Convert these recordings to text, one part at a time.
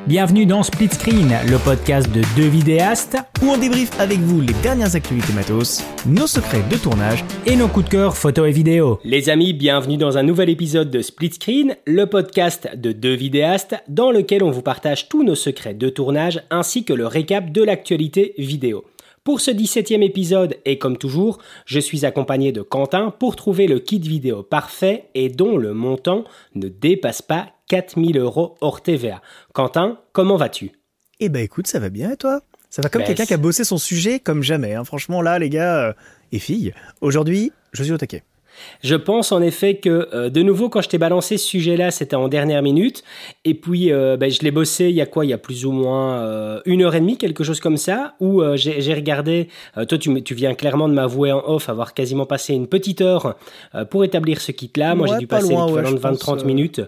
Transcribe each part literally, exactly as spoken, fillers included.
Bienvenue dans Split Screen, le podcast de deux vidéastes où on débriefe avec vous les dernières actualités matos, nos secrets de tournage et nos coups de cœur photos et vidéos. Les amis, bienvenue dans un nouvel épisode de Split Screen, le podcast de deux vidéastes dans lequel on vous partage tous nos secrets de tournage ainsi que le récap de l'actualité vidéo. Pour ce dix-septième épisode, et comme toujours, je suis accompagné de Quentin pour trouver le kit vidéo parfait et dont le montant ne dépasse pas quatre mille euros hors T V A. Quentin, comment vas-tu ? Eh ben écoute, ça va bien et toi ? Ça va comme ben, quelqu'un qui a bossé son sujet comme jamais. Hein. Franchement là, les gars euh, et filles, aujourd'hui, je suis au taquet. Je pense en effet que, euh, de nouveau, quand je t'ai balancé ce sujet-là, c'était en dernière minute. Et puis, euh, ben, je l'ai bossé il y a quoi ? Il y a plus ou moins euh, une heure et demie, quelque chose comme ça, où euh, j'ai, j'ai regardé... Euh, toi, tu, tu viens clairement de m'avouer en off avoir quasiment passé une petite heure euh, pour établir ce kit-là. Moi, ouais, j'ai dû passer loin, l'équivalent ouais, de vingt à trente euh... minutes.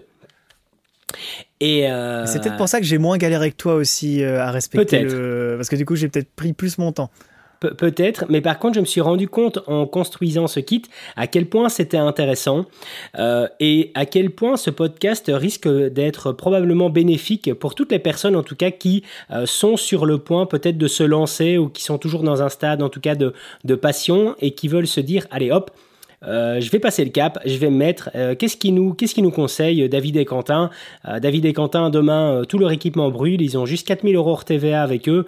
Et euh... C'est peut-être pour ça que j'ai moins galéré que toi aussi euh, à respecter peut-être. le... Parce que du coup, j'ai peut-être pris plus mon temps. Pe- peut-être, mais par contre, je me suis rendu compte en construisant ce kit à quel point c'était intéressant euh, et à quel point ce podcast risque d'être probablement bénéfique pour toutes les personnes, en tout cas, qui euh, sont sur le point peut-être de se lancer ou qui sont toujours dans un stade, en tout cas, de, de passion et qui veulent se dire, allez hop, Euh, je vais passer le cap, je vais me mettre. Euh, qu'est-ce qui nous, qu'est-ce qui nous conseille David et Quentin euh, David et Quentin, demain, euh, tout leur équipement brûle. Ils ont juste quatre mille euros hors T V A avec eux.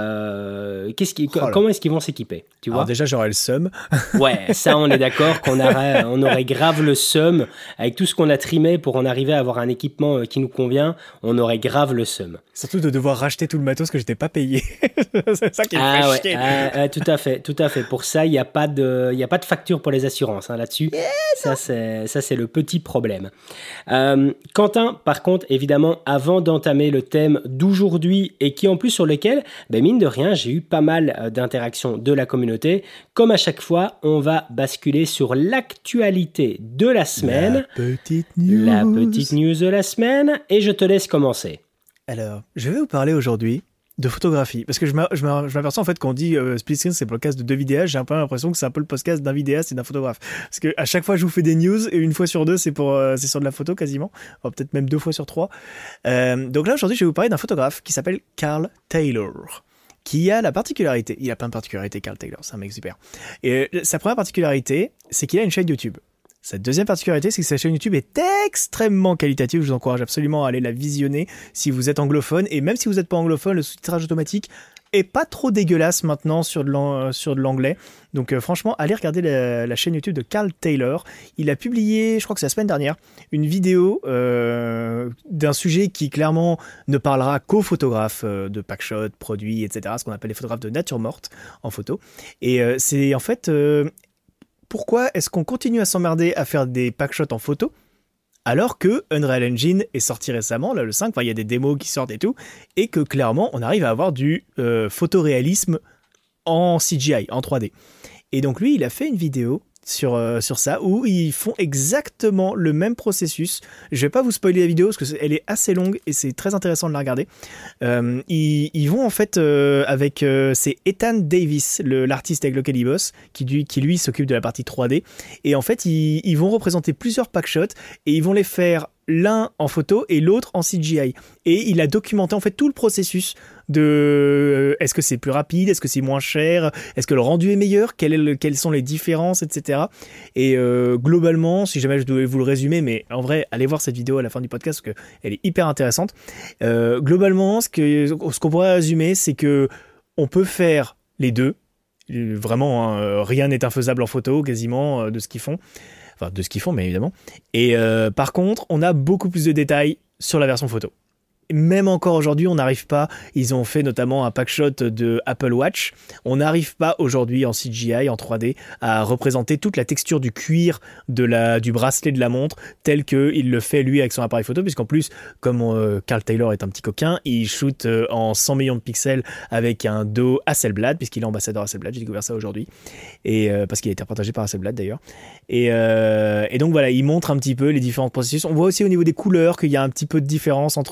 Euh, qu'est-ce qui, oh comment est-ce qu'ils vont s'équiper tu vois Alors déjà, j'aurais le seum. Ouais, ça, on est d'accord qu'on aurait, on aurait grave le seum. Avec tout ce qu'on a trimé pour en arriver à avoir un équipement qui nous convient, on aurait grave le seum. Surtout de devoir racheter tout le matos que je n'étais pas payé. C'est ça qui me ah fait ouais, chier. Ah, ah, tout à fait, tout à fait. Pour ça, il n'y a pas de, il y a pas de facture pour les assurances. Hein, là-dessus, yeah, ça c'est ça c'est le petit problème. Euh, Quentin, par contre, évidemment, avant d'entamer le thème d'aujourd'hui et qui en plus sur lequel, ben mine de rien, j'ai eu pas mal d'interactions de la communauté. Comme à chaque fois, on va basculer sur l'actualité de la semaine, la petite news, la petite news de la semaine, et je te laisse commencer. Alors, je vais vous parler aujourd'hui de photographie, parce que je m'aperçois en fait qu'on dit euh, Split Screen c'est le podcast de deux vidéastes, j'ai un peu l'impression que c'est un peu le podcast d'un vidéaste et d'un photographe, parce que à chaque fois je vous fais des news et une fois sur deux c'est pour euh, c'est sur de la photo quasiment, enfin, peut-être même deux fois sur trois. Euh, donc là aujourd'hui je vais vous parler d'un photographe qui s'appelle Carl Taylor, qui a la particularité, il a plein de particularités Carl Taylor, c'est un mec super. Et euh, sa première particularité, c'est qu'il a une chaîne YouTube. Sa deuxième particularité, c'est que sa chaîne YouTube est extrêmement qualitative. Je vous encourage absolument à aller la visionner si vous êtes anglophone. Et même si vous n'êtes pas anglophone, le sous-titrage automatique est pas trop dégueulasse maintenant sur de, l'an- sur de l'anglais. Donc euh, franchement, allez regarder la, la chaîne YouTube de Carl Taylor. Il a publié, je crois que c'est la semaine dernière, une vidéo euh, d'un sujet qui clairement ne parlera qu'aux photographes euh, de packshot, produits, et cetera. Ce qu'on appelle les photographes de nature morte en photo. Et euh, c'est en fait... Euh, Pourquoi est-ce qu'on continue à s'emmerder à faire des packshots en photo alors que Unreal Engine est sorti récemment, là le cinq, enfin il y a des démos qui sortent et tout, et que clairement on arrive à avoir du euh, photoréalisme en C G I, en trois D. Et donc lui il a fait une vidéo sur, euh, sur ça où ils font exactement le même processus. Je vais pas vous spoiler la vidéo parce qu'elle est assez longue et c'est très intéressant de la regarder. Euh, ils, ils vont en fait euh, avec euh, c'est Ethan Davis, le, l'artiste avec lequel il bosse, qui, lui, qui lui s'occupe de la partie trois D. Et en fait ils, ils vont représenter plusieurs packshots et ils vont les faire l'un en photo et l'autre en C G I. Et il a documenté en fait tout le processus de euh, est-ce que c'est plus rapide, est-ce que c'est moins cher, est-ce que le rendu est meilleur, quel est le, quelles sont les différences, et cetera. Et euh, globalement, si jamais je devais vous le résumer, mais en vrai, allez voir cette vidéo à la fin du podcast parce qu'elle est hyper intéressante. Euh, globalement, ce, que, ce qu'on pourrait résumer, c'est que on peut faire les deux. Vraiment, hein, rien n'est infaisable en photo, quasiment, euh, de ce qu'ils font. Enfin, de ce qu'ils font, mais évidemment. Et euh, par contre, on a beaucoup plus de détails sur la version photo. Même encore aujourd'hui, on n'arrive pas, ils ont fait notamment un packshot de Apple Watch, on n'arrive pas aujourd'hui en C G I, en trois D, à représenter toute la texture du cuir de la, du bracelet de la montre, tel qu'il le fait lui avec son appareil photo, puisqu'en plus, comme euh, Carl Taylor est un petit coquin, il shoot euh, en cent millions de pixels avec un dos Hasselblad, puisqu'il est ambassadeur Hasselblad, j'ai découvert ça aujourd'hui, et euh, parce qu'il a été partagé par Hasselblad d'ailleurs. Et, euh, et donc voilà, il montre un petit peu les différents processus. On voit aussi au niveau des couleurs qu'il y a un petit peu de différence entre les deux.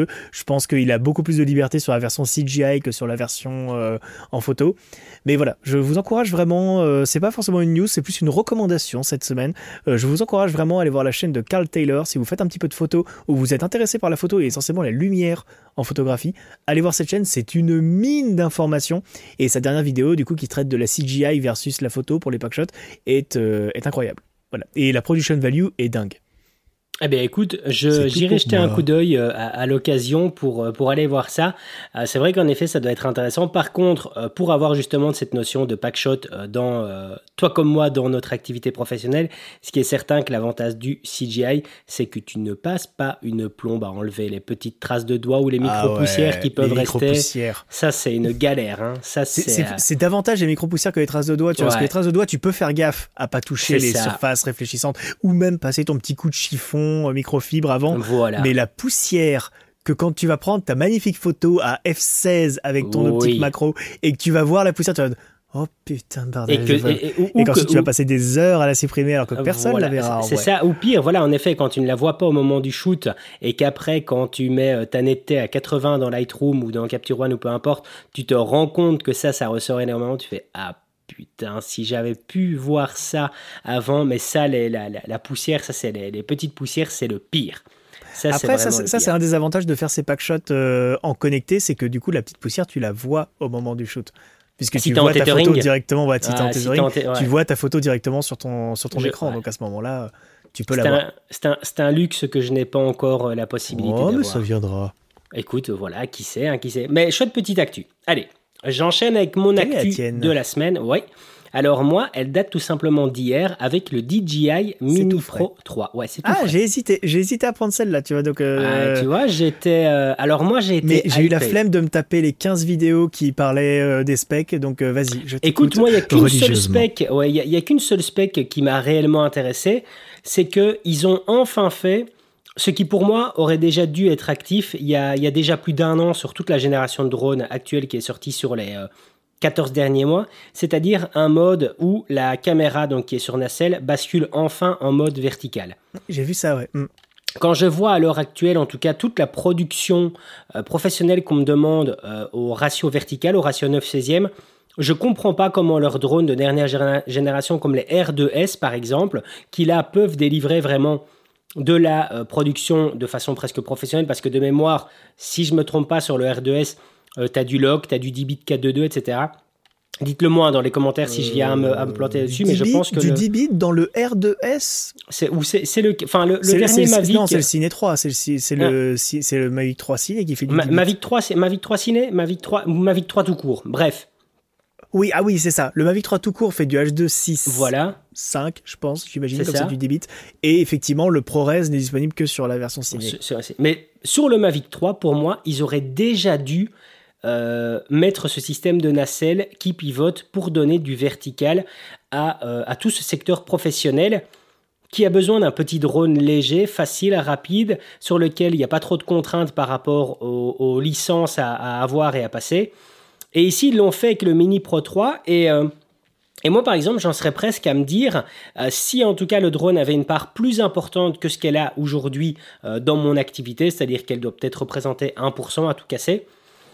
deux. Je pense qu'il a beaucoup plus de liberté sur la version C G I que sur la version euh, en photo. Mais voilà, je vous encourage vraiment, euh, c'est pas forcément une news, c'est plus une recommandation cette semaine. Euh, je vous encourage vraiment à aller voir la chaîne de Carl Taylor. Si vous faites un petit peu de photo ou vous êtes intéressé par la photo et essentiellement la lumière en photographie, allez voir cette chaîne, c'est une mine d'informations. Et sa dernière vidéo, du coup, qui traite de la C G I versus la photo pour les packshots, est, euh, est incroyable. Voilà. Et la production value est dingue. Eh bien, écoute, je, j'irai jeter moi. un coup d'œil à, à l'occasion pour, pour aller voir ça. Euh, c'est vrai qu'en effet, ça doit être intéressant. Par contre, euh, pour avoir justement cette notion de packshot euh, dans, euh, toi comme moi, dans notre activité professionnelle, ce qui est certain que l'avantage du C G I, c'est que tu ne passes pas une plombe à enlever les petites traces de doigts ou les micro-poussières ah ouais, qui peuvent rester. Ça, c'est une galère. Hein. Ça, c'est, c'est, c'est, euh... c'est davantage les micro-poussières que les traces de doigts. Tu ouais. vois, parce que les traces de doigts, tu peux faire gaffe à pas toucher c'est les ça. surfaces réfléchissantes ou même passer ton petit coup de chiffon microfibre avant, voilà. Mais la poussière que quand tu vas prendre ta magnifique photo à F seize avec ton oui. optique macro et que tu vas voir la poussière, tu vas dire oh putain de bordel. Et, que, et, et, ou, et qu'ensuite que, tu vas ou... passer des heures à la supprimer alors que personne voilà, la verra. C'est ça, ou pire, voilà, en effet, quand tu ne la vois pas au moment du shoot et qu'après, quand tu mets ta netteté à quatre-vingts dans Lightroom ou dans Capture One ou peu importe, tu te rends compte que ça, ça ressort énormément, tu fais ah putain, si j'avais pu voir ça avant, mais ça, les, la, la, la poussière, ça, c'est les, les petites poussières, c'est le pire. Ça, Après, c'est ça, ça c'est un des avantages de faire ces packshots euh, en connecté, c'est que du coup, la petite poussière, tu la vois au moment du shoot. Puisque si tu vois ta photo directement, ouais, si ah, t'es en tethering, si ouais. tu vois ta photo directement sur ton, sur ton je, écran. Ouais. Donc à ce moment-là, tu peux c'est la un, voir. C'est un, c'est un luxe que je n'ai pas encore la possibilité oh, d'avoir. Mais ça viendra. Écoute, voilà, qui sait, hein, qui sait. Mais chouette petite actu. Allez, j'enchaîne avec mon Quelle actu de la semaine. Ouais. Alors moi, elle date tout simplement d'hier avec le D J I Mini Pro trois. Ouais, c'est tout Ah, frais. j'ai hésité, j'ai hésité à prendre celle-là, tu vois. Donc, euh... ah, tu vois, j'étais. Euh... Alors moi, j'ai été. Mais j'ai eu la flemme de me taper les quinze vidéos qui parlaient euh, des specs, donc euh, vas-y, je t'écoute. Écoute, moi, il y a qu'une seule spec. Ouais, il y, y a qu'une seule spec qui m'a réellement intéressé, c'est que ils ont enfin fait ce qui pour moi aurait déjà dû être actif il y a, il y a déjà plus d'un an sur toute la génération de drones actuelle qui est sortie sur les euh, quatorze derniers mois, c'est-à-dire un mode où la caméra donc, qui est sur nacelle bascule enfin en mode vertical. J'ai vu ça, ouais. Mm. Quand je vois à l'heure actuelle, en tout cas, toute la production euh, professionnelle qu'on me demande euh, au ratio vertical, au ratio neuf seizième, je comprends pas comment leurs drones de dernière géné- génération, comme les R deux S par exemple, qui là peuvent délivrer vraiment de la euh, production de façon presque professionnelle, parce que de mémoire, si je me trompe pas sur le R deux S, Euh, t'as du log, t'as du dix bits quatre deux deux, et cetera. Dites-le moi dans les commentaires si je viens à me, à me planter dessus, mais je pense que du le... dix bits dans le R deux S, c'est ou c'est, c'est le, enfin le, le c'est, dernier c'est, Mavic. Non, c'est le Cine trois, c'est le, c'est le, ah. c'est le Mavic trois Cine qui fait du Ma, dix bits. Mavic trois, c'est Mavic trois Cine, Mavic trois ou Mavic trois tout court. Bref. Oui, ah oui, c'est ça. Le Mavic trois tout court fait du H deux six. Voilà. cinq, je pense, j'imagine, c'est comme ça. c'est du dix bits. Et effectivement, le ProRes n'est disponible que sur la version Cine. C'est, c'est, mais sur le Mavic trois, pour moi, ils auraient déjà dû Euh, mettre ce système de nacelle qui pivote pour donner du vertical à, euh, à tout ce secteur professionnel qui a besoin d'un petit drone léger, facile, rapide, sur lequel il n'y a pas trop de contraintes par rapport aux, aux licences à, à avoir et à passer. Et ici, ils l'ont fait avec le Mini Pro trois et... Euh, Et moi, par exemple, j'en serais presque à me dire, euh, si en tout cas le drone avait une part plus importante que ce qu'elle a aujourd'hui euh, dans mon activité, c'est-à-dire qu'elle doit peut-être représenter un pour cent à tout casser,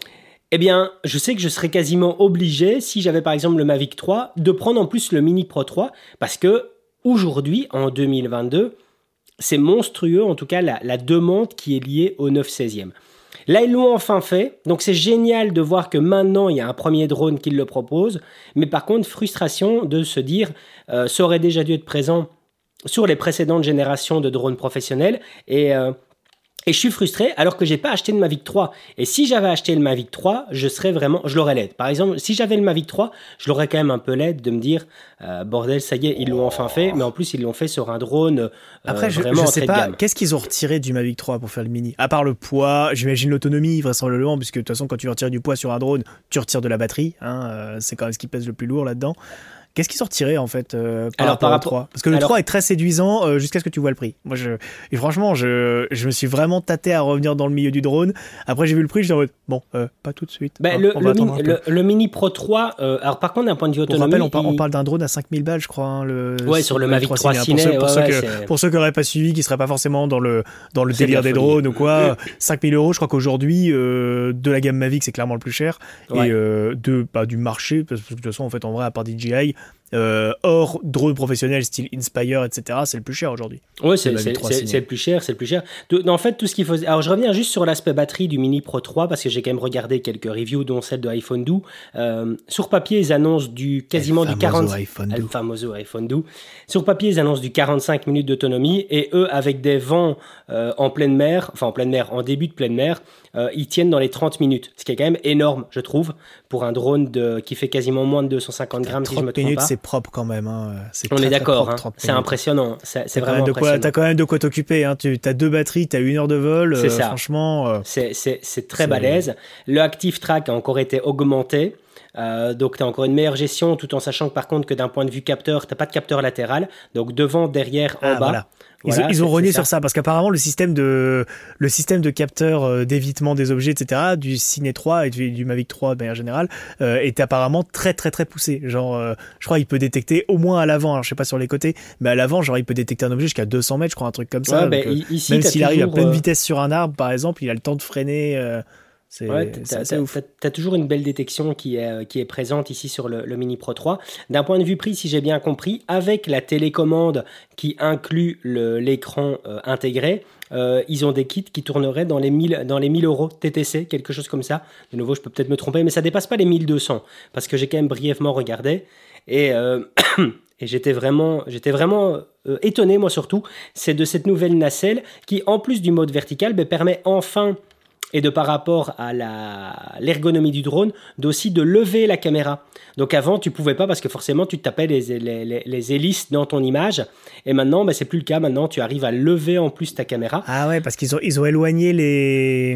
eh bien, je sais que je serais quasiment obligé, si j'avais par exemple le Mavic trois, de prendre en plus le Mini Pro trois, parce que aujourd'hui, en deux mille vingt-deux, c'est monstrueux, en tout cas, la, la demande qui est liée au neuf seizième. Là, ils l'ont enfin fait, donc c'est génial de voir que maintenant, il y a un premier drone qui le propose, mais par contre, frustration de se dire, euh, ça aurait déjà dû être présent sur les précédentes générations de drones professionnels, et... Euh, Et je suis frustré alors que j'ai pas acheté le Mavic trois. Et si j'avais acheté le Mavic trois, je serais vraiment, je l'aurais l'aide. Par exemple, si j'avais le Mavic trois, je l'aurais quand même un peu l'aide de me dire, euh, bordel, ça y est, ils l'ont enfin fait. Mais en plus, ils l'ont fait sur un drone euh, Après, je, vraiment je entrée sais de pas, gamme. qu'est-ce qu'ils ont retiré du Mavic trois pour faire le mini? À part le poids, j'imagine l'autonomie, vraisemblablement, puisque de toute façon, quand tu retires du poids sur un drone, tu retires de la batterie. Hein, euh, c'est quand même ce qui pèse le plus lourd là-dedans. Qu'est-ce qui sortirait en fait euh, par alors, rapport par au trois rapport... Parce que le alors... trois est très séduisant euh, jusqu'à ce que tu vois le prix. Moi, je... Et franchement, je... je me suis vraiment tâté à revenir dans le milieu du drone. Après, j'ai vu le prix, j'étais en mode, bon, euh, pas tout de suite. Bah, hein, le, on va le, mini, un le, le Mini Pro trois, euh, alors par contre, d'un point de vue autonomie... Pour rappel, on, par... il... on parle d'un drone à cinq mille balles, je crois. Hein, le... Ouais, sur le Mavic trois Cine. Pour, pour, ouais, ceux, ouais, pour ceux qui n'auraient pas suivi, qui ne seraient pas forcément dans le, dans le délire des drones ou quoi, cinq mille euros, je crois qu'aujourd'hui, euh, de la gamme Mavic, c'est clairement le plus cher. Ouais. Et euh, de, bah, du marché, parce que de toute façon, en fait, en vrai, à part D J I, Euh, hors drone professionnel style Inspire, et cetera, c'est le plus cher aujourd'hui. Oui, c'est, c'est, c'est, c'est le plus cher, c'est le plus cher. Tout, en fait, tout ce qu'il faut. Alors, je reviens juste sur l'aspect batterie du Mini Pro trois parce que j'ai quand même regardé quelques reviews, dont celle de iPhone douze. Euh, sur papier, ils annoncent du quasiment du quarante. El famoso iPhone douze. Sur papier, ils annoncent du quarante-cinq minutes d'autonomie et eux, avec des vents euh, en pleine mer, enfin en pleine mer, en début de pleine mer, euh, ils tiennent dans les trente minutes, ce qui est quand même énorme, je trouve, pour un drone de, qui fait quasiment moins de deux cent cinquante grammes, si je me trompe minutes, pas. C'est propre quand même. Hein. C'est On très, est d'accord, propre, hein. C'est impressionnant. C'est, c'est vraiment de impressionnant. Quoi, t'as quand même de quoi t'occuper. Hein. Tu as deux batteries, tu as une heure de vol. C'est euh, ça. Franchement. Euh, c'est, c'est, c'est très c'est... balèze. Le Active Track a encore été augmenté. Euh, donc tu as encore une meilleure gestion, tout en sachant que par contre que d'un point de vue capteur, tu n'as pas de capteur latéral. Donc devant, derrière, en ah, bas. Voilà. Ils, Voilà, ont, ils ont c'est, renié c'est sur ça. ça parce qu'apparemment le système de le système de capteur euh, d'évitement des objets, et cetera du Cine trois et du, du Mavic trois de manière générale euh, est apparemment très très très poussé. Genre, euh, je crois il peut détecter au moins à l'avant. Alors je sais pas sur les côtés, mais à l'avant, genre il peut détecter un objet jusqu'à deux cents mètres, je crois, un truc comme ça. Ouais, donc, bah, euh, ici, même s'il arrive à pleine euh... vitesse sur un arbre, par exemple, il a le temps de freiner. Euh, C'est, ouais, t'as, c'est t'as, ouf. T'as, t'as toujours une belle détection qui est, qui est présente ici sur le, le Mini Pro trois. D'un point de vue prix, si j'ai bien compris, avec la télécommande qui inclut le, l'écran euh, intégré, euh, ils ont des kits qui tourneraient dans les mille, dans les mille euros T T C, quelque chose comme ça. De nouveau, je peux peut-être me tromper, mais ça dépasse pas les mille deux cents, parce que j'ai quand même brièvement regardé. Et... Euh, Et j'étais vraiment, j'étais vraiment euh, étonné, moi surtout, c'est de cette nouvelle nacelle qui, en plus du mode vertical, bah, permet enfin, et de par rapport à la, l'ergonomie du drone, d'aussi de lever la caméra. Donc avant, tu pouvais pas parce que forcément, tu tapais les, les, les, les hélices dans ton image. Et maintenant, bah, c'est plus le cas. Maintenant, tu arrives à lever en plus ta caméra. Ah ouais, parce qu'ils ont, ils ont éloigné les...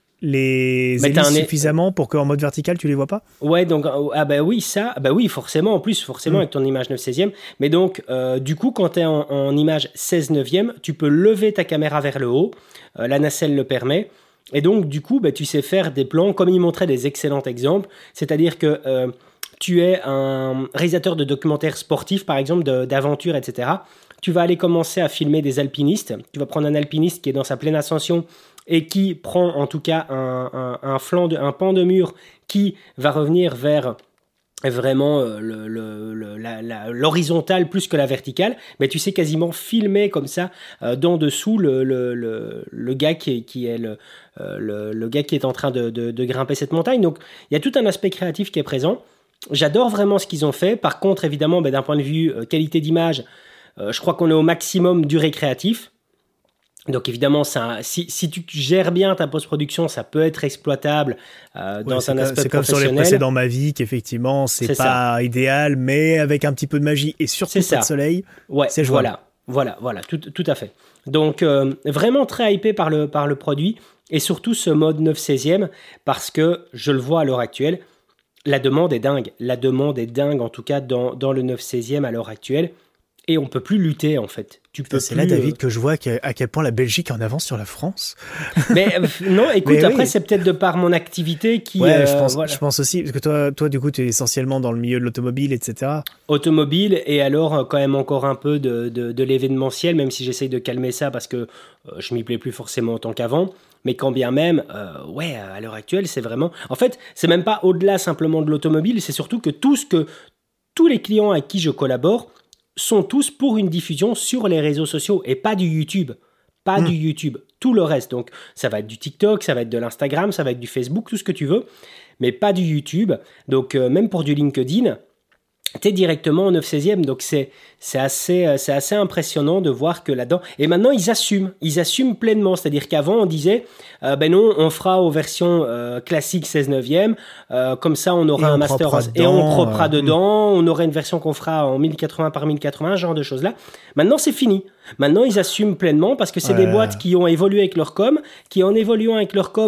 les mais hélices suffisamment pour qu'en mode vertical tu les vois pas. Ouais, donc ah bah oui ça bah oui forcément en plus forcément mmh. avec ton image neuf seizième, mais donc euh, du coup quand tu es en, en image seize neuvième, tu peux lever ta caméra vers le haut, euh, la nacelle le permet. Et donc du coup bah, tu sais faire des plans comme il montrait des excellents exemples, c'est-à-dire que euh, tu es un réalisateur de documentaires sportifs par exemple de, d'aventure, etc. Tu vas aller commencer à filmer des alpinistes, tu vas prendre un alpiniste qui est dans sa pleine ascension et qui prend en tout cas un, un, un, flanc de, un pan de mur qui va revenir vers vraiment le, le, le, la, la, l'horizontale plus que la verticale, mais tu sais quasiment filmer comme ça euh, d'en dessous le, le, le, le gars qui est, qui est le, euh, le, le gars qui est en train de, de, de grimper cette montagne. Donc il y a tout un aspect créatif qui est présent. J'adore vraiment ce qu'ils ont fait. Par contre, évidemment, ben, d'un point de vue euh, qualité d'image, euh, je crois qu'on est au maximum du récréatif. Donc évidemment, ça, si, si tu gères bien ta post-production, ça peut être exploitable euh, dans ouais, un aspect c'est professionnel. C'est comme sur les précédents Mavic, effectivement, c'est, c'est pas ça. Idéal, mais avec un petit peu de magie et surtout pas de soleil, ouais, c'est jouable. Voilà, voilà, voilà, tout, tout à fait. Donc euh, vraiment très hypé par le, par le produit et surtout ce mode neuf seizième parce que je le vois à l'heure actuelle, la demande est dingue. La demande est dingue en tout cas dans, dans le neuf seizième à l'heure actuelle. Et on peut plus lutter en fait. Tu peux c'est plus, là, David, euh... que je vois à quel point la Belgique est en avance sur la France. Mais non, écoute, Mais après, oui. c'est peut-être de par mon activité qui... Ouais, euh, je, pense, voilà. je pense aussi, parce que toi, toi du coup, tu es essentiellement dans le milieu de l'automobile, et cetera. Automobile, et alors quand même encore un peu de, de, de l'événementiel, même si j'essaye de calmer ça parce que euh, je m'y plais plus forcément autant qu'avant. Mais quand bien même, euh, ouais, à l'heure actuelle, c'est vraiment... En fait, c'est même pas au-delà simplement de l'automobile, c'est surtout que tout ce que... Tous les clients avec qui je collabore sont tous pour une diffusion sur les réseaux sociaux et pas du YouTube. Pas mmh. du YouTube. Tout le reste. Donc, ça va être du TikTok, ça va être de l'Instagram, ça va être du Facebook, tout ce que tu veux, mais pas du YouTube. Donc, euh, même pour du LinkedIn, tu es directement en neuf seizième. Donc, c'est, c'est, assez, c'est assez impressionnant de voir que là-dedans... Et maintenant, ils assument. Ils assument pleinement. C'est-à-dire qu'avant, on disait, euh, ben non, on fera aux versions euh, classiques seize neuvième. Euh, comme ça, on aura et un on master... Dedans, et on croppera euh, dedans. On aura une version qu'on fera en mille quatre-vingts par mille quatre-vingts, ce genre de choses-là. Maintenant, c'est fini. Maintenant, ils assument pleinement parce que c'est ouais. des boîtes qui ont évolué avec leur com, qui, en évoluant avec leur com,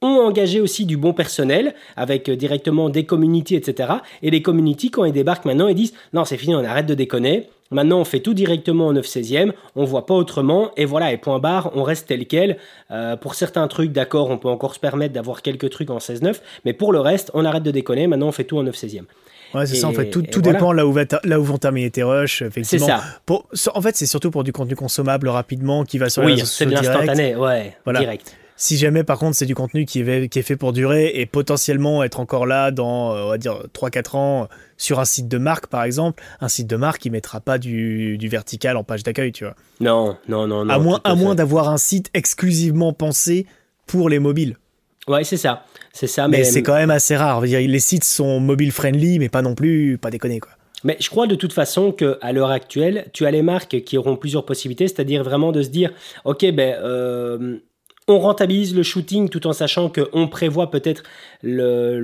ont engagé aussi du bon personnel avec euh, directement des community, et cetera. Et les community, quand ils débarquent maintenant, ils disent « Non, c'est fini, on arrête de déconner. Maintenant, on fait tout directement en neuf seizième, on voit pas autrement, et voilà, et point barre, on reste tel quel. Euh, pour certains trucs, d'accord, on peut encore se permettre d'avoir quelques trucs en seize neuf, mais pour le reste, on arrête de déconner, maintenant on fait tout en neuf seizième. » Ouais, c'est et, ça, en fait, tout, tout voilà. dépend là où, va ta, là où vont terminer tes rushs, effectivement. C'est ça. Pour, en fait, c'est surtout pour du contenu consommable rapidement qui va sur oui, les réseaux c'est sociaux de l'instantané, ouais, voilà. direct. Si jamais, par contre, c'est du contenu qui est, qui est fait pour durer et potentiellement être encore là dans, on va dire, trois quatre ans sur un site de marque, par exemple, un site de marque, il ne mettra pas du, du vertical en page d'accueil, tu vois. Non, non, non, non. À moins, à à moins d'avoir un site exclusivement pensé pour les mobiles. Ouais, c'est ça. C'est ça, mais, mais c'est quand même assez rare. Je veux dire, les sites sont mobile-friendly, mais pas non plus, pas déconner, quoi. Mais je crois de toute façon qu'à l'heure actuelle, tu as les marques qui auront plusieurs possibilités, c'est-à-dire vraiment de se dire, ok, ben... Euh, on rentabilise le shooting tout en sachant qu'on prévoit peut-être le,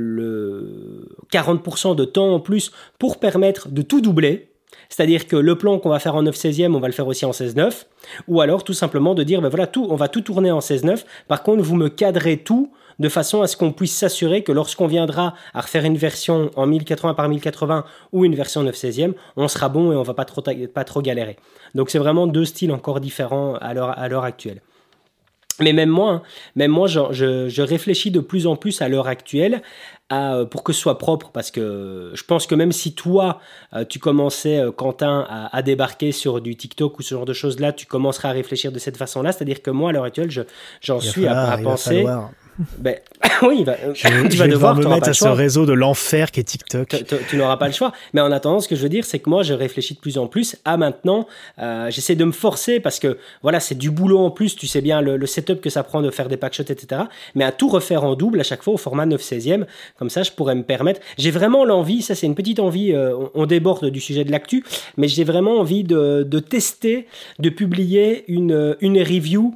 le quarante pour cent de temps en plus pour permettre de tout doubler. C'est-à-dire que le plan qu'on va faire en neuf seizième, on va le faire aussi en seize neuf. Ou alors tout simplement de dire, ben voilà, tout, on va tout tourner en seize neuf. Par contre, vous me cadrez tout de façon à ce qu'on puisse s'assurer que lorsqu'on viendra à refaire une version en mille quatre-vingts par mille quatre-vingts ou une version neuf seizième, on sera bon et on ne va pas trop, pas trop galérer. Donc c'est vraiment deux styles encore différents à l'heure, à l'heure actuelle. Mais même moi, hein, même moi, je, je, je réfléchis de plus en plus à l'heure actuelle à, pour que ce soit propre, parce que je pense que même si toi, tu commençais, Quentin, à, à débarquer sur du TikTok ou ce genre de choses-là, tu commencerais à réfléchir de cette façon-là, c'est-à-dire que moi, à l'heure actuelle, je, j'en suis falloir, à, à penser... Ben, oui, va, je, tu je vas vais devoir me mettre à ce choix. réseau de l'enfer qui est TikTok. Tu, tu, tu n'auras pas le choix. Mais en attendant, ce que je veux dire, c'est que moi, je réfléchis de plus en plus à maintenant. Euh, j'essaie de me forcer parce que voilà, c'est du boulot en plus. Tu sais bien le, le setup que ça prend de faire des packshots, et cetera. Mais à tout refaire en double à chaque fois au format neuf seizième. Comme ça, je pourrais me permettre. J'ai vraiment l'envie, ça c'est une petite envie, euh, on, on déborde du sujet de l'actu, mais j'ai vraiment envie de, de tester, de publier une, une review.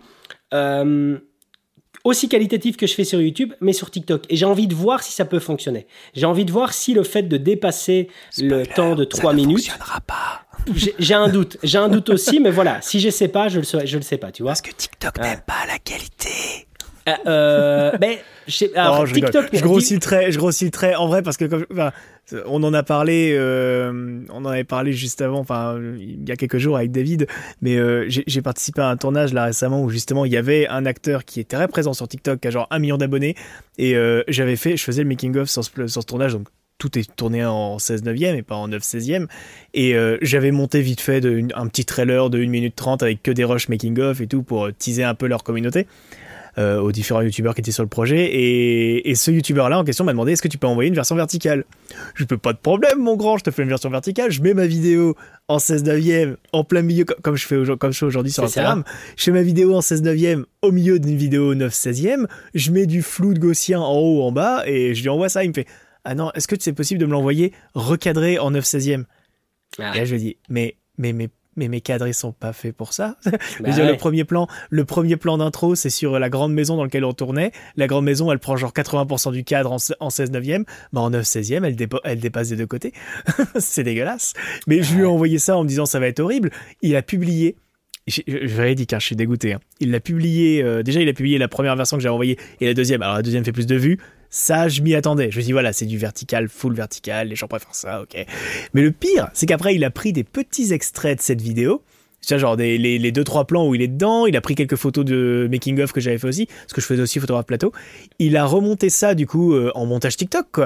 Euh, aussi qualitatif que je fais sur YouTube, mais sur TikTok. Et j'ai envie de voir si ça peut fonctionner. J'ai envie de voir si le fait de dépasser Spoiler, le temps de trois minutes... Ça ne fonctionnera pas. J'ai, j'ai un doute. J'ai un doute aussi, mais voilà. Si je ne sais pas, je le sais, je le sais pas, tu vois. Parce que TikTok ah. n'aime pas la qualité. Euh, euh, ben, je, alors, oh, je, TikTok, je grossis le trait, je grossis le trait. En vrai, parce que comme, enfin, on en a parlé, euh, on en avait parlé juste avant, enfin, il y a quelques jours avec David, mais euh, j'ai, j'ai participé à un tournage là récemment où justement il y avait un acteur qui était très présent sur TikTok, qui a genre un million d'abonnés, et euh, j'avais fait, je faisais le making of sur ce, sur ce tournage, donc tout est tourné en seize neuvième et pas en neuf seizième, et euh, j'avais monté vite fait de, une, un petit trailer de une minute trente avec que des rushs making of et tout pour teaser un peu leur communauté. Euh, aux différents youtubeurs qui étaient sur le projet, et, et ce youtubeur là en question m'a demandé est-ce que tu peux envoyer une version verticale. Je peux, pas de problème mon grand, je te fais une version verticale, je mets ma vidéo en seize neuvième en plein milieu, comme je fais, comme je fais aujourd'hui sur Instagram, je fais ma vidéo en seize neuvième au milieu d'une vidéo neuf seizième, je mets du flou de gaussien en haut ou en bas et je lui envoie ça, il me fait ah non, est-ce que c'est possible de me l'envoyer recadré en neuf seizième. Ah. Et là je lui dis mais mais mais mais mes cadres sont pas faits pour ça. Bah je veux dire, ouais. le premier plan, le premier plan d'intro, c'est sur la grande maison dans laquelle on tournait. La grande maison, elle prend genre quatre-vingts pour cent du cadre en, en seize neuvième. Bah, en neuf seizième, elle, dépa- elle dépasse des deux côtés. C'est dégueulasse. Mais ouais. je lui ai envoyé ça en me disant ça va être horrible. Il a publié. Je, je, je vérifie car je suis dégoûté. Hein. Il l'a publié, euh, déjà il a publié la première version que j'ai envoyée et la deuxième. Alors la deuxième fait plus de vues. Ça, je m'y attendais. Je me dis, voilà, c'est du vertical, full vertical, les gens préfèrent ça, ok. Mais le pire, c'est qu'après, il a pris des petits extraits de cette vidéo. C'est genre des, les, les deux, trois plans où il est dedans. Il a pris quelques photos de making-of que j'avais fait aussi, parce que je faisais aussi photographe plateau. Il a remonté ça, du coup, euh, en montage TikTok, quoi.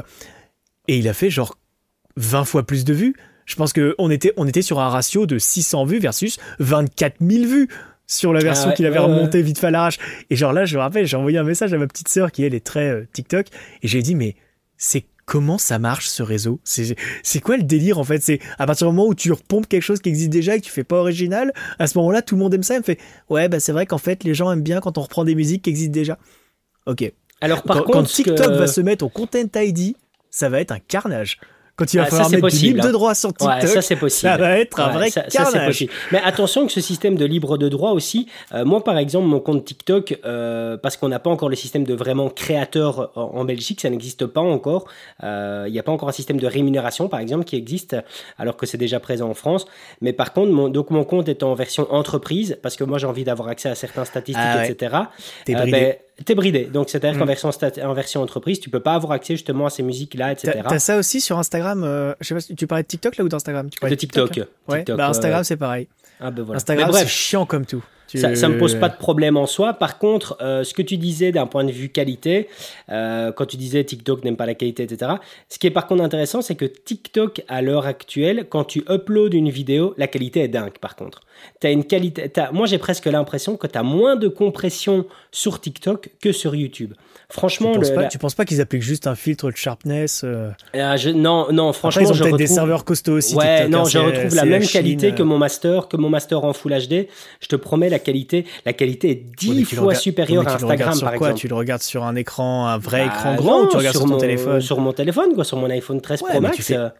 Et il a fait genre vingt fois plus de vues. Je pense qu'on était, on était sur un ratio de six cents vues versus vingt-quatre mille vues. Sur la version ah ouais, qu'il avait ouais, remontée ouais. vite fait à l'arrache. Et genre là, je me rappelle, j'ai envoyé un message à ma petite sœur qui, elle, est très euh, TikTok. Et j'ai dit, mais c'est comment ça marche, ce réseau ? c'est, c'est quoi le délire, en fait ? C'est à partir du moment où tu repompes quelque chose qui existe déjà et que tu fais pas original, à ce moment-là, tout le monde aime ça. Elle me fait, ouais, bah c'est vrai qu'en fait, les gens aiment bien quand on reprend des musiques qui existent déjà. Ok. Alors, par quand, contre, quand TikTok que... va se mettre au Content I D, ça va être un carnage. Quand il va ah, falloir ça, mettre possible, du libre hein. de droit sur TikTok, ouais, ça, c'est possible. ça va être un ouais, vrai ça, carnage. Ça, c'est possible. Mais attention que ce système de libre de droit aussi, euh, moi par exemple, mon compte TikTok, euh, parce qu'on n'a pas encore le système de vraiment créateur en, en Belgique, ça n'existe pas encore. Il euh, n'y a pas encore un système de rémunération, par exemple, qui existe, alors que c'est déjà présent en France. Mais par contre, mon, donc mon compte est en version entreprise, parce que moi j'ai envie d'avoir accès à certaines statistiques, ah ouais. et cetera. T'es euh, bridé. ben, t'es bridé. Donc, c'est-à-dire Mm. qu'en version, stat- en version entreprise, tu peux pas avoir accès justement à ces musiques-là, et T'as, cetera. t'as ça aussi sur Instagram. Euh, je sais pas si tu parlais de TikTok là ou d'Instagram. Tu De parlais TikTok. hein Ouais. TikTok, Bah, Instagram ouais. c'est pareil. Ah, ben voilà. Instagram Mais bref, c'est chiant comme tout. Tu- Ça, ça me pose pas de problème en soi. Par contre, euh, ce que tu disais d'un point de vue qualité, euh, quand tu disais TikTok n'aime pas la qualité, et cetera. Ce qui est par contre intéressant, c'est que TikTok, à l'heure actuelle, quand tu uploads une vidéo, la qualité est dingue par contre. T'as une qualité, t'as, moi j'ai presque l'impression que tu as moins de compression sur TikTok que sur YouTube. Franchement, Tu penses, le, pas, la- tu penses pas qu'ils appliquent juste un filtre de sharpness euh... euh, je- non, non, franchement, Après, ils ont je peut-être retrouve... des serveurs costauds aussi. Ouais, TikTok, non, hein, je c'est- retrouve la c'est même Chine, qualité que euh. mon master, que mon master en Full H D. Je te promets, la qualité, la qualité est dix Ouais, mais tu le fois regardes- supérieure mais à tu le regardes Instagram, sur par quoi exemple. Tu le regardes sur un écran, un vrai Bah, écran grand, non, ou tu regardes sur, ton mon, téléphone Sur mon téléphone, quoi, sur mon iPhone treize Ouais, Pro mais tu Max. fais- euh,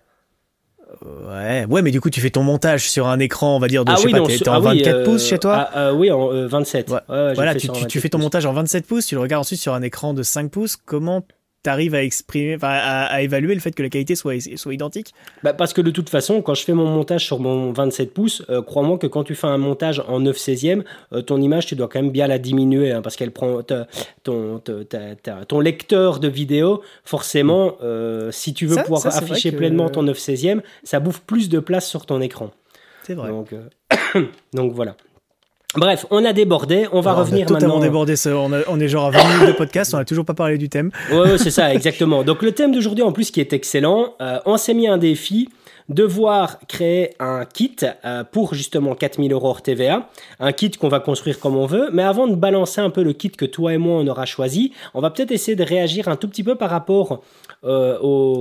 Ouais, ouais, mais du coup, tu fais ton montage sur un écran, on va dire, de, Ah je sais oui, pas, non, t'es, sur- t'es en ah oui, vingt-quatre euh, pouces chez toi. ah, euh, Oui, en euh, vingt-sept. Ouais. Ouais, ouais, je Voilà, fais tu, ça en tu, tu vingt-sept fais ton pouces. montage en vingt-sept pouces, tu le regardes ensuite sur un écran de cinq pouces. Comment t'arrives à exprimer, enfin, à, à évaluer le fait que la qualité soit, soit identique? Bah, parce que de toute façon, quand je fais mon montage sur mon vingt-sept pouces, euh, crois-moi que quand tu fais un montage en neuf seizième, euh, ton image, tu dois quand même bien la diminuer, hein, parce qu'elle prend ta- ton, ta- ta- ta- ton lecteur de vidéo, forcément, euh, si tu veux Ça- pouvoir ça, c'est vrai afficher que- pleinement ton neuf seizième, ça bouffe plus de place sur ton écran. C'est vrai. Donc, euh, donc voilà. Bref, on a débordé, on va Alors, revenir on a totalement maintenant. débordé ça. On, a- on est genre à vingt minutes de podcast, on a toujours pas parlé du thème. Ouais, ouais, c'est ça, exactement. Donc le thème d'aujourd'hui, en plus, qui est excellent, euh, on s'est mis un défi, devoir créer un kit euh, pour justement quatre mille euros hors T V A, un kit qu'on va construire comme on veut. Mais avant de balancer un peu le kit que toi et moi on aura choisi, on va peut-être essayer de réagir un tout petit peu par rapport euh,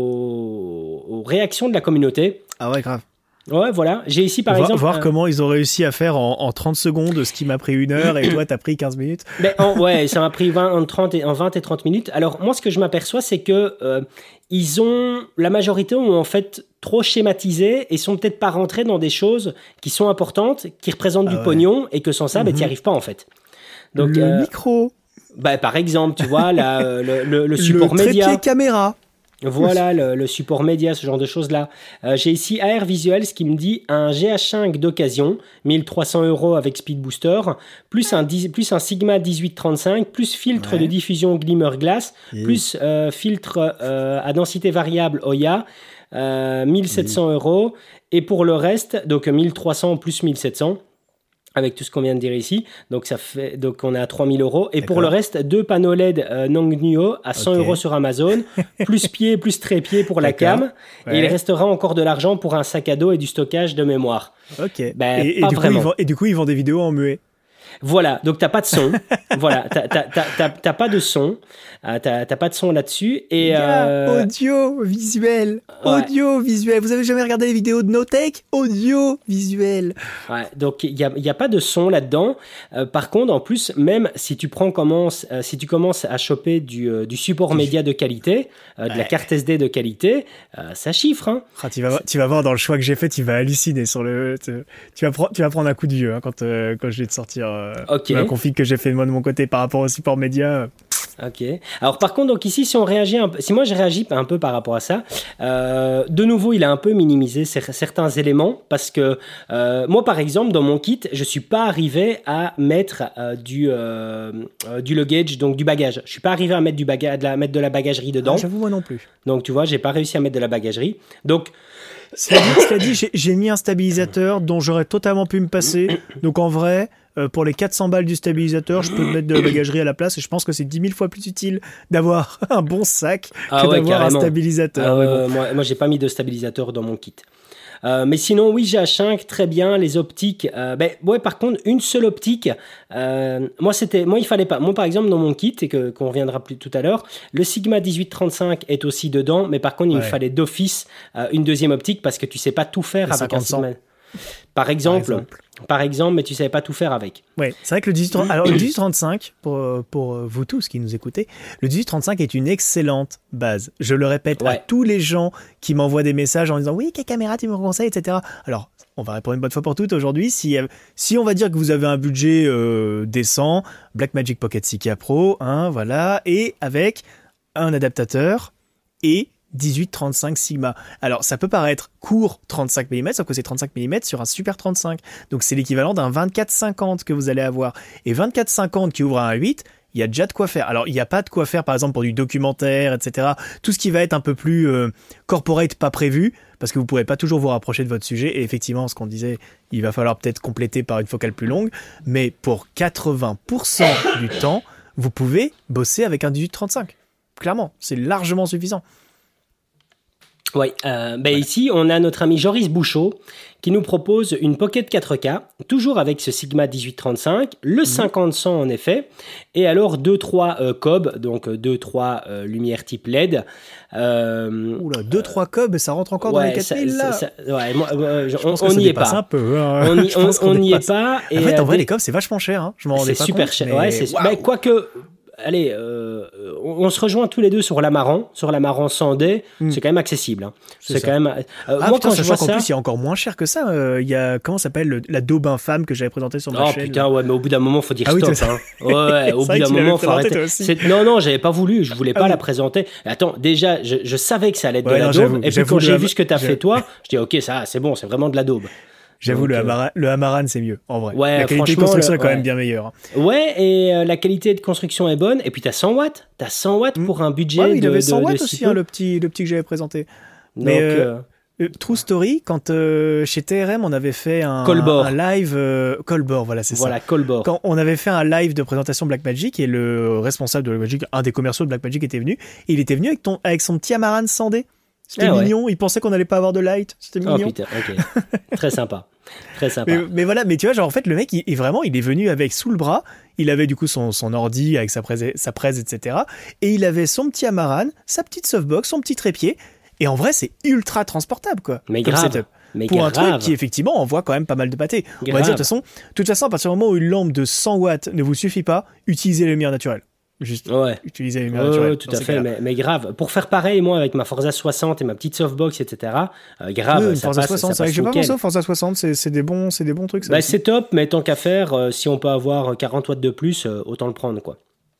aux, aux réactions de la communauté. Ah ouais, grave. Ouais, voilà. J'ai ici par voir exemple. voir un- comment ils ont réussi à faire en, en trente secondes ce qui m'a pris une heure et toi t'as pris quinze minutes. Ben, en- ouais, ça m'a pris vingt, en, trente et, en vingt et trente minutes. Alors, moi, ce que je m'aperçois, c'est que euh, ils ont, la majorité ont en fait trop schématisé et sont peut-être pas rentrés dans des choses qui sont importantes, qui représentent Ah du ouais. pognon et que sans ça, ben, Mhm. t'y arrives pas en fait. Donc, le euh, micro, ben, par exemple, tu vois, là, euh, le, le, le support le média. trépied caméra. Voilà, le, le support média, ce genre de choses-là. Euh, j'ai ici A R Visuals qui me dit un G H cinq d'occasion, mille trois cents euros avec Speed Booster, plus un, dix- plus un Sigma dix-huit trente-cinq, plus filtre Ouais. de diffusion Glimmer Glass, Et- plus euh, filtre euh, à densité variable Oya, euh, mille sept cents euros. Et pour le reste, donc mille trois cents plus mille sept cents. Avec tout ce qu'on vient de dire ici, donc ça fait donc on est à trois mille euros. Et pour D'accord. le reste, deux panneaux L E D euh, Nongnuo à cent Ok. euros sur Amazon, plus pied, plus trépied pour la D'accord. cam. Ouais. Et il restera encore de l'argent pour un sac à dos et du stockage de mémoire. Ok. Ben, et, et pas du coup, vraiment. ils vendent, et du coup, ils vendent des vidéos en muet. Voilà, donc t'as pas de son. Voilà, t'as, t'as, t'as, t'as, t'as pas de son. Euh, t'as, t'as pas de son là-dessus. Et Gars, euh, audio, visuel. ouais. Audio, visuel. Vous avez jamais regardé les vidéos de Notech? Audio, visuel. ouais, donc il y a, il y a pas de son là-dedans. Euh, par contre, en plus, même si tu prends commence, euh, si tu commences à choper du, euh, du support média de qualité, euh, de la Ouais. carte S D de qualité, euh, ça chiffre. Hein. Ah, tu, vas, voir- tu vas voir dans le choix que j'ai fait, tu vas halluciner sur le. Tu, tu vas, prendre, tu vas prendre un coup de vieux hein, quand, euh, quand je vais te sortir euh, Ok. la config que j'ai fait moi de mon côté par rapport au support média. Ok. Alors par contre, donc ici, si on réagit un peu, si moi je réagis un peu par rapport à ça, euh, de nouveau, il a un peu minimisé cer- certains éléments parce que euh, moi, par exemple, dans mon kit, je suis pas arrivé à mettre euh, du euh, euh, du luggage, donc du bagage. Je suis pas arrivé à mettre du bagage, de la mettre de la bagagerie dedans. Ah, j'avoue, moi non plus. Donc tu vois, j'ai pas réussi à mettre de la bagagerie. Donc Cela dit, cela dit, j'ai, j'ai mis un stabilisateur dont j'aurais totalement pu me passer. Donc en vrai, euh, pour les quatre cents balles du stabilisateur, je peux mettre de la bagagerie à la place et je pense que c'est dix mille fois plus utile d'avoir un bon sac Ah que ouais, d'avoir un carrément. stabilisateur. Mais bon. Euh, moi, moi j'ai pas mis de stabilisateur dans mon kit. Euh, mais sinon, oui, G H cinq, très bien. Les optiques, euh, ben, ouais, par contre, une seule optique, euh, moi, c'était, moi, il fallait pas. Moi, par exemple, dans mon kit, et que, qu'on reviendra plus tout à l'heure, le Sigma dix-huit trente-cinq est aussi dedans, mais par contre, il me Ouais. fallait d'office euh, une deuxième optique parce que tu sais pas tout faire Le avec un cinquante cents. Sigma. Par exemple, Par exemple. par exemple, mais tu savais pas tout faire avec. Ouais, c'est vrai que le dix-huit trente alors le dix-huit trente-cinq pour euh, pour euh, vous tous qui nous écoutez, le dix-huit trente-cinq est une excellente base. Je le répète à Ouais. tous les gens qui m'envoient des messages en disant oui, quelle caméra tu me conseilles, et cetera. Alors, on va répondre une bonne fois pour toutes aujourd'hui. Si euh, si on va dire que vous avez un budget euh, décent, Blackmagic Pocket six K Pro, hein, voilà, et avec un adaptateur et dix-huit trente-cinq Sigma. Alors, ça peut paraître court trente-cinq millimètres, sauf que c'est trente-cinq millimètres sur un Super trente-cinq. Donc, c'est l'équivalent d'un vingt-quatre cinquante que vous allez avoir. Et vingt-quatre cinquante qui ouvre à un huit, il y a déjà de quoi faire. Alors, il n'y a pas de quoi faire, par exemple, pour du documentaire, et cetera. Tout ce qui va être un peu plus euh, corporate, pas prévu, parce que vous ne pourrez pas toujours vous rapprocher de votre sujet. Et effectivement, ce qu'on disait, il va falloir peut-être compléter par une focale plus longue. Mais pour quatre-vingts pour cent du temps, vous pouvez bosser avec un dix-huit trente-cinq. Clairement, c'est largement suffisant. Oui, euh, ben ouais. Ici, on a notre ami Joris Bouchot qui nous propose une Pocket quatre K, toujours avec ce Sigma dix-huit trente-cinq, le mmh. cinquante cent en effet, et alors deux trois euh, cob, donc deux trois euh, lumières type L E D. Euh, Oula, deux trois cob, ça rentre encore ouais, dans les quatre mille là ça, ça, ouais, moi, euh, je, on n'y est pas. Un peu, hein. On n'y est pas. Et en fait, en vrai, les cob, c'est vachement cher. Hein. Je m'en rendais pas compte. C'est super cher. Mais... Ouais, c'est wow. ben, quoique... Allez, euh, on se rejoint tous les deux sur l'Amaran, sur l'Amaran cent D, mmh. c'est quand même accessible. Hein. C'est, c'est quand même. Euh, ah, moi, putain, quand je vois qu'en ça, plus, il y a encore moins cher que ça. Il euh, y a comment ça s'appelle le, la daube infâme que j'avais présentée sur ma oh, chaîne. Oh putain, ouais, mais au bout d'un moment, faut dire ah, stop. Oui, hein. Ouais, au bout d'un moment, faut arrêter. C'est... Non, non, j'avais pas voulu, je voulais pas ah, oui. la présenter. Attends, déjà, je, je savais que ça allait être ouais, de la non, daube, j'avoue, et puis quand j'ai vu ce que t'as fait toi, je dis ok, ça, c'est bon, c'est vraiment de la daube. J'avoue, donc, le, Amaran, le Amaran, c'est mieux, en vrai. Ouais, la qualité de construction le, est quand ouais. même bien meilleure. Ouais, et euh, la qualité de construction est bonne. Et puis, t'as cent watts. T'as cent watts mmh. pour un budget ouais, de... il avait cent de, watts de aussi, hein, le, petit, le petit que j'avais présenté. Donc, Mais euh, euh, True Story, quand euh, chez T R M, on avait fait un, un live... Euh, Colbor, voilà, c'est voilà, ça. Voilà, Colbor. Quand on avait fait un live de présentation Blackmagic, et le responsable de Blackmagic, un des commerciaux de Blackmagic était venu, et il était venu avec, ton, avec son petit Amaran cent D. C'était ah, mignon, ouais. Il pensait qu'on n'allait pas avoir de light. C'était mignon. Oh putain, ok. Très sympa. Très sympa. Mais, mais voilà, mais tu vois, genre en fait, le mec, il, il vraiment, il est venu avec sous le bras. Il avait du coup son, son ordi avec sa presse, sa presse, et cetera. Et il avait son petit Amaran, sa petite softbox, son petit trépied. Et en vrai, c'est ultra transportable, quoi. Mais grave. Setup. Mais pour grave. un truc qui, effectivement, envoie quand même pas mal de pâté. On va dire, de toute façon, de toute façon, à partir du moment où une lampe de cent watts ne vous suffit pas, utilisez les lumières naturelles. Juste ouais. utiliser les lumières naturelles. Ouais, tout à fait, mais, mais grave. Pour faire pareil, moi, avec ma Forza soixante et ma petite softbox, et cetera, euh, grave, oui, ça Forza passe, soixante, ça c'est vrai que j'ai pas nickel. pensé au Forza soixante, c'est, c'est, des bons, c'est des bons trucs. Ça bah, c'est top, mais tant qu'à faire, euh, si on peut avoir quarante watts de plus, euh, autant le prendre, quoi.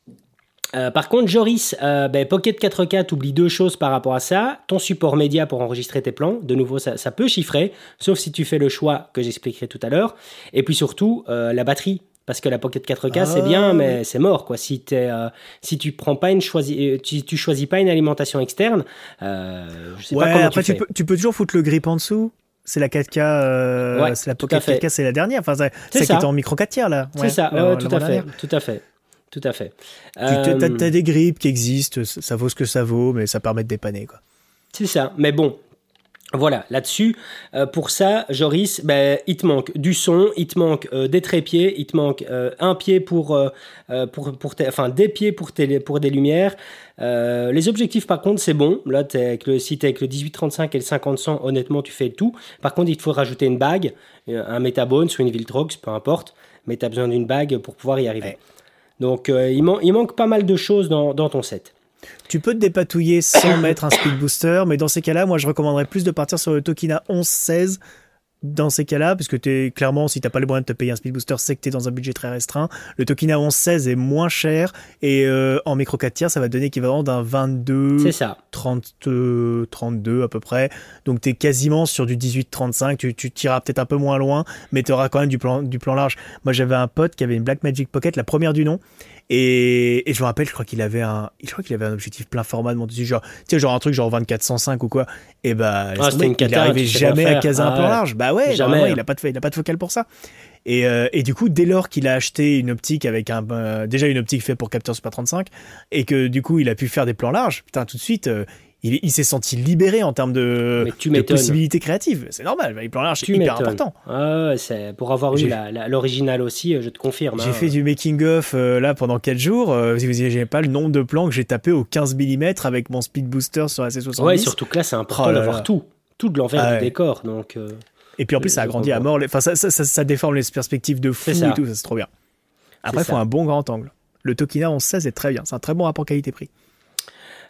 Euh, par contre, Joris, euh, bah, Pocket quatre K, t'oublies deux choses par rapport à ça. Ton support média pour enregistrer tes plans, de nouveau, ça, ça peut chiffrer, sauf si tu fais le choix que j'expliquerai tout à l'heure. Et puis surtout, euh, la batterie. Parce que la Pocket quatre K, ah, c'est bien, mais oui. c'est mort, quoi. Si, t'es, euh, si tu prends pas une choisi, tu, tu choisis pas une alimentation externe, euh, je sais ouais, pas comment après tu, tu fais. Peux, tu peux toujours foutre le grip en dessous. C'est la quatre K, euh, ouais, c'est la Pocket quatre K, c'est la dernière. Enfin, c'est, c'est ça qui était en micro quatre tiers, là. C'est ouais, ça, la, ouais, tout, à fait, tout à fait. Tout à fait. Tu, euh, t'as, t'as des grips qui existent, ça vaut ce que ça vaut, mais ça permet de dépanner, quoi. C'est ça, mais bon. Voilà, là-dessus, euh, pour ça, Joris, ben, il te manque du son, il te manque euh, des trépieds, il te manque euh, un pied pour, euh, pour, pour tes, enfin des pieds pour, tes, pour des lumières. Euh, les objectifs, par contre, c'est bon. Là, t'es avec le, si t'es avec le dix-huit trente-cinq et le cinquante cent, honnêtement, tu fais le tout. Par contre, il te faut rajouter une bague, un Metabone ou une Viltrox, peu importe, mais t'as besoin d'une bague pour pouvoir y arriver. Ouais. Donc, euh, il, man- il manque pas mal de choses dans, dans ton set. Tu peux te dépatouiller sans mettre un speed booster, mais dans ces cas-là, moi je recommanderais plus de partir sur le Tokina onze seize dans ces cas-là, parce que t'es, clairement, si t'as pas les moyens de te payer un speed booster, c'est que t'es dans un budget très restreint. Le Tokina onze seize est moins cher, et euh, en micro quatre tiers, ça va te donner l'équivalent d'un vingt-deux, c'est ça. trente, trente-deux à peu près. Donc t'es quasiment sur du dix-huit trente-cinq, tu, tu tireras peut-être un peu moins loin, mais t'auras quand même du plan, du plan large. Moi j'avais un pote qui avait une Blackmagic Pocket, la première du nom, Et, et je me rappelle, je crois qu'il avait un, je crois qu'il avait un objectif plein format de mon dessus, genre, tu sais, genre un truc genre vingt-quatre cent cinq ou quoi. Et bah, ah, tomber, il n'arrivait jamais à caser ah, un plan large. Bah ouais, jamais. Hein. Il a pas de, il a pas de focale pour ça. Et, euh, et du coup, dès lors qu'il a acheté une optique avec un, euh, déjà une optique faite pour capteur Super trente-cinq, et que du coup, il a pu faire des plans larges, putain, tout de suite, euh, il, il s'est senti libéré en termes de, de possibilités créatives. C'est normal, les plans larges, c'est hyper important. Ah, c'est, pour avoir J'ai... eu la, la, l'original aussi, je te confirme. J'ai hein. fait du making-of euh, là pendant quatre jours. Euh, si vous imaginez pas le nombre de plans que j'ai tapé au quinze millimètres avec mon speed booster sur la C soixante-dix. Ouais, surtout que là, c'est important oh là d'avoir là. tout. Tout de l'envers ah ouais. du décor. Donc, euh, et puis en plus, ça agrandit à mort. Enfin, ça, ça, ça, ça déforme les perspectives de fou et tout. Ça, c'est trop bien. Après, il faut un bon grand angle. Le Tokina onze seize est très bien. C'est un très bon rapport qualité-prix.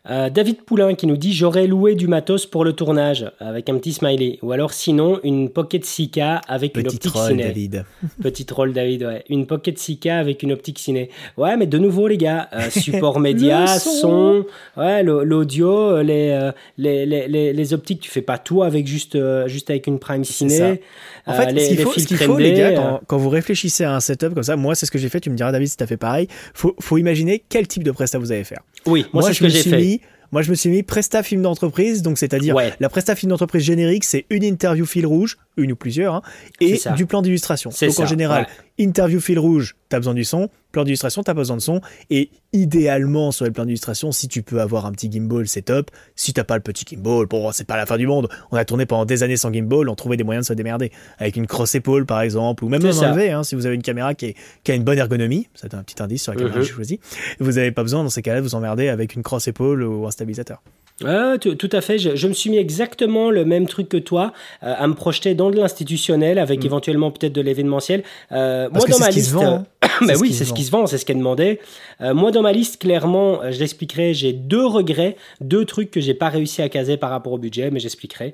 Euh, David Poulain qui nous dit « J'aurais loué du matos pour le tournage » avec un petit smiley. Ou alors sinon, une Pocket six K avec Petit une optique troll, ciné. David. Petit troll David, ouais. Une Pocket six K avec une optique ciné. Ouais, mais de nouveau les gars, euh, support média, son. son, ouais, l'audio, les, euh, les, les, les, les optiques, tu fais pas tout avec juste, euh, juste avec une Prime ciné. En fait, euh, les, ce qu'il les faut, ce qu'il filtres faut M D, les gars, euh, quand, quand vous réfléchissez à un setup comme ça, moi c'est ce que j'ai fait, tu me diras David si t'as fait pareil, faut, faut imaginer quel type de presta vous allez faire. Oui, moi, moi c'est ce que j'ai fait. Mis, moi je me suis mis presta film d'entreprise, donc c'est-à-dire ouais. la presta film d'entreprise générique, c'est une interview fil rouge, une ou plusieurs, hein, et du plan d'illustration. Donc ça, en général, ouais. interview fil rouge, t'as besoin du son, plan d'illustration, t'as pas besoin de son, et idéalement sur les plans d'illustration, si tu peux avoir un petit gimbal, c'est top. Si t'as pas le petit gimbal, bon, c'est pas la fin du monde. On a tourné pendant des années sans gimbal, on trouvait des moyens de se démerder. Avec une cross épaule par exemple, ou même un enlevé, hein, si vous avez une caméra qui, est, qui a une bonne ergonomie, c'est un petit indice sur la caméra mm-hmm. que j'ai choisi, vous n'avez pas besoin dans ces cas-là de vous emmerder avec une cross épaule ou un stabilisateur. Euh, tout, tout à fait, je, je me suis mis exactement le même truc que toi, euh, à me projeter dans de l'institutionnel avec mmh. éventuellement peut-être de l'événementiel. Euh, moi, dans ma liste, vend, hein. bah oui, c'est ce qui se vend, c'est ce qu'elle demandait. Euh, moi, dans ma liste, clairement, je l'expliquerai, j'ai deux regrets, deux trucs que j'ai pas réussi à caser par rapport au budget, mais j'expliquerai.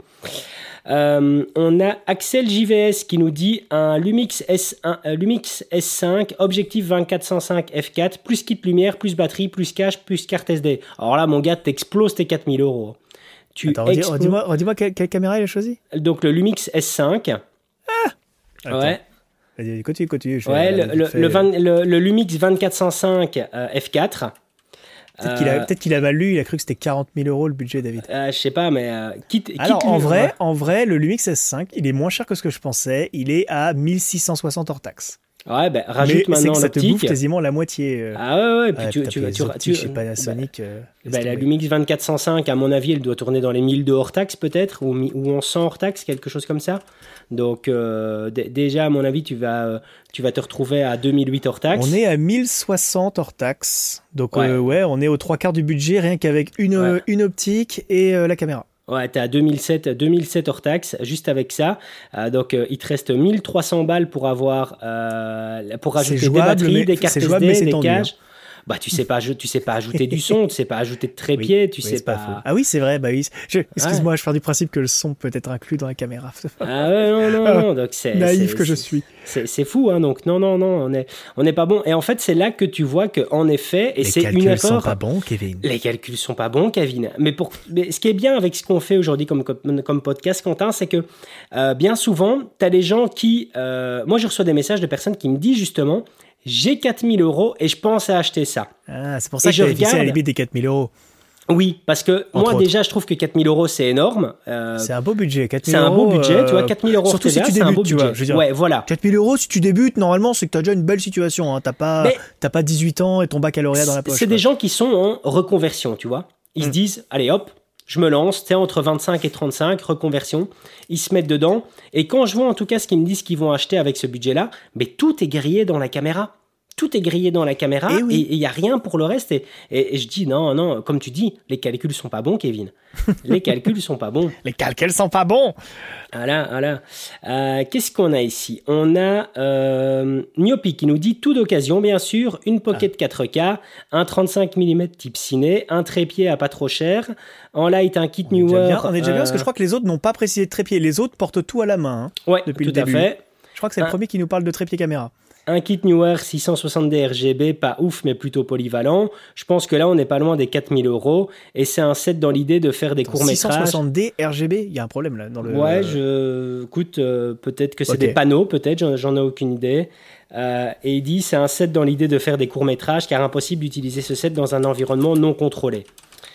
Euh, on a Axel J V S qui nous dit un Lumix S un, euh, Lumix S cinq, objectif vingt-quatre cent cinq f quatre, plus kit lumière, plus batterie, plus cache, plus carte S D. Alors là, mon gars, t'exploses tes quatre mille euros. Tu Attends, redis, explos... redis-moi, redis-moi quelle, quelle caméra il a choisi. Donc le Lumix S cinq. Ah Attends. Ouais. Vas-y, continue, continue. Je ouais, le, le, le, vingt, le, le Lumix vingt-quatre cent cinq euh, f quatre. Peut-être, euh, qu'il a, peut-être qu'il a mal lu, il a cru que c'était quarante mille euros le budget, David. Euh, je sais pas, mais euh, quitte. Alors quitte en lui, vrai, ouais. en vrai, le Lumix S cinq, il est moins cher que ce que je pensais. Il est à mille six cent soixante hors taxe. Ouais, ben rajoute mais maintenant c'est que l'optique. Ça te bouffe quasiment la moitié. Euh... Ah ouais, ouais. Puis ouais, tu, tu, tu, tu, chez Panasonic. Bah, euh, bah, la Lumix vingt-quatre cent cinq, à mon avis, elle doit tourner dans les mille deux hors taxe peut-être, ou, ou en cent hors taxe, quelque chose comme ça. Donc euh, d- déjà, à mon avis, tu vas, euh, tu vas te retrouver à deux mille huit hors taxe. On est à mille soixante hors taxe. Donc ouais, euh, ouais on est aux trois quarts du budget, rien qu'avec une, ouais. une optique et euh, la caméra. Ouais, t'es à deux mille sept, deux mille sept hors taxe, juste avec ça. Euh, donc, euh, il te reste mille trois cents balles pour avoir, euh, pour rajouter jouable, des batteries, mais, des cartes jouable, S D, des caches. Bah, tu sais pas, tu sais pas ajouter du son, tu sais pas ajouter de trépied, oui, tu oui, sais pas. pas ah oui, c'est vrai, bah oui. Je, excuse-moi, ouais. je pars du principe que le son peut être inclus dans la caméra. Ah ouais, non, non, non. Donc c'est naïf c'est, que je c'est, suis. C'est, c'est fou, hein. Donc non, non, non, on est, on n'est pas bon. Et en fait, c'est là que tu vois que en effet, et les c'est une erreur. Les calculs sont pas bons, Kevin. Les calculs sont pas bons, Kevin. Mais pour, mais ce qui est bien avec ce qu'on fait aujourd'hui comme comme, comme podcast, Quentin, c'est que euh, bien souvent, t'as des gens qui, euh, moi, je reçois des messages de personnes qui me disent justement. J'ai quatre mille euros et je pense à acheter ça. Ah, c'est pour ça et que je regarde... à la limite des quatre mille euros. Oui, parce que Entre moi autres. déjà je trouve que quatre mille euros c'est énorme. Euh, c'est un beau budget. quatre mille c'est euros, un beau budget, euh... tu vois, quatre mille euros surtout T V A, si tu c'est débutes, un beau tu budget. vois. Je veux dire, ouais, voilà. quatre mille euros si tu débutes, normalement c'est que tu as déjà une belle situation. Hein. T'as pas, Mais t'as pas dix-huit ans et ton baccalauréat dans la poche. C'est quoi. Des gens qui sont en reconversion, tu vois. Ils hum. se disent, allez hop. Je me lance, t'es entre vingt-cinq et trente-cinq, reconversion, ils se mettent dedans. Et quand je vois en tout cas ce qu'ils me disent qu'ils vont acheter avec ce budget-là, mais tout est grillé dans la caméra. Tout est grillé dans la caméra et il oui. n'y a rien pour le reste. Et, et, et je dis, non, non, comme tu dis, les calculs sont pas bons, Kevin. Les calculs sont pas bons. Les calculs sont pas bons. Voilà, voilà. Euh, qu'est-ce qu'on a ici ? On a euh, Niopi qui nous dit tout d'occasion, bien sûr, une Pocket ah. quatre K, un trente-cinq millimètres type ciné, un trépied à pas trop cher. En light, un kit on newer. Est bien, on est déjà euh... bien parce que je crois que les autres n'ont pas précisé de trépied. Les autres portent tout à la main. Hein, ouais, depuis tout le à début. fait. Je crois que c'est un... le premier qui nous parle de trépied caméra. Un kit newer six cent soixante D R G B, pas ouf, mais plutôt polyvalent. Je pense que là, on n'est pas loin des quatre mille euros. Et c'est un set dans l'idée de faire des courts-métrages. six cent soixante D R G B, il y a un problème là. Dans le... Ouais, je... écoute, euh, peut-être que c'est okay. des panneaux, peut-être, j'en, j'en ai aucune idée. Euh, et il dit, c'est un set dans l'idée de faire des courts-métrages, car impossible d'utiliser ce set dans un environnement non contrôlé.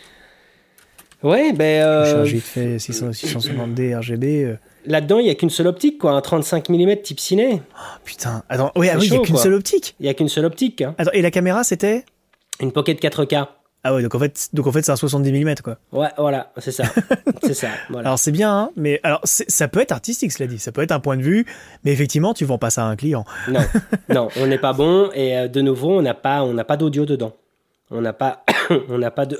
Ouais, ben... Euh... Je charge vite fait six cent soixante D R G B... Euh... Là-dedans, il n'y a qu'une seule optique, quoi, un trente-cinq millimètres type ciné. Oh, putain, attends, ouais, ah oui, il n'y a qu'une quoi. seule optique. Il n'y a qu'une seule optique. Hein. Attends, et la caméra, c'était ? Une Pocket quatre K. Ah ouais, donc en fait, donc en fait c'est un soixante-dix millimètres, quoi. Ouais, voilà, c'est ça. c'est ça voilà. Alors c'est bien, hein, mais alors, c'est, ça peut être artistique, cela dit, ça peut être un point de vue, mais effectivement, tu vends pas ça à un client. Non, non, on n'est pas bon, et euh, de nouveau, on n'a pas, on n'a pas d'audio dedans. On n'a pas, on n'a pas de...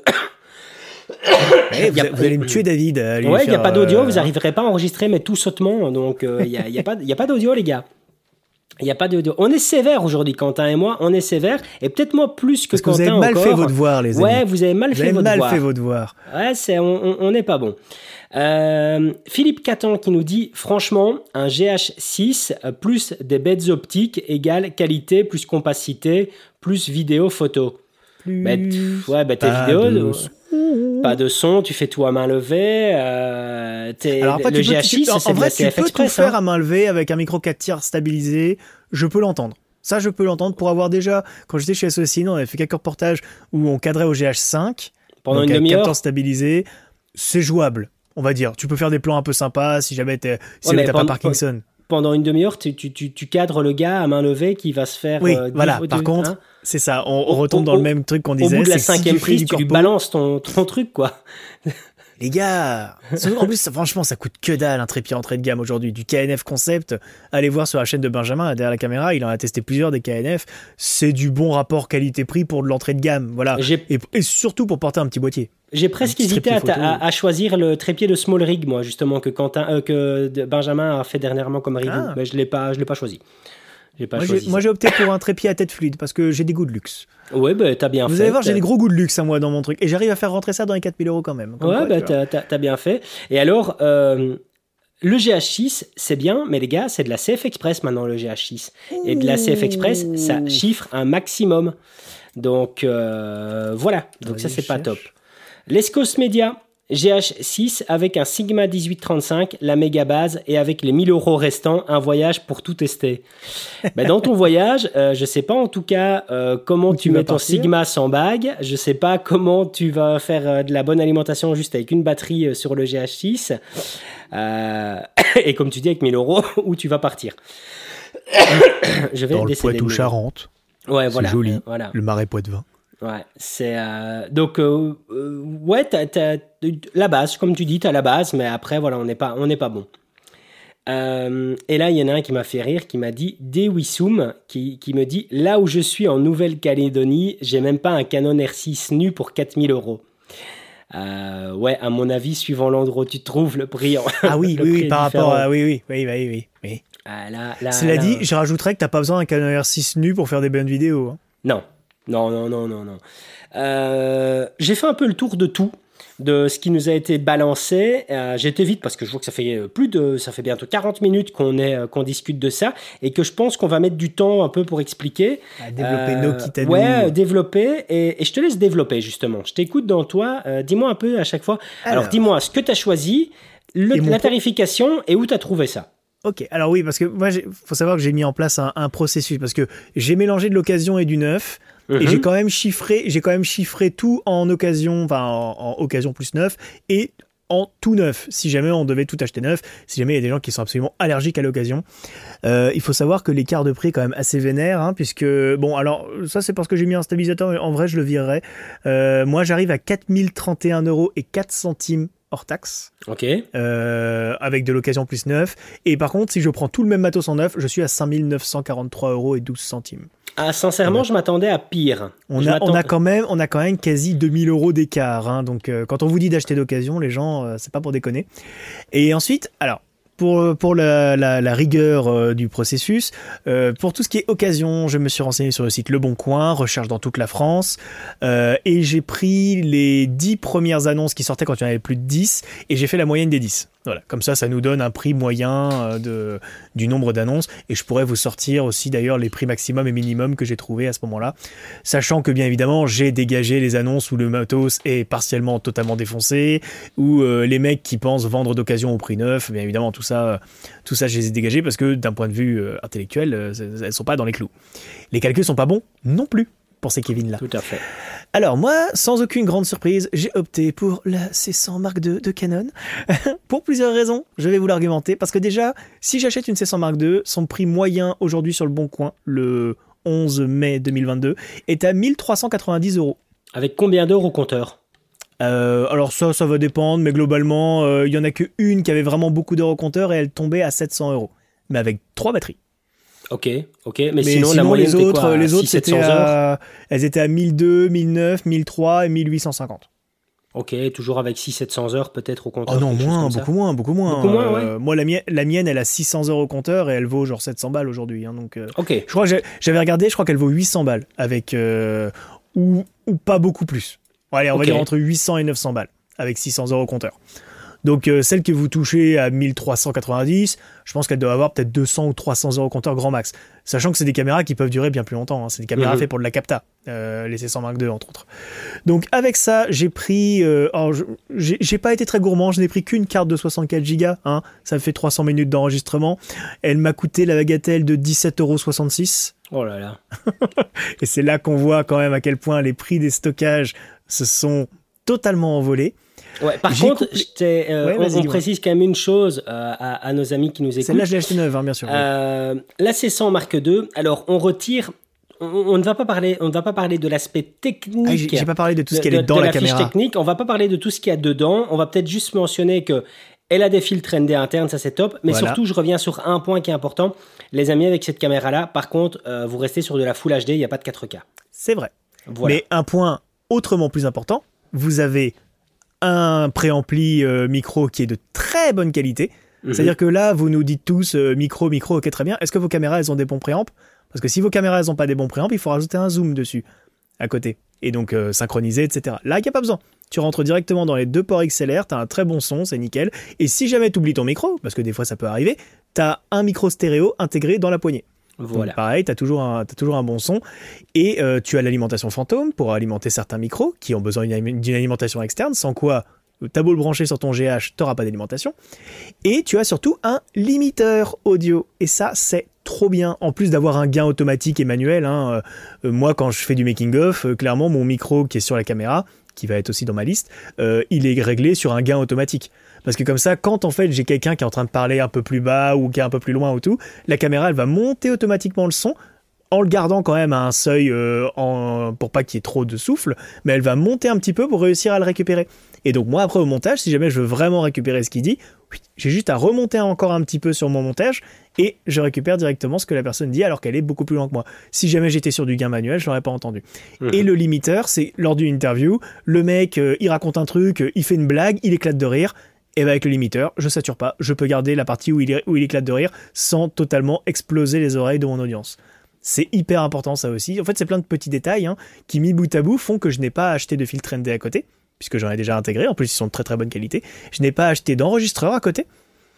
Hey, vous, a, vous allez me tuer, David. Ouais, il faire, n'y a pas d'audio, euh... vous n'arriverez pas à enregistrer, mais tout sautement. Donc, il euh, n'y a, y a, a pas d'audio, les gars. Il y a pas de, de... On est sévère aujourd'hui, Quentin et moi, on est sévère, et peut-être moi plus que Parce que Quentin vous avez mal encore. fait vos devoirs, les amis. Ouais, vous avez mal vous fait avez vos mal devoirs. fait vos devoirs. Ouais, c'est, on n'est pas bon. Euh, Philippe Catan qui nous dit, franchement, un G H six plus des bêtes optiques égale qualité plus compacité plus vidéo photo. Plus... Bah, pff, ouais, bah tes pas vidéos, de euh, son. pas de son, tu fais tout à main levée. Euh, t'es, Alors après, le tu peux, G H six, tu, en, c'est en de vrai, la tu C F peux Express. tout faire hein. à main levée avec un micro quatre tiers stabilisé. Je peux l'entendre. Ça, je peux l'entendre pour avoir déjà, quand j'étais chez Associé, on avait fait quelques reportages où on cadrait au G H cinq. Pendant donc une avec demi-heure. capteur stabilisé. C'est jouable, on va dire. Tu peux faire des plans un peu sympas si jamais t'es, si Ouais, jamais mais t'as pendant- pas Parkinson. Pendant une demi-heure, tu, tu, tu, tu cadres le gars à main levée qui va se faire. Oui, euh, voilà. dix- Par dix- contre, hein. c'est ça. On, on Au- retombe au- dans le au- même truc qu'on Au disait. bout de la c'est que si cinquième tu fais prise, du tu lui corpo- balances ton, ton truc, quoi. Les gars, en plus, ça, franchement, ça coûte que dalle un trépied entrée de gamme aujourd'hui. Du K N F Concept, allez voir sur la chaîne de Benjamin, derrière la caméra, il en a testé plusieurs des K N F. C'est du bon rapport qualité-prix pour de l'entrée de gamme, voilà. J'ai, Et, et surtout pour porter un petit boîtier. j'ai presque petit hésité à, trépied ta- photo. à, à choisir le trépied de Small Rig, moi, justement, que, Quentin, euh, que de- Benjamin a fait dernièrement comme review. Ah. Mais je ne l'ai pas, je l'ai pas choisi. J'ai pas Moi choisi j'ai, moi, ça. j'ai opté pour un trépied à tête fluide parce que j'ai des goûts de luxe. Ouais, bah, t'as bien Vous fait. allez voir, j'ai T'as- des gros goûts de luxe, à moi, dans mon truc. Et j'arrive à faire rentrer ça dans les quatre mille euros quand même. Comme Ouais, quoi, bah, tu vois. t'as, t'as, t'as bien fait. Et alors, euh, le G H six, c'est bien, mais les gars, c'est de la C F Express maintenant, le G H six. Et de la C F Express, ça chiffre un maximum. Donc, euh, voilà. Donc, Vas-y, ça, c'est je pas cherche. top. L'Escos Media, G H six avec un Sigma dix-huit trente-cinq, la méga base, et avec les mille euros restants, un voyage pour tout tester. Ben, dans ton voyage, euh, je sais pas en tout cas euh, comment Où tu tu vas mets ton partir. Sigma sans bague, je sais pas comment tu vas faire euh, de la bonne alimentation juste avec une batterie euh, sur le G H six, euh, et comme tu dis avec mille euros, où tu vas partir. Je vais Dans le décéder de nouveau. Poitou-Charentes, Ouais, c'est voilà. joli. euh, voilà. Le marais Poitevin. Ouais, c'est euh, donc euh, euh, ouais, t'as, t'as, la base, comme tu dis, t'as la base, mais après voilà, on n'est pas, on n'est pas bon. Euh, et là, il y en a un qui m'a fait rire, qui m'a dit Dewisum, qui, qui me dit là où je suis en Nouvelle-Calédonie, j'ai même pas un Canon R six nu pour quatre mille euros. Euh, ouais, à mon avis, suivant l'endroit où tu te trouves, le prix. Ah oui, le oui, prix oui, est par différent. rapport à. Oui, oui, oui, oui, oui. oui. Ah, là, là, Cela là, dit, je rajouterais que t'as pas besoin d'un Canon R six nu pour faire des bonnes vidéos. hein. Non, non, non, non, non, non. Euh, j'ai fait un peu le tour de tout, de ce qui nous a été balancé. Euh, j'ai été vite parce que je vois que ça fait plus de, ça fait bientôt quarante minutes qu'on est, qu'on discute de ça et que je pense qu'on va mettre du temps un peu pour expliquer. À développer Euh, nos Kitano. Ouais, développer et, et je te laisse développer justement. Je t'écoute dans toi. Euh, dis-moi un peu à chaque fois. Alors, Alors. dis-moi ce que tu as choisi, le- Et mon la pro- tarification et où tu as trouvé ça. Ok, alors oui, parce que moi, il faut savoir que j'ai mis en place un, un processus parce que j'ai mélangé de l'occasion et du neuf. Et Mhm. j'ai quand même chiffré, j'ai quand même chiffré tout en occasion, enfin en, en occasion plus neuf et en tout neuf. Si jamais on devait tout acheter neuf, si jamais il y a des gens qui sont absolument allergiques à l'occasion, euh, il faut savoir que l'écart de prix est quand même assez vénère, hein, puisque bon, alors ça c'est parce que j'ai mis un stabilisateur, mais en vrai je le virerais. Euh, moi j'arrive à quatre mille trente et un euros et quatre centimes hors taxe. Ok. Euh, avec de l'occasion plus neuf. Et par contre, si je prends tout le même matos en neuf, je suis à cinq mille neuf cent quarante-trois euros et douze centimes. Ah, sincèrement, je m'attendais à pire. On Je a, on, a m'attends- quand même, on a quand même quasi deux mille euros d'écart. Hein, donc, euh, quand on vous dit d'acheter d'occasion, les gens, euh, c'est pas pour déconner. Et ensuite, alors, pour, pour la, la, la rigueur euh, du processus, euh, pour tout ce qui est occasion, je me suis renseigné sur le site Le Bon Coin, recherche dans toute la France, euh, et j'ai pris les dix premières annonces qui sortaient quand il y en avait plus de dix, et j'ai fait la moyenne des dix. Voilà, comme ça, ça nous donne un prix moyen euh, de, du nombre d'annonces, et je pourrais vous sortir aussi d'ailleurs les prix maximum et minimum que j'ai trouvé à ce moment-là, sachant que bien évidemment, j'ai dégagé les annonces où le matos est partiellement totalement défoncé, où euh, les mecs qui pensent vendre d'occasion au prix neuf, bien évidemment, tout ça, euh, tout ça, je les ai dégagés parce que d'un point de vue euh, intellectuel, euh, elles sont pas dans les clous. Les calculs sont pas bons non plus pour ces Kevin-là. Tout à fait. Alors moi, sans aucune grande surprise, j'ai opté pour la C cent Mark deux de Canon. Pour plusieurs raisons, je vais vous l'argumenter. Parce que déjà, si j'achète une C cent Mark deux, son prix moyen aujourd'hui sur le Bon Coin, le onze mai deux mille vingt-deux, est à mille trois cent quatre-vingt-dix euros. Avec combien d'heures au compteur? Euh, alors ça, ça va dépendre, mais globalement, euh, il y en a qu'une qui avait vraiment beaucoup d'heures au compteur et elle tombait à sept cents euros. Mais avec trois batteries. Ok, ok. Mais, Mais sinon, sinon, la moyenne, les c'était autres, quoi, les autres six cents c'était heures à, elles étaient à mille deux, mille neuf, mille trois et mille huit cent cinquante. Ok, toujours avec six cents à sept cents heures peut-être au compteur. Oh non, moins, beaucoup moins, beaucoup moins. Beaucoup moins, ouais. Euh, moi, la, mie- la mienne, elle a six cents heures au compteur et elle vaut genre sept cents balles aujourd'hui. Hein, donc, euh, ok. Je crois que j'ai- j'avais regardé, je crois qu'elle vaut huit cents balles avec euh, ou, ou pas beaucoup plus. Bon, allez, on Ok. va dire entre huit cents et neuf cents balles avec six cents heures au compteur. Donc euh, celle que vous touchez à mille trois cent quatre-vingt-dix, je pense qu'elle doit avoir peut-être deux cents ou trois cents heures au compteur grand max. Sachant que c'est des caméras qui peuvent durer bien plus longtemps. Hein. C'est des caméras Mhm. faites pour de la capta, euh, les C cent Mark deux entre autres. Donc avec ça, j'ai pris... Euh, alors, je- j'ai j'ai pas été très gourmand, je n'ai pris qu'une carte de soixante-quatre gigas. Hein. Ça me fait trois cents minutes d'enregistrement. Elle m'a coûté la bagatelle de dix-sept euros soixante-six. Oh là là. Et c'est là qu'on voit quand même à quel point les prix des stockages se sont totalement envolés. Ouais, par J'ai contre, couplé- je t'ai, euh, Ouais, on, vas-y, on dis-moi. précise quand même une chose euh, à, à nos amis qui nous écoutent. Celle-là, je l'ai achetée neuve, hein, bien sûr. Euh, la C cent Mark deux, alors on retire, on, on ne va pas parler, on ne va pas parler de l'aspect technique. Ah, j'ai j'ai pas parlé de tout ce de- qui est de- dans de la, la fiche caméra. technique. On va pas parler de tout ce qu'il y a dedans. On va peut-être juste mentionner que elle a des filtres N D internes, ça c'est top. Mais Voilà. surtout, je reviens sur un point qui est important. Les amis, avec cette caméra-là, par contre, euh, vous restez sur de la Full H D, il n'y a pas de quatre K. C'est vrai. Voilà. Mais un point autrement plus important, vous avez un préampli euh, micro qui est de très bonne qualité. Mhm. C'est-à-dire que là, vous nous dites tous euh, micro, micro, ok, très bien. Est-ce que vos caméras, elles ont des bons préamps? Parce que si vos caméras, elles n'ont pas des bons préamps, il faut rajouter un zoom dessus, à côté. Et donc euh, synchroniser, et cetera. Là, il n'y a pas besoin. Tu rentres directement dans les deux ports X L R, tu as un très bon son, c'est nickel. Et si jamais tu oublies ton micro, parce que des fois ça peut arriver, tu as un micro stéréo intégré dans la poignée. Voilà. Donc, pareil, tu as toujours, un- t'as toujours un bon son. Et euh, tu as l'alimentation fantôme pour alimenter certains micros qui ont besoin d'une d'une alimentation externe, sans quoi, t'as beau le brancher sur ton G H, t'auras pas d'alimentation. Et tu as surtout un limiteur audio. Et ça, c'est trop bien. En plus d'avoir un gain automatique et manuel. Hein, euh, moi, quand je fais du making-of, euh, clairement, mon micro qui est sur la caméra, qui va être aussi dans ma liste, euh, il est réglé sur un gain automatique. Parce que comme ça, quand en fait j'ai quelqu'un qui est en train de parler un peu plus bas ou qui est un peu plus loin ou tout, la caméra elle va monter automatiquement le son en le gardant quand même à un seuil euh, en, pour pas qu'il y ait trop de souffle, mais elle va monter un petit peu pour réussir à le récupérer. Et donc moi après au montage, si jamais je veux vraiment récupérer ce qu'il dit, oui, j'ai juste à remonter encore un petit peu sur mon montage et je récupère directement ce que la personne dit alors qu'elle est beaucoup plus loin que moi. Si jamais j'étais sur du gain manuel, je l'aurais pas entendu. Mhm. Et le limiteur, c'est lors d'une interview, le mec euh, il raconte un truc, euh, il fait une blague, il éclate de rire. Et bien avec le limiteur, je sature pas, je peux garder la partie où il, est, où il éclate de rire sans totalement exploser les oreilles de mon audience. C'est hyper important ça aussi. En fait, c'est plein de petits détails hein, qui, mis bout à bout, font que je n'ai pas acheté de filtre N D à côté, puisque j'en ai déjà intégré. En plus, ils sont de très très bonne qualité. Je n'ai pas acheté d'enregistreur à côté.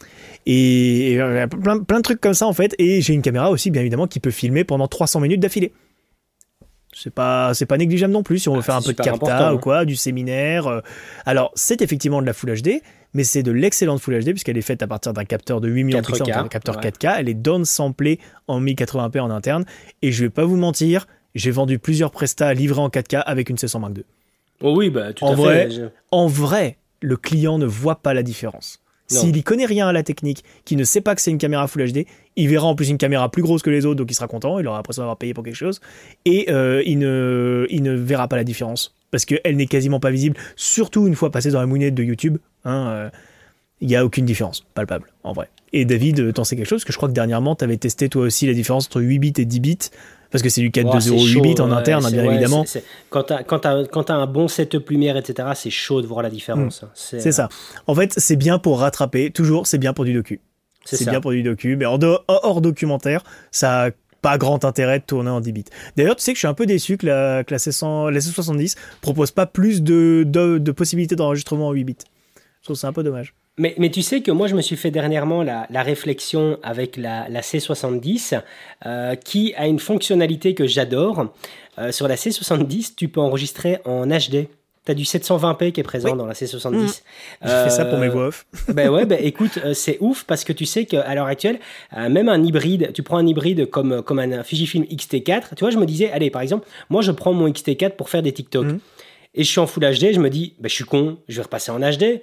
Et, et euh, plein, plein de trucs comme ça en fait. Et j'ai une caméra aussi, bien évidemment, qui peut filmer pendant trois cents minutes d'affilée. C'est pas, c'est pas négligeable non plus si on veut Ah, faire un c'est peu de super capta important, ou hein. quoi, du séminaire. euh. Alors, c'est effectivement de la Full H D, mais c'est de l'excellente Full H D puisqu'elle est faite à partir d'un capteur de huit millions de quatre K, pixels, un capteur ouais. quatre K. Elle est downsamplée en mille quatre-vingts p en interne. Et je vais pas vous mentir, j'ai vendu plusieurs prestats livrés en quatre K avec une C cent Mark deux. Oh oui, bah, tout En à vrai, fait. Je- En vrai, le client ne voit pas la différence. Non. S'il y connaît rien à la technique, qu'il ne sait pas que c'est une caméra Full H D, il verra en plus une caméra plus grosse que les autres, donc il sera content, il aura l'impression d'avoir payé pour quelque chose, et euh, il, ne, il ne verra pas la différence, parce qu'elle n'est quasiment pas visible, surtout une fois passée dans la moulinette de YouTube, hein, euh, il n'y a aucune différence, palpable, en vrai. Et David, t'en sais quelque chose, parce que je crois que dernièrement, tu avais testé toi aussi la différence entre huit bits et dix bits, parce que c'est du quatre Oh, deux zéro c'est huit chaud, bits en ouais, interne, hein, c'est- bien ouais, évidemment. c'est- c'est- Quand t'as quand t'as- quand t'as un bon setup lumière, et cetera, c'est chaud de voir la différence. hein. C'est ça. En fait, c'est bien pour rattraper, toujours, c'est bien pour du docu. C'est C'est ça. bien pour du docu, mais en dehors- hors documentaire, ça a pas grand intérêt de tourner en dix bits. D'ailleurs, tu sais que je suis un peu déçu que la, que la C cent, la C soixante-dix propose pas plus de, de, de possibilités d'enregistrement en huit bits. Je trouve ça un peu dommage. Mais, mais tu sais que moi, je me suis fait dernièrement la, la réflexion avec la, la C soixante-dix, euh, qui a une fonctionnalité que j'adore. Euh, sur la C soixante-dix, tu peux enregistrer en H D. Tu as du sept cent vingt p qui est présent Oui. dans la C soixante-dix. J'ai fait ça pour mes voix off. Ben ouais, ben écoute, euh, c'est ouf parce que tu sais qu'à l'heure actuelle, euh, même un hybride, tu prends un hybride comme, comme un Fujifilm X T quatre, tu vois, je me disais, allez, par exemple, moi je prends mon X T quatre pour faire des TikTok. Mhm. Et je suis en Full H D, je me dis, ben, je suis con, je vais repasser en H D.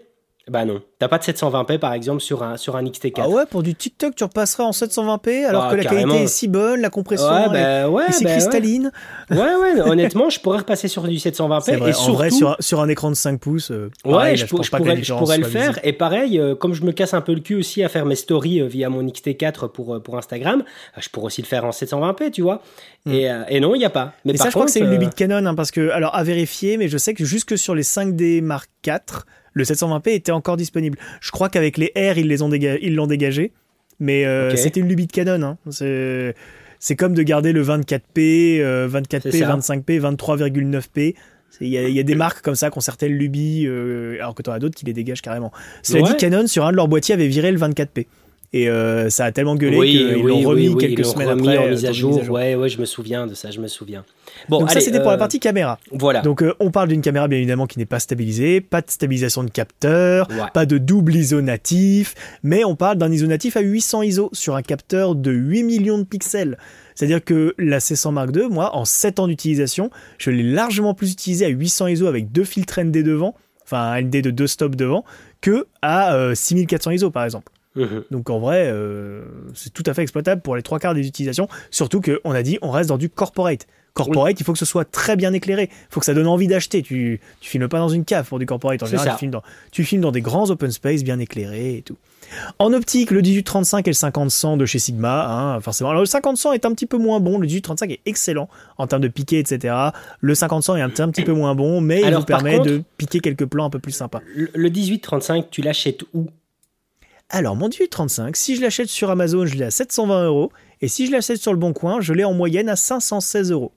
Bah non, t'as pas de sept cent vingt p par exemple sur un, sur un X T quatre. Ah ouais, pour du TikTok, tu repasseras en sept cent vingt p alors Ah, que la carrément. qualité est si bonne, la compression Ouais, est, bah, ouais, et c'est bah, cristalline. Ouais, ouais, honnêtement, je pourrais repasser sur du sept cent vingt p. C'est vrai, et en surtout, vrai, sur un, sur un écran de cinq pouces, euh, ouais, pareil, je, là, je, pour- pense je pas que la pourrais, je différence pourrais le soit faire. visible. Et pareil, euh, comme je me casse un peu le cul aussi à faire mes stories euh, via mon X T quatre pour, euh, pour Instagram, euh, je pourrais aussi le faire en sept cent vingt p, tu vois. Mm. Et, euh, et non, il n'y a pas. Mais Et par ça, je crois contre, que c'est une euh, lubie de Canon, hein, parce que, alors à vérifier, mais je sais que jusque sur les cinq D Mark quatre, le sept cent vingt p était encore disponible. Je crois qu'avec les R, ils les ont déga- ils l'ont dégagé, mais euh, Ok. c'était une lubie de Canon. Hein. C'est... c'est comme de garder le vingt-quatre p, euh, vingt-quatre p, C'est ça. vingt-cinq p, vingt-trois virgule neuf p. Il y, a, il y a des marques comme ça qui ont certaines lubies, euh, alors que tu en as d'autres qui les dégagent carrément. Cela Ouais. dit, Canon, sur un de leurs boîtiers, avait viré le vingt-quatre p. Et euh, ça a tellement gueulé oui, qu'ils oui, l'ont remis oui, oui, quelques ils l'ont semaines remis après. en euh, mise à dans une jour. Ouais, ouais, je me souviens de ça, je me souviens. Bon, Donc ça, allez, c'était pour la euh, partie caméra. Voilà. Donc euh, on parle d'une caméra bien évidemment qui n'est pas stabilisée, pas de stabilisation de capteur, Ouais. pas de double I S O natif, mais on parle d'un I S O natif à huit cents I S O sur un capteur de huit millions de pixels. C'est-à-dire que la C cent Mark deux, moi, en sept ans d'utilisation, je l'ai largement plus utilisée à huit cents I S O avec deux filtres N D devant, enfin un N D de deux stops devant, que à euh, six mille quatre cents I S O par exemple. Mhm. Donc en vrai, euh, c'est tout à fait exploitable pour les trois quarts des utilisations, surtout qu'on a dit on reste dans du corporate. Corporate, il faut que ce soit très bien éclairé, il faut que ça donne envie d'acheter. Tu, tu filmes pas dans une cave pour du corporate, en C'est général ça. tu filmes, dans, tu filmes dans des grands open space bien éclairés et tout. En optique, le dix-huit trente-cinq et le cinquante cent de chez Sigma, hein, forcément. Alors le cinquante cent est un petit peu moins bon, le dix-huit trente-cinq est excellent en termes de piqué, et cetera. Le cinquante cent est un, un petit peu moins bon, mais il Alors, vous par permet contre- de piquer quelques plans un peu plus sympas. Le, le dix-huit trente-cinq, tu l'achètes où? Alors, mon dix-huit trente-cinq, si je l'achète sur Amazon, je l'ai à sept cent vingt euros. Et si je l'achète sur le Bon Coin, je l'ai en moyenne à cinq cent seize euros.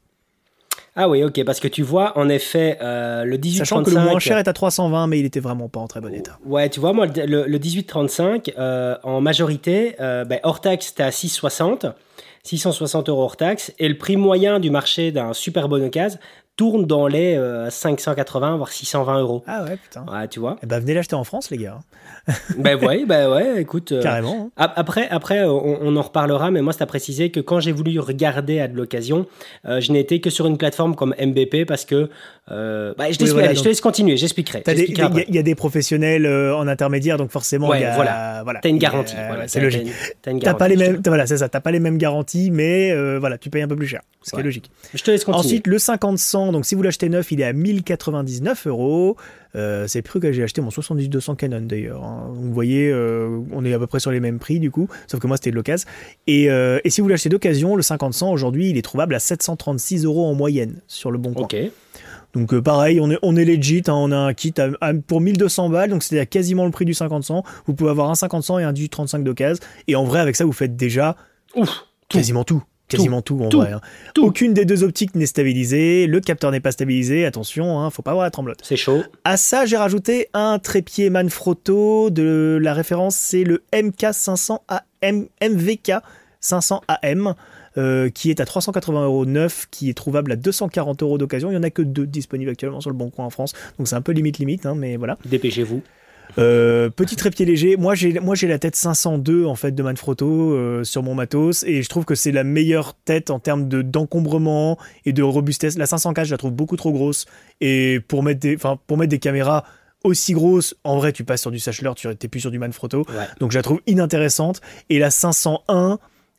Ah oui, ok, parce que tu vois, en effet, euh, le dix-huit Sachant trente-cinq... que le moins cher est à trois cent vingt, mais il était vraiment pas en très bon état. Ouais, tu vois, moi, le, le, le dix-huit trente-cinq, euh, en majorité, euh, ben, hors taxe, t'es à six cent soixante, six cent soixante euros hors taxe, et le prix moyen du marché d'un super bon occasion tourne dans les euh, cinq cent quatre-vingts, voire six cent vingt euros. Ah ouais, putain. Ouais, tu vois. Eh ben, venez l'acheter en France, les gars. Ben ouais, ben ouais, écoute... euh, Carrément. hein. ap- Après, après on, on en reparlera, mais moi, c'est à préciser que quand j'ai voulu regarder à de l'occasion, euh, je n'ai été que sur une plateforme comme M B P parce que... Euh, bah, je, t'explique- voilà, allez, je te donc- laisse continuer, j'expliquerai. T'as des- j'expliquerai Il y, a- après. il y a des professionnels euh, en intermédiaire, donc forcément, Ouais, il y a, voilà. voilà. T'as une Il y a- garantie. ouais, voilà, c'est t'as- logique. t'as une- t'as une T'as pas les garantie, mêmes, voilà, c'est ça. T'as pas les mêmes garanties, mais euh, voilà, tu payes un peu plus cher, ce qui Ouais. est logique. Je te laisse continuer. Ensuite, le cinquante cent, donc si vous l'achetez neuf, il est à mille quatre-vingt-dix-neuf euros. Euh, c'est le prix que j'ai acheté mon soixante-dix deux cents Canon d'ailleurs. hein. Vous voyez, euh, on est à peu près sur les mêmes prix du coup, sauf que moi c'était de l'occasion. Et, euh, et si vous l'achetez d'occasion, le cinquante cent aujourd'hui, il est trouvable à sept cent trente-six euros en moyenne sur le Bon Coin. Ok. Donc euh, pareil, on est, on est legit, hein, on a un kit à- à- pour mille deux cents balles, donc c'est quasiment le prix du cinquante cent. Vous pouvez avoir un cinquante cent et un dix-huit trente-cinq d'occasion. Et en vrai, avec ça, vous faites déjà Ouf. quasiment tout. Quasiment tout, en Tout. vrai. hein. Tout. Aucune des deux optiques n'est stabilisée, le capteur n'est pas stabilisé, attention, hein, faut pas avoir la tremblote. C'est chaud. À ça, j'ai rajouté un trépied Manfrotto, de la référence c'est le M K cinq cents A M, M V K cinq cents A M, euh, qui est à trois cent quatre-vingts euros neuf, qui est trouvable à deux cent quarante euros d'occasion. Il y en a que deux disponibles actuellement sur le Bon Coin en France, donc c'est un peu limite limite, hein, mais voilà. Dépêchez-vous. Euh, petit trépied léger. Moi j'ai moi j'ai la tête cinq cent deux en fait de Manfrotto euh, sur mon matos et je trouve que c'est la meilleure tête en termes de d'encombrement et de robustesse. La cinq cent quatre je la trouve beaucoup trop grosse et pour mettre des enfin pour mettre des caméras aussi grosses, en vrai tu passes sur du Sachtler, tu t'es plus sur du Manfrotto. Ouais. Donc je la trouve inintéressante et la cinq cent un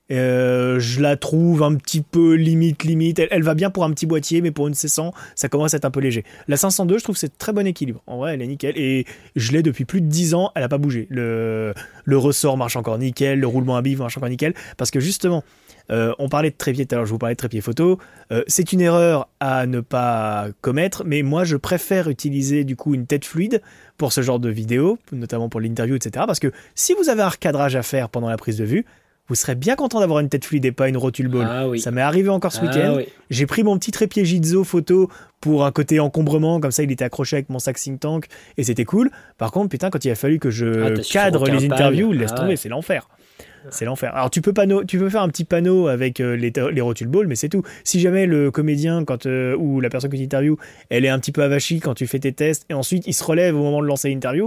euh, je la trouve un petit peu limite limite elle, elle va bien pour un petit boîtier mais pour une C cent ça commence à être un peu léger. La cinq cent deux je trouve que c'est très bon équilibre, en vrai elle est nickel et je l'ai depuis plus de dix ans, elle a pas bougé, le, le ressort marche encore nickel, le roulement à bif marche encore nickel parce que justement euh, on parlait de trépied tout à l'heure, je vous parlais de trépied photo, euh, c'est une erreur à ne pas commettre mais moi je préfère utiliser du coup une tête fluide pour ce genre de vidéo, notamment pour l'interview etc, parce que si vous avez un recadrage à faire pendant la prise de vue vous serez bien content d'avoir une tête fluide et pas une rotule ball. Ah oui. Ça m'est arrivé encore ce Ah week-end. oui. J'ai pris mon petit trépied Gizo photo pour un côté encombrement, comme ça il était accroché avec mon sac think tank et c'était cool. Par contre, putain, quand il a fallu que je Ah, t'as cadre sur aucun les interviews, pal. laisse Ah tomber, ouais. c'est l'enfer. C'est l'enfer. Alors tu peux, panneau, tu peux faire un petit panneau avec euh, les, les rotules ball, mais c'est tout. Si jamais le comédien quand, euh, ou la personne que tu interviews, elle est un petit peu avachie quand tu fais tes tests et ensuite il se relève au moment de lancer l'interview,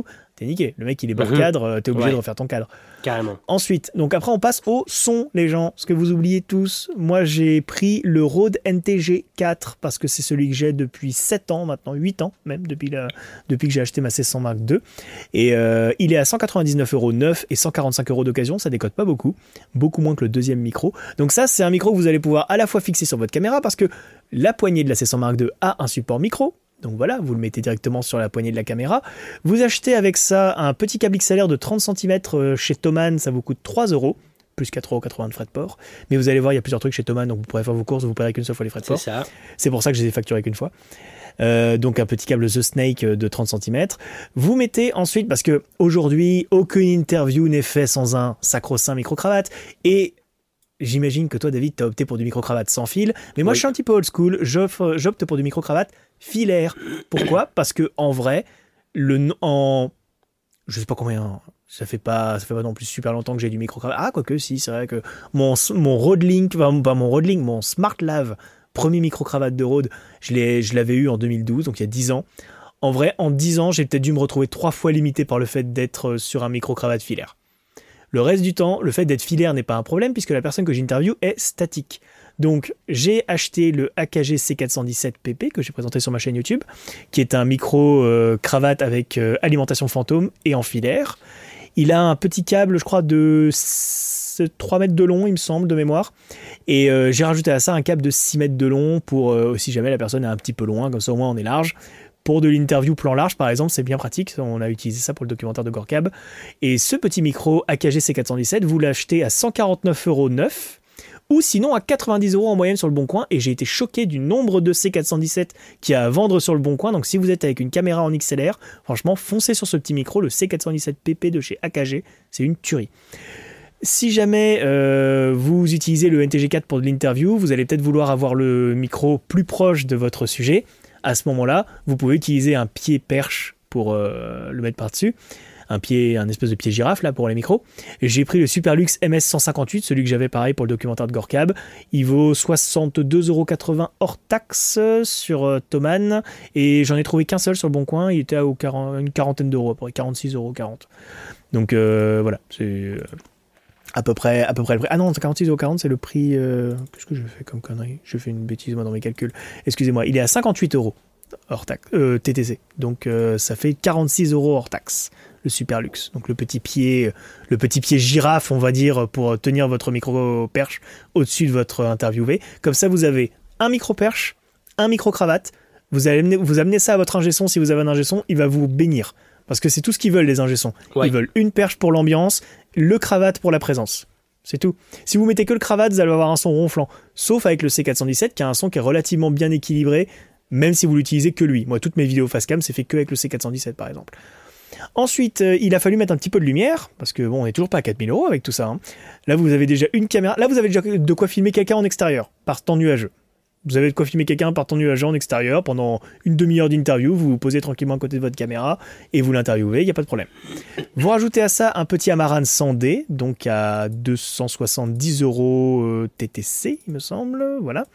t'es niqué. Le mec, il est bord Mhm. cadre, euh, t'es obligé Ouais. de refaire ton cadre. Carrément. Ensuite, donc après on passe au son, les gens, ce que vous oubliez tous. Moi j'ai pris le Rode N T G quatre parce que c'est celui que j'ai depuis sept ans maintenant, huit ans même, depuis, la, depuis que j'ai acheté ma C cent Mark deux. Et euh, il est à cent quatre-vingt-dix-neuf euros neuf et cent quarante-cinq euros d'occasion, ça décote pas beaucoup, beaucoup moins que le deuxième micro. Donc ça c'est un micro que vous allez pouvoir à la fois fixer sur votre caméra parce que la poignée de la C cent Mark deux a un support micro. Donc voilà, vous le mettez directement sur la poignée de la caméra. Vous achetez avec ça un petit câble X L R de trente centimètres chez Thomann, ça vous coûte trois euros, plus quatre euros quatre-vingts de frais de port. Mais vous allez voir, il y a plusieurs trucs chez Thomann, donc vous pourrez faire vos courses, vous paierez qu'une seule fois les frais de C'est port. ça. C'est pour ça que je les ai facturés qu'une fois. Euh, donc un petit câble The Snake de trente centimètres. Vous mettez ensuite, parce que aujourd'hui, aucune interview n'est faite sans un sacro-saint micro-cravate, et j'imagine que toi, David, t'as opté pour du micro-cravate sans fil, mais moi Oui. je suis un petit peu old school, j'offre- j'opte pour du micro-cravate filaire. Pourquoi ? Parce que en vrai, le en je sais pas combien, ça fait pas ça fait pas non plus super longtemps que j'ai du micro-cravate. Ah quoique si, c'est vrai que mon mon Rode Link, enfin, pas mon Rode Link, mon Smart Lav, premier micro-cravate de Rode, je l'ai je l'avais eu en deux mille douze, donc il y a dix ans. En vrai, en dix ans, j'ai peut-être dû me retrouver trois fois limité par le fait d'être sur un micro-cravate filaire. Le reste du temps, le fait d'être filaire n'est pas un problème puisque la personne que j'interviewe est statique. Donc, j'ai acheté le A K G C quatre cent dix-sept P P que j'ai présenté sur ma chaîne YouTube, qui est un micro euh, cravate avec euh, alimentation fantôme et en filaire. Il a un petit câble, je crois, de trois mètres de long, il me semble, de mémoire. Et euh, j'ai rajouté à ça un câble de six mètres de long pour, euh, si jamais la personne est un petit peu loin, comme ça au moins on est large. Pour de l'interview plan large, par exemple, c'est bien pratique. On a utilisé ça pour le documentaire de Gorkab. Et ce petit micro A K G C quatre cent dix-sept, vous l'achetez à cent quarante-neuf euros neuf ou sinon à quatre-vingt-dix euros en moyenne sur le Bon Coin. Et j'ai été choqué du nombre de C quatre cent dix-sept qu'il y a à vendre sur le Bon Coin. Donc si vous êtes avec une caméra en X L R, franchement, foncez sur ce petit micro, le C quatre cent dix-sept P P de chez A K G. C'est une tuerie. Si jamais euh, vous utilisez le N T G quatre pour de l'interview, vous allez peut-être vouloir avoir le micro plus proche de votre sujet. À ce moment-là, vous pouvez utiliser un pied perche pour euh, le mettre par-dessus. Un pied, un espèce de pied girafe là pour les micros. Et j'ai pris le Superlux M S cent cinquante-huit, celui que j'avais pareil pour le documentaire de Gorkab. Il vaut soixante-deux euros quatre-vingts hors taxe sur euh, Thomann. Et j'en ai trouvé qu'un seul sur le Bon Coin. Il était à au quarante, une quarantaine d'euros, à peu près quarante-six euros quarante. Donc euh, voilà, c'est euh, à peu près à peu près le prix. Ah non, quarante-six euros quarante, c'est le prix. Euh... Qu'est-ce que je fais comme connerie ? Je fais une bêtise moi dans mes calculs. Excusez-moi, il est à cinquante-huit euros hors taxe, euh, T T C. Donc euh, ça fait quarante-six euros hors taxe. Le Superlux, donc le petit pied, le petit pied girafe, on va dire, pour tenir votre micro perche au-dessus de votre interviewé. Comme ça, vous avez un micro perche, un micro cravate. Vous allez vous amenez ça à votre ingé son. Si vous avez un ingé son, il va vous bénir parce que c'est tout ce qu'ils veulent les ingé sons. Ouais. Ils veulent une perche pour l'ambiance, le cravate pour la présence. C'est tout. Si vous mettez que le cravate, vous allez avoir un son ronflant. Sauf avec le C quatre cent dix-sept qui a un son qui est relativement bien équilibré, même si vous l'utilisez que lui. Moi, toutes mes vidéos face cam, c'est fait que avec le C quatre cent dix-sept par exemple. Ensuite, euh, il a fallu mettre un petit peu de lumière, parce que bon, on n'est toujours pas à quatre mille euros avec tout ça. Hein. Là, vous avez déjà une caméra. Là, vous avez déjà de quoi filmer quelqu'un en extérieur, par temps nuageux. Vous avez de quoi filmer quelqu'un par temps nuageux en extérieur pendant une demi-heure d'interview. Vous vous posez tranquillement à côté de votre caméra et vous l'interviewez, il n'y a pas de problème. Vous rajoutez à ça un petit Amaran cent D, donc à deux cent soixante-dix euros euh, T T C, il me semble. Voilà.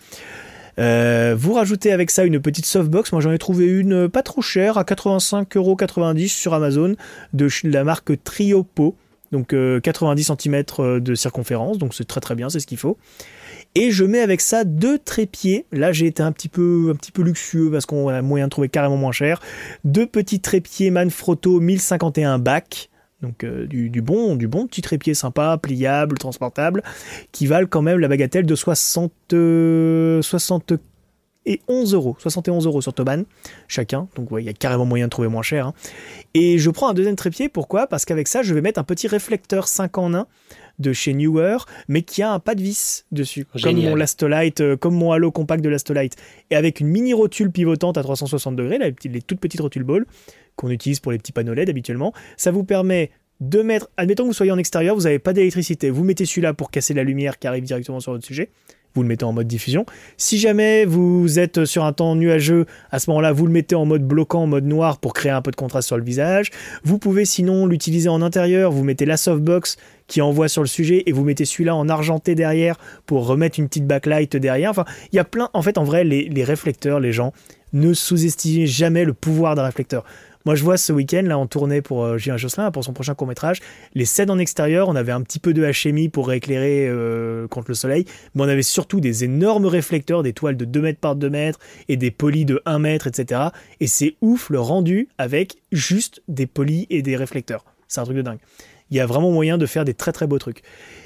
Euh, vous rajoutez avec ça une petite softbox. Moi j'en ai trouvé une pas trop chère à quatre-vingt-cinq euros quatre-vingt-dix sur Amazon de la marque Triopo, donc euh, quatre-vingt-dix centimètres de circonférence, donc c'est très très bien, c'est ce qu'il faut. Et je mets avec ça deux trépieds. Là j'ai été un petit peu, un petit peu luxueux parce qu'on a moyen de trouver carrément moins cher. Deux petits trépieds Manfrotto mille cinquante et un bac. Donc euh, du, du, bon, du bon petit trépied sympa, pliable, transportable, qui valent quand même la bagatelle de soixante, euh, soixante et onze euros. soixante et onze euros sur Thomann, chacun. Donc ouais, il y a carrément moyen de trouver moins cher. Hein. Et je prends un deuxième trépied, pourquoi ? Parce qu'avec ça, je vais mettre un petit réflecteur cinq en un de chez Neewer, mais qui a un pas de vis dessus. Génial. Comme mon Lastolite, euh, comme mon Halo compact de Lastolite. Et avec une mini rotule pivotante à trois cent soixante degrés, là, les, les toutes petites rotules ball, qu'on utilise pour les petits panneaux L E D habituellement, ça vous permet de mettre, admettons que vous soyez en extérieur, vous n'avez pas d'électricité, vous mettez celui-là pour casser la lumière qui arrive directement sur votre sujet, vous le mettez en mode diffusion. Si jamais vous êtes sur un temps nuageux, à ce moment-là, vous le mettez en mode bloquant, en mode noir pour créer un peu de contraste sur le visage. Vous pouvez sinon l'utiliser en intérieur, vous mettez la softbox qui envoie sur le sujet et vous mettez celui-là en argenté derrière pour remettre une petite backlight derrière. Enfin, il y a plein, en fait, en vrai, les, les réflecteurs, les gens, ne sous-estimez jamais le pouvoir d'un réflecteur. Moi, je vois ce week-end, là, on tournait pour euh, Julien Josselin, pour son prochain court-métrage. Les scènes en extérieur, on avait un petit peu de H M I pour éclairer euh, contre le soleil, mais on avait surtout des énormes réflecteurs, des toiles de deux mètres par deux mètres et des polis de un mètre, et cetera. Et c'est ouf le rendu avec juste des polis et des réflecteurs. C'est un truc de dingue. Il y a vraiment moyen de faire des très très beaux trucs.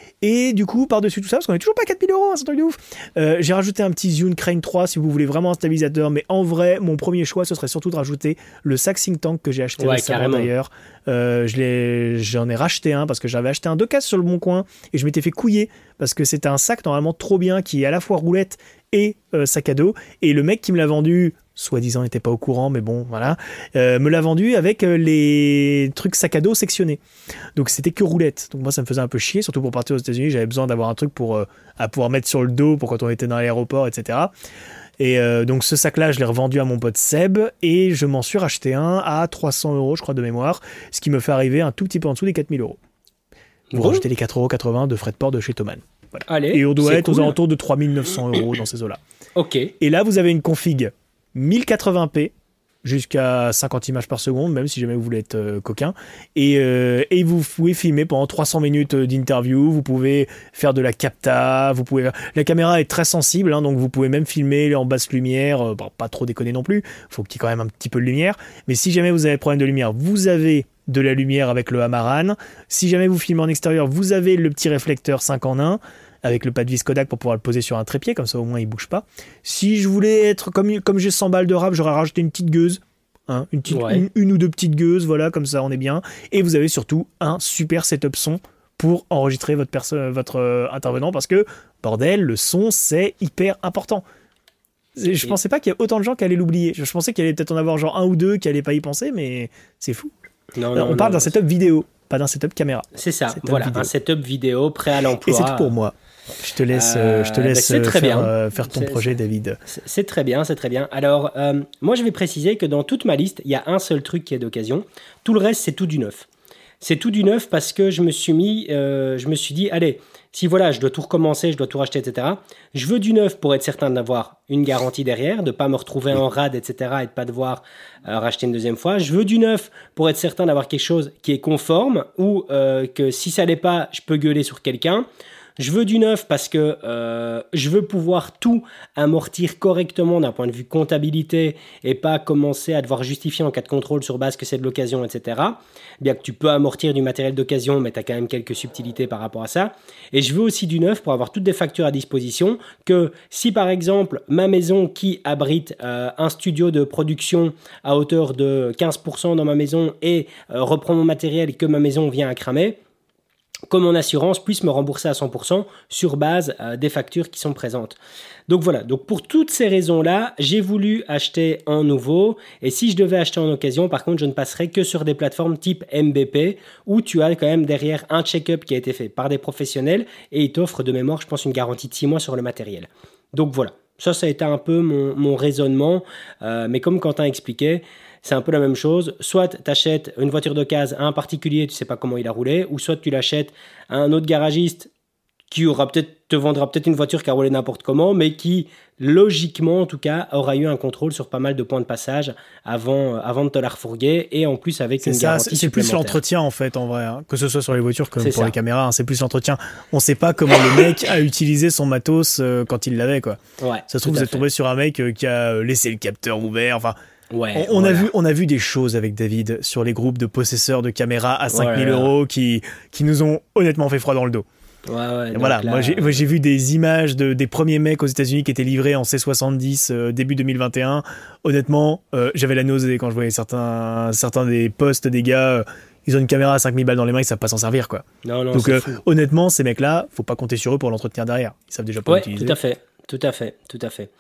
Et du coup, par-dessus tout ça, parce qu'on est toujours pas à quatre mille euros, hein, c'est un truc de ouf, euh, j'ai rajouté un petit Zhiyun Crane trois si vous voulez vraiment un stabilisateur, mais en vrai, mon premier choix, ce serait surtout de rajouter le sac Think Tank que j'ai acheté ouais, récemment carrément. d'ailleurs. Euh, je l'ai, j'en ai racheté un parce que j'avais acheté un deux cases sur le Bon Coin et je m'étais fait couiller parce que c'était un sac normalement trop bien qui est à la fois roulette et euh, sac à dos. Et le mec qui me l'a vendu, soi-disant n'était pas au courant, mais bon, voilà, euh, me l'a vendu avec euh, les trucs sac à dos sectionnés. Donc c'était que roulette. Donc moi ça me faisait un peu chier, surtout pour partir aux États-Unis. J'avais besoin d'avoir un truc pour euh, à pouvoir mettre sur le dos pour quand on était dans l'aéroport, et cetera. Et euh, donc ce sac-là, je l'ai revendu à mon pote Seb et je m'en suis racheté un à trois cents euros, je crois, de mémoire, ce qui me fait arriver un tout petit peu en dessous des quatre mille euros. Vous Bon. rajoutez les quatre euros quatre-vingts de frais de port de chez Thomann. Voilà. Allez, Et on doit c'est être cool. aux alentours de trois mille neuf cents euros dans ces eaux-là. Ok. Et là, vous avez une config mille quatre-vingts p jusqu'à cinquante images par seconde, même si jamais vous voulez être euh, coquin. Et, euh, et vous pouvez filmer pendant trois cents minutes d'interview, vous pouvez faire de la capta, vous pouvez... La caméra est très sensible, hein, donc vous pouvez même filmer en basse lumière, euh, bon, pas trop déconner non plus, il faut qu'il y ait quand même un petit peu de lumière. Mais si jamais vous avez problème de lumière, vous avez de la lumière avec le Hamaran. Si jamais vous filmez en extérieur, vous avez le petit réflecteur cinq en un, avec le pad vis Kodak pour pouvoir le poser sur un trépied, comme ça au moins il bouge pas. Si je voulais être comme, comme j'ai cent balles de rap, j'aurais rajouté une petite gueuse, hein, une, petite, Ouais. une, une ou deux petites gueuses, voilà, comme ça on est bien. Et vous avez surtout un super setup son pour enregistrer votre, perso- votre euh, intervenant, parce que, bordel, le son c'est hyper important. C'est- Je Et- pensais pas qu'il y ait autant de gens qui allaient l'oublier. Je je pensais qu'il allait peut-être en avoir genre un ou deux qui allaient pas y penser, mais c'est fou. Non, Euh, non, on parle non, d'un setup vidéo, pas d'un setup caméra. C'est ça, setup voilà, vidéo. un setup vidéo prêt à l'emploi. Et c'est tout pour moi. Je te laisse, Euh, euh, je te bah, laisse c'est euh, très faire, bien. euh, faire ton C'est- projet, David. C'est c'est très bien, c'est très bien. Alors, euh, moi, je vais préciser que dans toute ma liste, il y a un seul truc qui est d'occasion. Tout le reste, c'est tout du neuf. C'est tout du neuf parce que je me suis mis, euh, je me suis dit, allez, si voilà, je dois tout recommencer, je dois tout racheter, et cetera. Je veux du neuf pour être certain d'avoir une garantie derrière, de ne pas me retrouver en rade, et cetera, et de ne pas devoir euh, racheter une deuxième fois. Je veux du neuf pour être certain d'avoir quelque chose qui est conforme ou euh, que si ça l'est pas, je peux gueuler sur quelqu'un. Je veux du neuf parce que euh, je veux pouvoir tout amortir correctement d'un point de vue comptabilité et pas commencer à devoir justifier en cas de contrôle sur base que c'est de l'occasion, et cetera. Bien que tu peux amortir du matériel d'occasion, mais tu as quand même quelques subtilités par rapport à ça. Et je veux aussi du neuf pour avoir toutes des factures à disposition, que si par exemple ma maison qui abrite euh, un studio de production à hauteur de quinze pour cent dans ma maison et euh, reprend mon matériel et que ma maison vient à cramer, que mon assurance puisse me rembourser à cent pour cent sur base euh, des factures qui sont présentes. Donc voilà, donc pour toutes ces raisons-là, j'ai voulu acheter en nouveau, et si je devais acheter en occasion, par contre, je ne passerai que sur des plateformes type M B P, où tu as quand même derrière un check-up qui a été fait par des professionnels, et ils t'offrent de mémoire, je pense, une garantie de six mois sur le matériel. Donc voilà, ça, ça a été un peu mon, mon raisonnement, euh, mais comme Quentin expliquait, c'est un peu la même chose. Soit tu achètes une voiture d'occasion à un particulier, tu sais pas comment il a roulé, ou soit tu l'achètes à un autre garagiste qui aura peut-être, te vendra peut-être une voiture qui a roulé n'importe comment, mais qui, logiquement en tout cas, aura eu un contrôle sur pas mal de points de passage avant, avant de te la refourguer, et en plus avec C'est une ça, garantie c'est c'est plus supplémentaire. l'entretien en fait, en vrai. hein. Que ce soit sur les voitures comme C'est pour ça. les caméras, hein, c'est plus l'entretien. On sait pas comment le mec a utilisé son matos euh, quand il l'avait, quoi. Ouais, Ça se trouve, tout vous à êtes fait. tombé sur un mec euh, qui a euh, laissé le capteur ouvert. Enfin, Ouais, on, on a voilà. vu, on a vu des choses avec David sur les groupes de possesseurs de caméras à cinq mille Voilà. euros qui, qui nous ont honnêtement fait froid dans le dos. Ouais, ouais, Et donc voilà, là, moi j'ai, moi, j'ai vu des images de, des premiers mecs aux États-Unis qui étaient livrés en C soixante-dix euh, début deux mille vingt et un. Honnêtement, euh, j'avais la nausée quand je voyais certains, certains des posts des gars. euh, ils ont une caméra à cinq mille balles dans les mains, ils savent pas s'en servir, quoi. Non, non, Donc c'est euh, fou. honnêtement, ces mecs-là, faut pas compter sur eux pour l'entretenir derrière. Ils savent déjà pas Ouais, l'utiliser. tout à fait, tout à fait, tout à fait.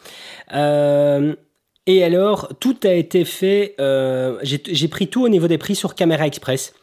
Euh, et alors, tout a été fait. euh, j'ai j'ai pris tout au niveau des prix sur Caméra Express.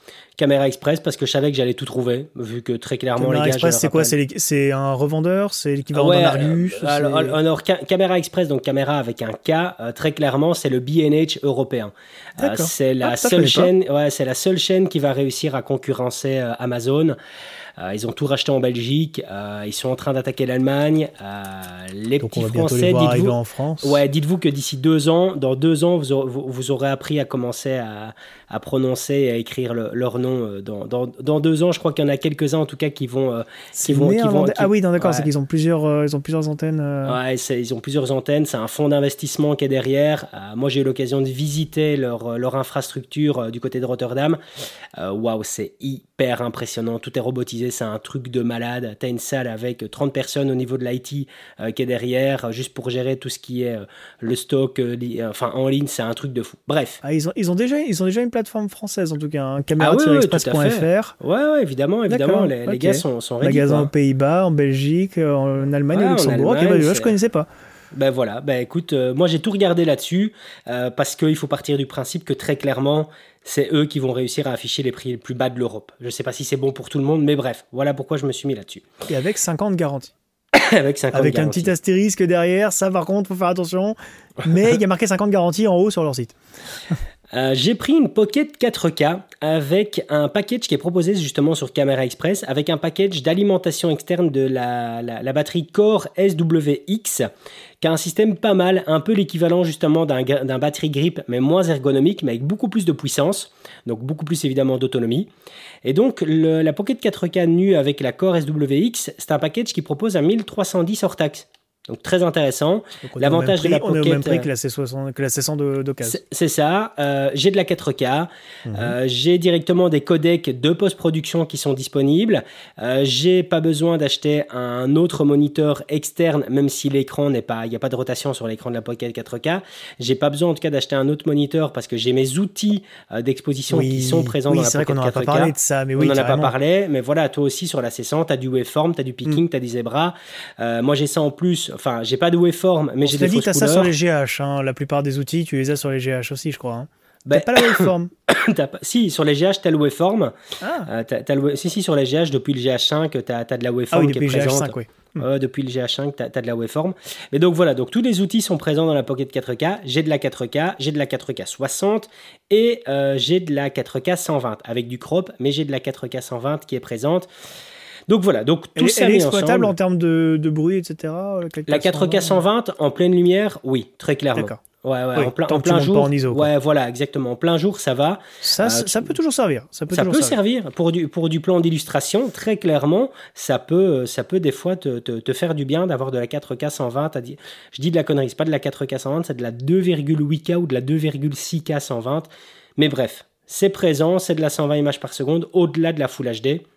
Caméra Express, parce que je savais que j'allais tout trouver, vu que très clairement, Caméra les gars... Express, c'est quoi? C'est, les... c'est un revendeur? C'est l'équivalent ouais, d'un Argus? euh, alors, alors, Caméra Express, donc caméra avec un K, euh, très clairement, c'est le B and H européen. Euh, c'est, la ah, seule chaîne, ouais, c'est la seule chaîne qui va réussir à concurrencer euh, Amazon. Euh, ils ont tout racheté en Belgique, euh, ils sont en train d'attaquer l'Allemagne. Euh, les Donc petits on va Français, les voir dites-vous, arriver en France. Ouais, dites-vous que d'ici deux ans, dans deux ans, vous aurez, vous, vous aurez appris à commencer à, à prononcer et à écrire le, leur nom. Dans, dans, dans deux ans, je crois qu'il y en a quelques-uns en tout cas qui vont, euh, qui vont, qui vont qui, ah oui, non, d'accord, ouais. c'est qu'ils ont plusieurs, euh, ils ont plusieurs antennes. Euh... Ouais, c'est, ils ont plusieurs antennes. C'est un fonds d'investissement qui est derrière. Euh, moi, j'ai eu l'occasion de visiter leur, leur infrastructure euh, du côté de Rotterdam. Waouh, wow, c'est hyper impressionnant. Tout est robotisé, c'est un truc de malade. T'as une salle avec trente personnes au niveau de l'I T euh, qui est derrière, juste pour gérer tout ce qui est euh, le stock, euh, li- enfin en ligne, c'est un truc de fou. Bref. Ah, ils ont, ils ont déjà, ils ont déjà une plateforme française en tout cas, hein, caméra tiret express point f r. Ouais, ouais, évidemment, évidemment, les, okay. les gars sont, sont ready. Magasin quoi. aux Pays-Bas, en Belgique, en Allemagne, ouais, au Luxembourg. Ok, bah, je connaissais pas. Ben voilà, ben écoute, euh, moi j'ai tout regardé là-dessus euh, parce qu'il faut partir du principe que très clairement, c'est eux qui vont réussir à afficher les prix les plus bas de l'Europe. Je sais pas si c'est bon pour tout le monde, mais bref, voilà pourquoi je me suis mis là-dessus. Et avec cinq ans de garantie. avec cinq ans avec de garantie. Un petit astérisque derrière, ça par contre, faut faire attention. Mais il y a marqué cinq ans de garantie en haut sur leur site. Euh, j'ai pris une Pocket quatre K avec un package qui est proposé justement sur Caméra Express, avec un package d'alimentation externe de la, la, la batterie Core S W X, qui a un système pas mal, un peu l'équivalent justement d'un, d'un battery grip, mais moins ergonomique, mais avec beaucoup plus de puissance, donc beaucoup plus évidemment d'autonomie. Et donc le, la Pocket quatre K nue avec la Core S W X, c'est un package qui propose un mille trois cent dix hors taxe. Donc très intéressant. L'avantage prix, de la Pocket, on est au même prix que la C soixante, que la C cent de, d'occasion. C'est, c'est ça. Euh, j'ai de la quatre K. Mm-hmm. Euh, j'ai directement des codecs de post-production qui sont disponibles. Euh, j'ai pas besoin d'acheter un autre moniteur externe, même si l'écran n'est pas, il n'y a pas de rotation sur l'écran de la Pocket quatre K. J'ai pas besoin en tout cas d'acheter un autre moniteur parce que j'ai mes outils euh, d'exposition oui. qui sont présents oui, dans la Pocket quatre K. Oui, c'est vrai qu'on n'en a pas parlé de ça, mais oui, on n'en a carrément. pas parlé, mais voilà, toi aussi sur la C cent, t'as du waveform, t'as du picking, mm. t'as du zebra. Euh, moi j'ai ça en plus. Enfin, j'ai pas de waveform, mais on j'ai des dit, fausses t'as couleurs. Ça sur les G H, hein. La plupart des outils, tu les as sur les G H aussi, je crois. Hein. Ben, t'as pas la waveform. t'as pas... Si, sur les G H, t'as le waveform. Ah. Euh, t'as, t'as le... Si, si, sur les G H, depuis le G H cinq, t'as, t'as de la waveform ah oui, qui est présente. G H cinq, oui. Euh, depuis le G H cinq, t'as, t'as de la waveform. Mais donc voilà, donc tous les outils sont présents dans la Pocket quatre K. J'ai de la quatre K, j'ai de la quatre K soixante et euh, j'ai de la quatre K cent vingt avec du crop, mais j'ai de la quatre K cent vingt qui est présente. Donc voilà, donc tout elle, ça elle est mis exploitable ensemble. En termes de, de bruit, et cetera. La quatre K cent vingt en pleine lumière, oui, très clairement. D'accord. Ouais, ouais, oui, en plein, tant en que plein tu jour. montes pas en I S O, quoi. Ouais, voilà, exactement. En plein jour, ça va. Ça, euh, ça tu... peut toujours servir. Ça peut, ça toujours peut servir. servir pour du, pour du plan d'illustration. Très clairement, ça peut, ça peut des fois te, te, te faire du bien d'avoir de la quatre K cent vingt. À dire... Je dis de la connerie, c'est pas de la quatre K cent vingt, c'est de la deux virgule huit K ou de la deux virgule six K cent vingt. Mais bref, c'est présent, c'est de la cent vingt images par seconde, au-delà de la Full H D.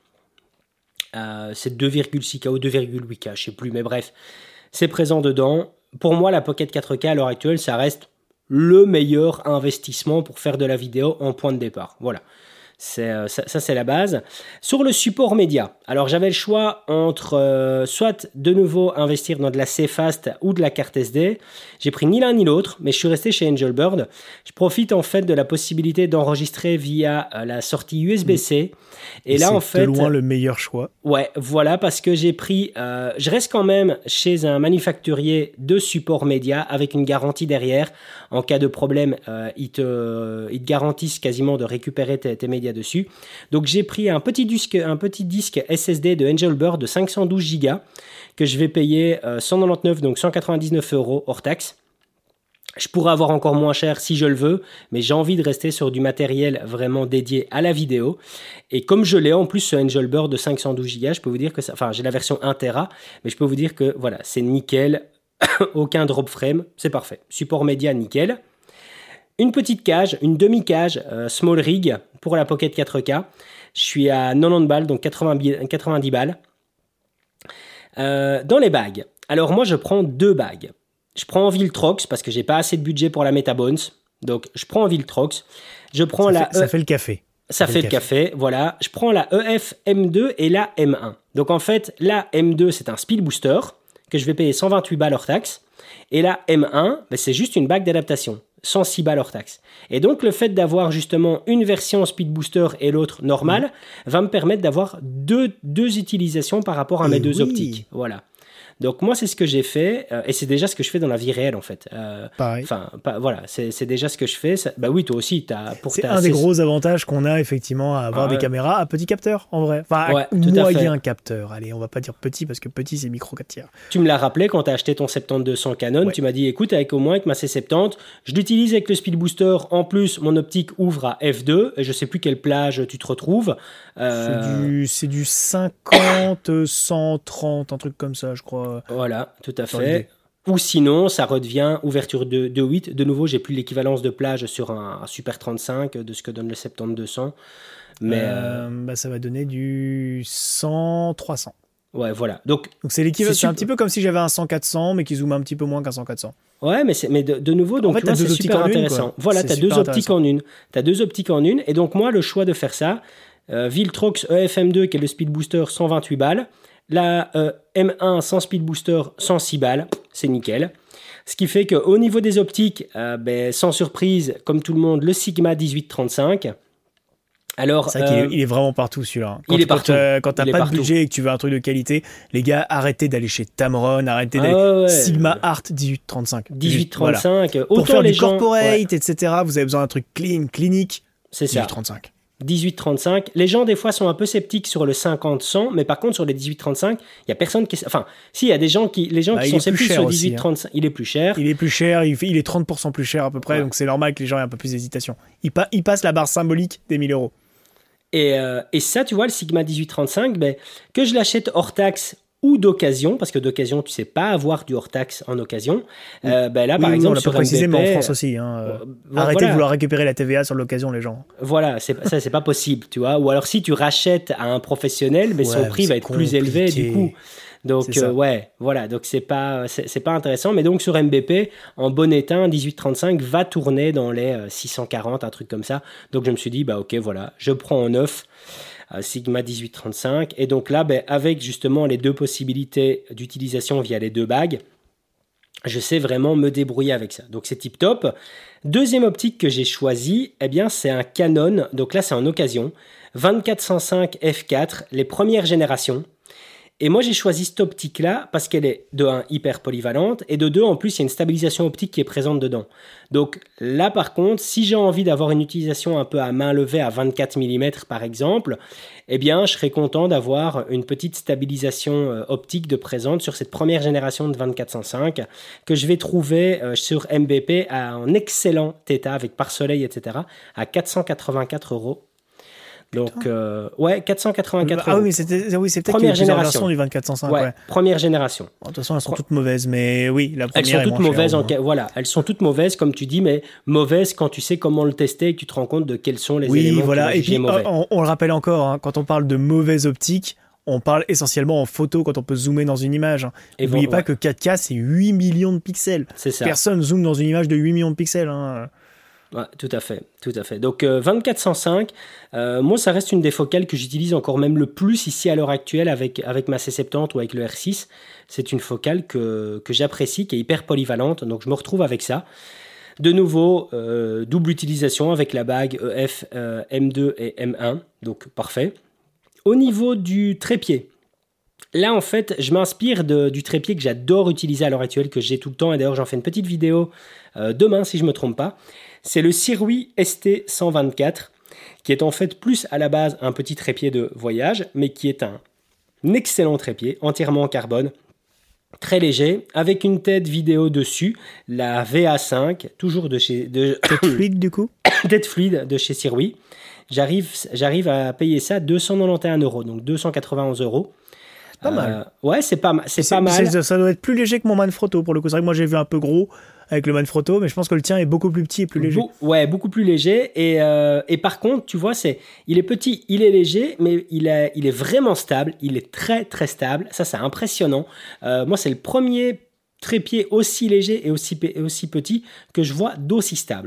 Euh, c'est deux virgule six K ou deux virgule huit K, je sais plus, mais bref, c'est présent dedans. Pour moi, la Pocket quatre K à l'heure actuelle, ça reste le meilleur investissement pour faire de la vidéo en point de départ. Voilà. C'est, euh, ça, ça, c'est la base. Sur le support média, alors j'avais le choix entre euh, soit de nouveau investir dans de la C-Fast ou de la carte S D. J'ai pris ni l'un ni l'autre, mais je suis resté chez Angelbird. Je profite en fait de la possibilité d'enregistrer via euh, la sortie U S B C. Et, Et là, c'est en fait, de loin le meilleur choix. Ouais, voilà, parce que j'ai pris... Euh, je reste quand même chez un manufacturier de support média avec une garantie derrière. En cas de problème, euh, ils, te, ils te garantissent quasiment de récupérer tes, tes médias dessus. Donc j'ai pris un petit disque, un petit disque S S D de Angelbird de cinq cent douze gigas que je vais payer euh, cent quatre-vingt-dix-neuf, donc cent quatre-vingt-dix-neuf euros hors taxe. Je pourrais avoir encore moins cher si je le veux, mais j'ai envie de rester sur du matériel vraiment dédié à la vidéo. Et comme je l'ai en plus ce Angelbird de cinq cent douze gigas, je peux vous dire que ça, enfin j'ai la version un téra, mais je peux vous dire que voilà, c'est nickel, aucun drop frame, c'est parfait. Support média nickel. Une petite cage, une demi-cage euh, small rig pour la Pocket quatre K. Je suis à quatre-vingt-dix balles, donc quatre-vingt-dix balles. Euh, dans les bagues, alors moi je prends deux bagues. Je prends en Viltrox parce que j'ai pas assez de budget pour la Metabones. Donc, je prends en Viltrox. Je prends ça la fait, e... ça fait le café. Ça, ça fait, fait le café. café, voilà. Je prends la E F M deux et la M un. Donc, en fait, la M deux, c'est un Speed Booster que je vais payer cent vingt-huit balles hors taxe. Et la M un, ben, c'est juste une bague d'adaptation. cent six balles hors taxe. Et donc, le fait d'avoir justement une version Speed Booster et l'autre normale mmh. va me permettre d'avoir deux, deux utilisations par rapport à et mes deux oui. optiques. Voilà. Donc moi, c'est ce que j'ai fait, euh, et c'est déjà ce que je fais dans la vie réelle, en fait. Euh, Pareil. Enfin, pas, voilà, c'est, c'est déjà ce que je fais. Ça, bah oui, toi aussi, t'as... Pour c'est ta, un des gros avantages qu'on a, effectivement, à avoir ah, des ouais. caméras à petit capteur, en vrai. Enfin, ouais, moyen capteur. Allez, on va pas dire petit, parce que petit, c'est micro quatre tiers. Tu me l'as rappelé quand t'as acheté ton soixante-douze deux cents Canon, ouais. tu m'as dit, écoute, avec au moins avec ma C soixante-dix, je l'utilise avec le Speed Booster. En plus, mon optique ouvre à F deux, et je sais plus quelle plage tu te retrouves. Euh... C'est, du, c'est du cinquante, cent trente, un truc comme ça, je crois. Voilà, tout à fait. Ou sinon, ça redevient ouverture de deux huit. De nouveau, j'ai plus l'équivalence de plage sur un, un Super trente-cinq de ce que donne le soixante-douze deux cents. Mais euh, bah, ça va donner du cent trois cents. Ouais, voilà. Donc, donc c'est l'équivalent. C'est, c'est un petit peu comme si j'avais un cent quatre cents, mais qui zoome un petit peu moins qu'un cent quatre cents. Ouais, mais, c'est, mais de, de nouveau, donc, en fait, tu vois, c'est super intéressant. Une, voilà, tu as deux optiques en une. Tu as deux optiques en une. Et donc, moi, le choix de faire ça, euh, Viltrox E F M deux, qui est le Speed Booster, cent vingt-huit balles. La euh, M un sans Speed Booster, cent six balles, c'est nickel. Ce qui fait qu'au niveau des optiques, euh, ben, sans surprise, comme tout le monde, le Sigma dix-huit trente-cinq. Alors, c'est vrai euh, qu'il est, il est vraiment partout celui-là. Quand, il est partout. Quand, quand t'as il pas de partout. budget et que tu veux un truc de qualité, les gars, arrêtez d'aller chez Tamron, arrêtez d'aller ah ouais, Sigma Art dix-huit trente-cinq. dix-huit trente-cinq. Voilà. Autant Pour faire les du gens, corporate, ouais. et cetera, vous avez besoin d'un truc clean, clinique. C'est ça. dix-huit trente-cinq. dix-huit trente-cinq. Les gens, des fois, sont un peu sceptiques sur le cinquante cent, mais par contre, sur les dix-huit trente-cinq, il n'y a personne qui... Enfin, si, il y a des gens qui, les gens bah, qui sont sceptiques sur le dix-huit trente-cinq. Hein. Il est plus cher. Il est plus cher, il, fait, il est trente pour cent plus cher à peu près, ouais. donc c'est normal que les gens aient un peu plus d'hésitation. Il, pa- il passe la barre symbolique des mille euros. Et, euh, et ça, tu vois, le Sigma dix-huit trente-cinq, ben, que je l'achète hors taxe ou d'occasion, parce que d'occasion, tu sais pas avoir du hors taxe en occasion. Oui. Euh, ben là, oui, par oui, exemple, on l'a sur pas précisé, M B P, mais en France aussi. Hein, euh, euh, arrêtez voilà. de vouloir récupérer la T V A sur l'occasion, les gens. Voilà, c'est, ça, c'est pas possible, tu vois. Ou alors, si tu rachètes à un professionnel, mais ouais, son prix va être compliqué. Plus élevé, du coup. Donc, euh, ouais, voilà. Donc, c'est pas, c'est, c'est pas intéressant. Mais donc, sur M B P, en bon état, un dix-huit trente-cinq va tourner dans les euh, six cent quarante, un truc comme ça. Donc, je me suis dit, bah, ok, voilà, je prends en neuf. Sigma dix-huit trente-cinq, et donc là, ben, avec justement les deux possibilités d'utilisation via les deux bagues, je sais vraiment me débrouiller avec ça. Donc c'est tip top. Deuxième optique que j'ai choisi, eh bien c'est un Canon, donc là c'est en occasion, vingt-quatre cent cinq f quatre, les premières générations. Et moi, j'ai choisi cette optique-là parce qu'elle est, de un, hyper polyvalente, et de deux, en plus, il y a une stabilisation optique qui est présente dedans. Donc là, par contre, si j'ai envie d'avoir une utilisation un peu à main levée à vingt-quatre millimètres, par exemple, eh bien, je serais content d'avoir une petite stabilisation optique de présente sur cette première génération de vingt-quatre cent cinq que je vais trouver euh, sur M B P à un excellent Theta avec pare-soleil, et cetera, à quatre cent quatre-vingt-quatre euros. Donc, euh, ouais, quatre cent quatre-vingt-quatre euros. Ah oui, mais c'était, oui, c'est peut-être première qu'il y a génération version du vingt-quatre cent cinq. Ouais, ouais. Première génération. Bon, de toute façon, elles sont toutes mauvaises, mais oui, la première elles sont est toutes moins mauvaises. chère, En ca... Voilà, elles sont toutes mauvaises, comme tu dis, mais mauvaises quand tu sais comment le tester et que tu te rends compte de quels sont les oui, éléments voilà. qui Et puis, mauvais. On, on le rappelle encore, hein, quand on parle de mauvaise optique, on parle essentiellement en photo quand on peut zoomer dans une image. N'oubliez bon, pas ouais. que quatre K, c'est huit millions de pixels. C'est ça. Personne zoome dans une image de huit millions de pixels. Hein. Ouais, tout à fait, tout à fait. Donc euh, vingt-quatre cent cinq, euh, moi ça reste une des focales que j'utilise encore même le plus ici à l'heure actuelle avec, avec ma C soixante-dix ou avec le R six. C'est une focale que, que j'apprécie, qui est hyper polyvalente, donc je me retrouve avec ça. De nouveau, euh, double utilisation avec la bague E F euh, M deux et M un, donc parfait. Au niveau du trépied, là en fait je m'inspire de, du trépied que j'adore utiliser à l'heure actuelle, que j'ai tout le temps, et d'ailleurs j'en fais une petite vidéo euh, demain si je ne me trompe pas. C'est le Sirui S T cent vingt-quatre, qui est en fait plus à la base un petit trépied de voyage, mais qui est un, un excellent trépied, entièrement en carbone, très léger, avec une tête vidéo dessus, la V A cinq, toujours de chez... De... Tête fluide du coup Tête fluide de chez Sirui. J'arrive, j'arrive à payer ça deux cent quatre-vingt-onze euros, donc deux cent quatre-vingt-onze euros. C'est pas euh, mal. Ouais, c'est pas, c'est c'est, pas mal. C'est, ça doit être plus léger que mon Manfrotto, pour le coup. C'est vrai que moi j'ai vu un peu gros avec le Manfrotto, mais je pense que le tien est beaucoup plus petit et plus léger. Be- ouais, beaucoup plus léger. Et, euh, et par contre, tu vois, c'est, il est petit, il est léger, mais il est, il est vraiment stable. Il est très, très stable. Ça, c'est impressionnant. Euh, moi, c'est le premier trépied aussi léger et aussi, et aussi petit que je vois d'aussi stable.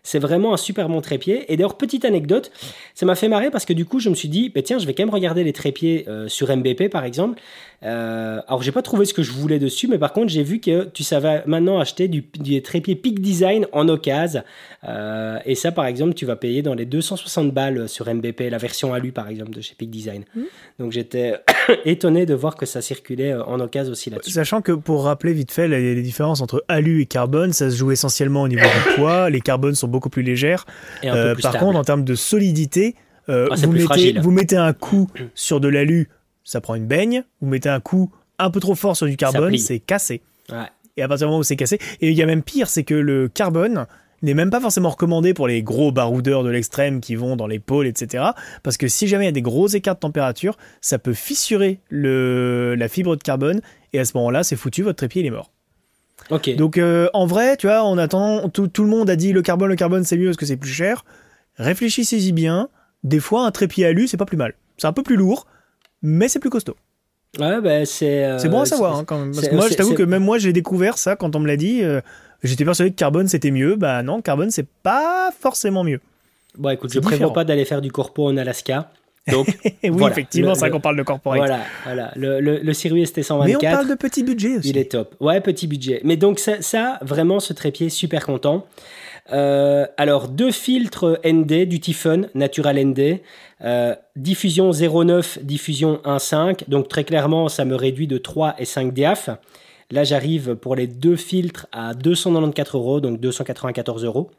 C'est vraiment un super bon trépied. Et d'ailleurs, petite anecdote, ça m'a fait marrer parce que du coup, je me suis dit, bah, tiens, je vais quand même regarder les trépieds euh, sur M B P, par exemple. Euh, alors, j'ai pas trouvé ce que je voulais dessus, mais par contre, j'ai vu que tu savais maintenant acheter du, du trépied Peak Design en occasion. Euh, et ça, par exemple, tu vas payer dans les deux cent soixante balles sur M B P, la version alu, par exemple, de chez Peak Design. Mmh. Donc, j'étais étonné de voir que ça circulait en occasion aussi là-dessus. Sachant que, pour rappeler vite fait les, les différences entre alu et carbone, ça se joue essentiellement au niveau du poids. Les carbones sont beaucoup plus légères. Et un peu euh, plus par stable. contre, en termes de solidité, euh, ah, c'est vous, plus mettez, fragile. vous mettez un coup sur de l'alu, ça prend une baigne. Vous mettez un coup un peu trop fort sur du carbone, c'est cassé. Ouais. Et à partir du moment où c'est cassé, et il y a même pire, c'est que le carbone n'est même pas forcément recommandé pour les gros baroudeurs de l'extrême qui vont dans les pôles, et cetera. Parce que si jamais il y a des gros écarts de température, ça peut fissurer le, la fibre de carbone, et à ce moment-là, c'est foutu, votre trépied, il est mort. Ok. Donc euh, en vrai, tu vois, on attend, tout, tout le monde a dit le carbone, le carbone c'est mieux parce que c'est plus cher. Réfléchissez-y bien. Des fois, un trépied alu, c'est pas plus mal. C'est un peu plus lourd, mais c'est plus costaud. Ouais, bah, c'est, euh, c'est bon à savoir c'est, hein, quand même. Parce que moi, je t'avoue que même moi, j'ai découvert ça quand on me l'a dit. Euh, j'étais persuadé que carbone c'était mieux. Bah non, carbone c'est pas forcément mieux. Bon, écoute, c'est je différent. prévois pas d'aller faire du corpo en Alaska. Donc, oui, voilà, effectivement, le, c'est ça le, qu'on parle de corporate. Voilà, voilà. Le, le, le Sirius S T cent vingt-quatre. Mais on parle de petit budget aussi. Il est top. Ouais, petit budget. Mais donc, ça, ça vraiment, ce trépied, super content. Euh, alors, deux filtres N D, du Typhon, Natural N D. Euh, diffusion zéro neuf, diffusion un virgule cinq. Donc, très clairement, ça me réduit de trois et cinq diaph. Là, j'arrive pour les deux filtres à deux cent quatre-vingt-quatorze euros, donc deux cent quatre-vingt-quatorze euros.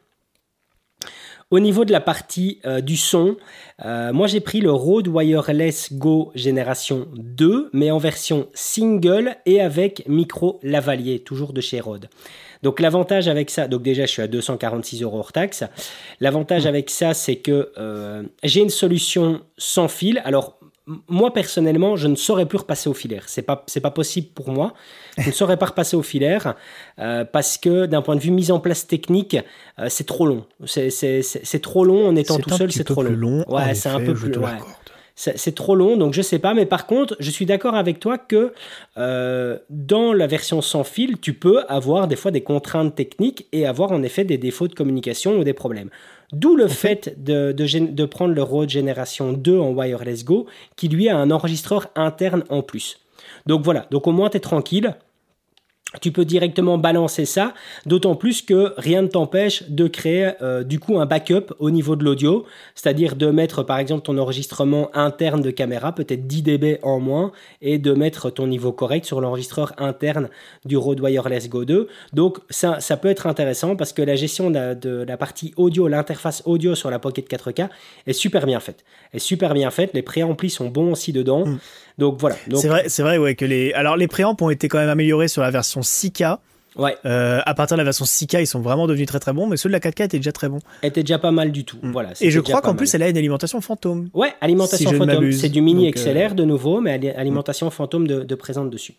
Au niveau de la partie euh, du son, euh, moi j'ai pris le Rode Wireless Go génération deux, mais en version single et avec micro lavalier, toujours de chez Rode. Donc l'avantage avec ça, donc déjà je suis à deux cent quarante-six euros hors taxe. L'avantage mmh. avec ça, c'est que euh, j'ai une solution sans fil. Alors moi personnellement, je ne saurais plus repasser au filaire. C'est pas c'est pas possible pour moi. Je ne saurais pas repasser au filaire euh, parce que d'un point de vue mise en place technique, euh, c'est trop long. C'est c'est c'est, c'est trop long en étant c'est tout seul, c'est trop long. long. Ouais, c'est un peu plus long. Ouais. C'est, c'est trop long, donc je sais pas. Mais par contre, je suis d'accord avec toi que euh, dans la version sans fil, tu peux avoir des fois des contraintes techniques et avoir en effet des défauts de communication ou des problèmes. D'où le fait de, de, de prendre le Rode Génération deux en Wireless Go, qui lui a un enregistreur interne en plus. Donc voilà, donc au moins tu es tranquille. Tu peux directement balancer ça, d'autant plus que rien ne t'empêche de créer euh, du coup un backup au niveau de l'audio, c'est-à-dire de mettre par exemple ton enregistrement interne de caméra, peut-être dix décibels en moins, et de mettre ton niveau correct sur l'enregistreur interne du Rode Wireless Go deux. Donc ça, ça peut être intéressant parce que la gestion de la, de la partie audio, l'interface audio sur la Pocket quatre K est super bien faite. Est super bien faite, les préamplis sont bons aussi dedans. Mmh. Donc voilà. Donc, c'est vrai, c'est vrai ouais, que les... Alors les préamps ont été quand même améliorés sur la version six K. Ouais. Euh, à partir de la version six K, ils sont vraiment devenus très très bons, mais ceux de la quatre K étaient déjà très bons. Étaient déjà pas mal du tout. Mmh. Voilà. Et je crois qu'en plus, elle a une alimentation fantôme. Ouais, alimentation si fantôme. C'est du mini Donc, X L R euh... de nouveau, mais alimentation mmh. fantôme de, de présente dessus.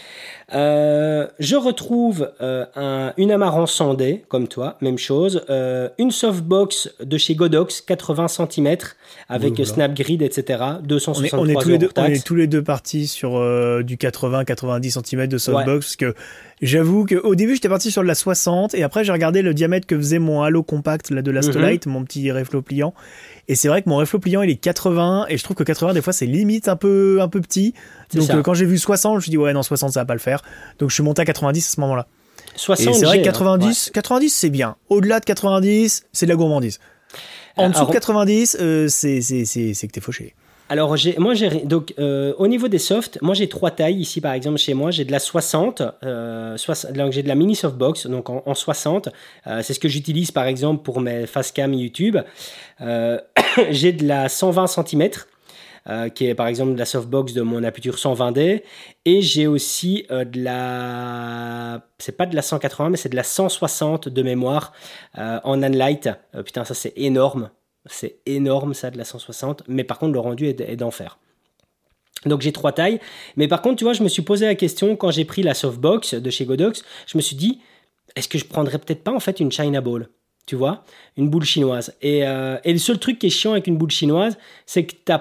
Euh, je retrouve euh, un, une Amarant cent D, comme toi, même chose. Euh, une softbox de chez Godox, quatre-vingts centimètres, avec oui, voilà. Snapgrid, et cetera. deux cent soixante-trois on est, on est tous les deux, on est tous les deux partis sur euh, du quatre-vingts à quatre-vingt-dix centimètres de softbox, ouais. Parce que j'avoue qu'au début, j'étais parti sur de la soixante, et après, j'ai regardé le diamètre que faisait mon Halo Compact là, de l'Astolite, mm-hmm. mon petit réfleau pliant. Et c'est vrai que mon réfleau pliant, il est quatre-vingts, et je trouve que quatre-vingts, des fois, c'est limite un peu, un peu petit. C'est Donc, euh, quand j'ai vu soixante, je me suis dit, ouais, non, soixante, ça va pas le faire. Donc, je suis monté à quatre-vingt-dix à ce moment-là. soixante, et c'est vrai que quatre-vingt-dix, hein, ouais. quatre-vingt-dix, c'est bien. Au-delà de quatre-vingt-dix, c'est de la gourmandise. En dessous Alors, de quatre-vingt-dix, euh, c'est, c'est, c'est, c'est que t'es fauché. Alors, j'ai, moi, j'ai, donc, euh, au niveau des softs, moi, j'ai trois tailles ici, par exemple, chez moi. J'ai de la soixante, euh, soixante donc j'ai de la mini softbox, donc en, en soixante. Euh, c'est ce que j'utilise, par exemple, pour mes facecam YouTube. Euh, j'ai de la cent vingt centimètres, euh, qui est, par exemple, de la softbox de mon Aputure cent vingt D. Et j'ai aussi euh, de la... C'est pas de la cent quatre-vingts, mais c'est de la cent soixante de mémoire euh, en Nanlite. Euh, putain, ça, c'est énorme. C'est énorme ça de la cent soixante, mais par contre le rendu est, est d'enfer. Donc j'ai trois tailles, mais par contre tu vois je me suis posé la question quand j'ai pris la softbox de chez Godox, je me suis dit est-ce que je prendrais peut-être pas en fait une China Ball, tu vois, une boule chinoise. Et, euh, et le seul truc qui est chiant avec une boule chinoise, c'est que t'as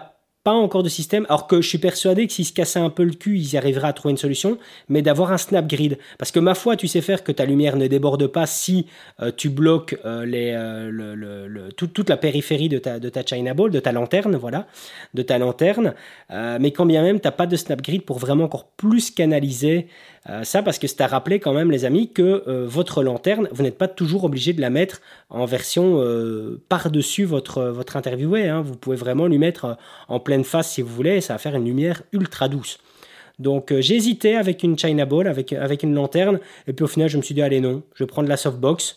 pas encore de système, alors que je suis persuadé que s'ils se cassaient un peu le cul, ils y arriveraient à trouver une solution, mais d'avoir un snap grid. Parce que ma foi, tu sais faire que ta lumière ne déborde pas si euh, tu bloques euh, les, euh, le, le, le, tout, toute la périphérie de ta, de ta China Ball, de ta lanterne, voilà, de ta lanterne. Euh, mais quand bien même, tu n'as pas de snap grid pour vraiment encore plus canaliser euh, ça, parce que c'est à rappeler quand même, les amis, que euh, votre lanterne, vous n'êtes pas toujours obligé de la mettre en version euh, par-dessus votre, votre interviewé. Hein. Vous pouvez vraiment lui mettre euh, en pleine face si vous voulez, et ça va faire une lumière ultra douce. Donc euh, j'ai hésité avec une China Ball, avec, avec une lanterne, et puis au final je me suis dit allez non, je vais prendre la softbox,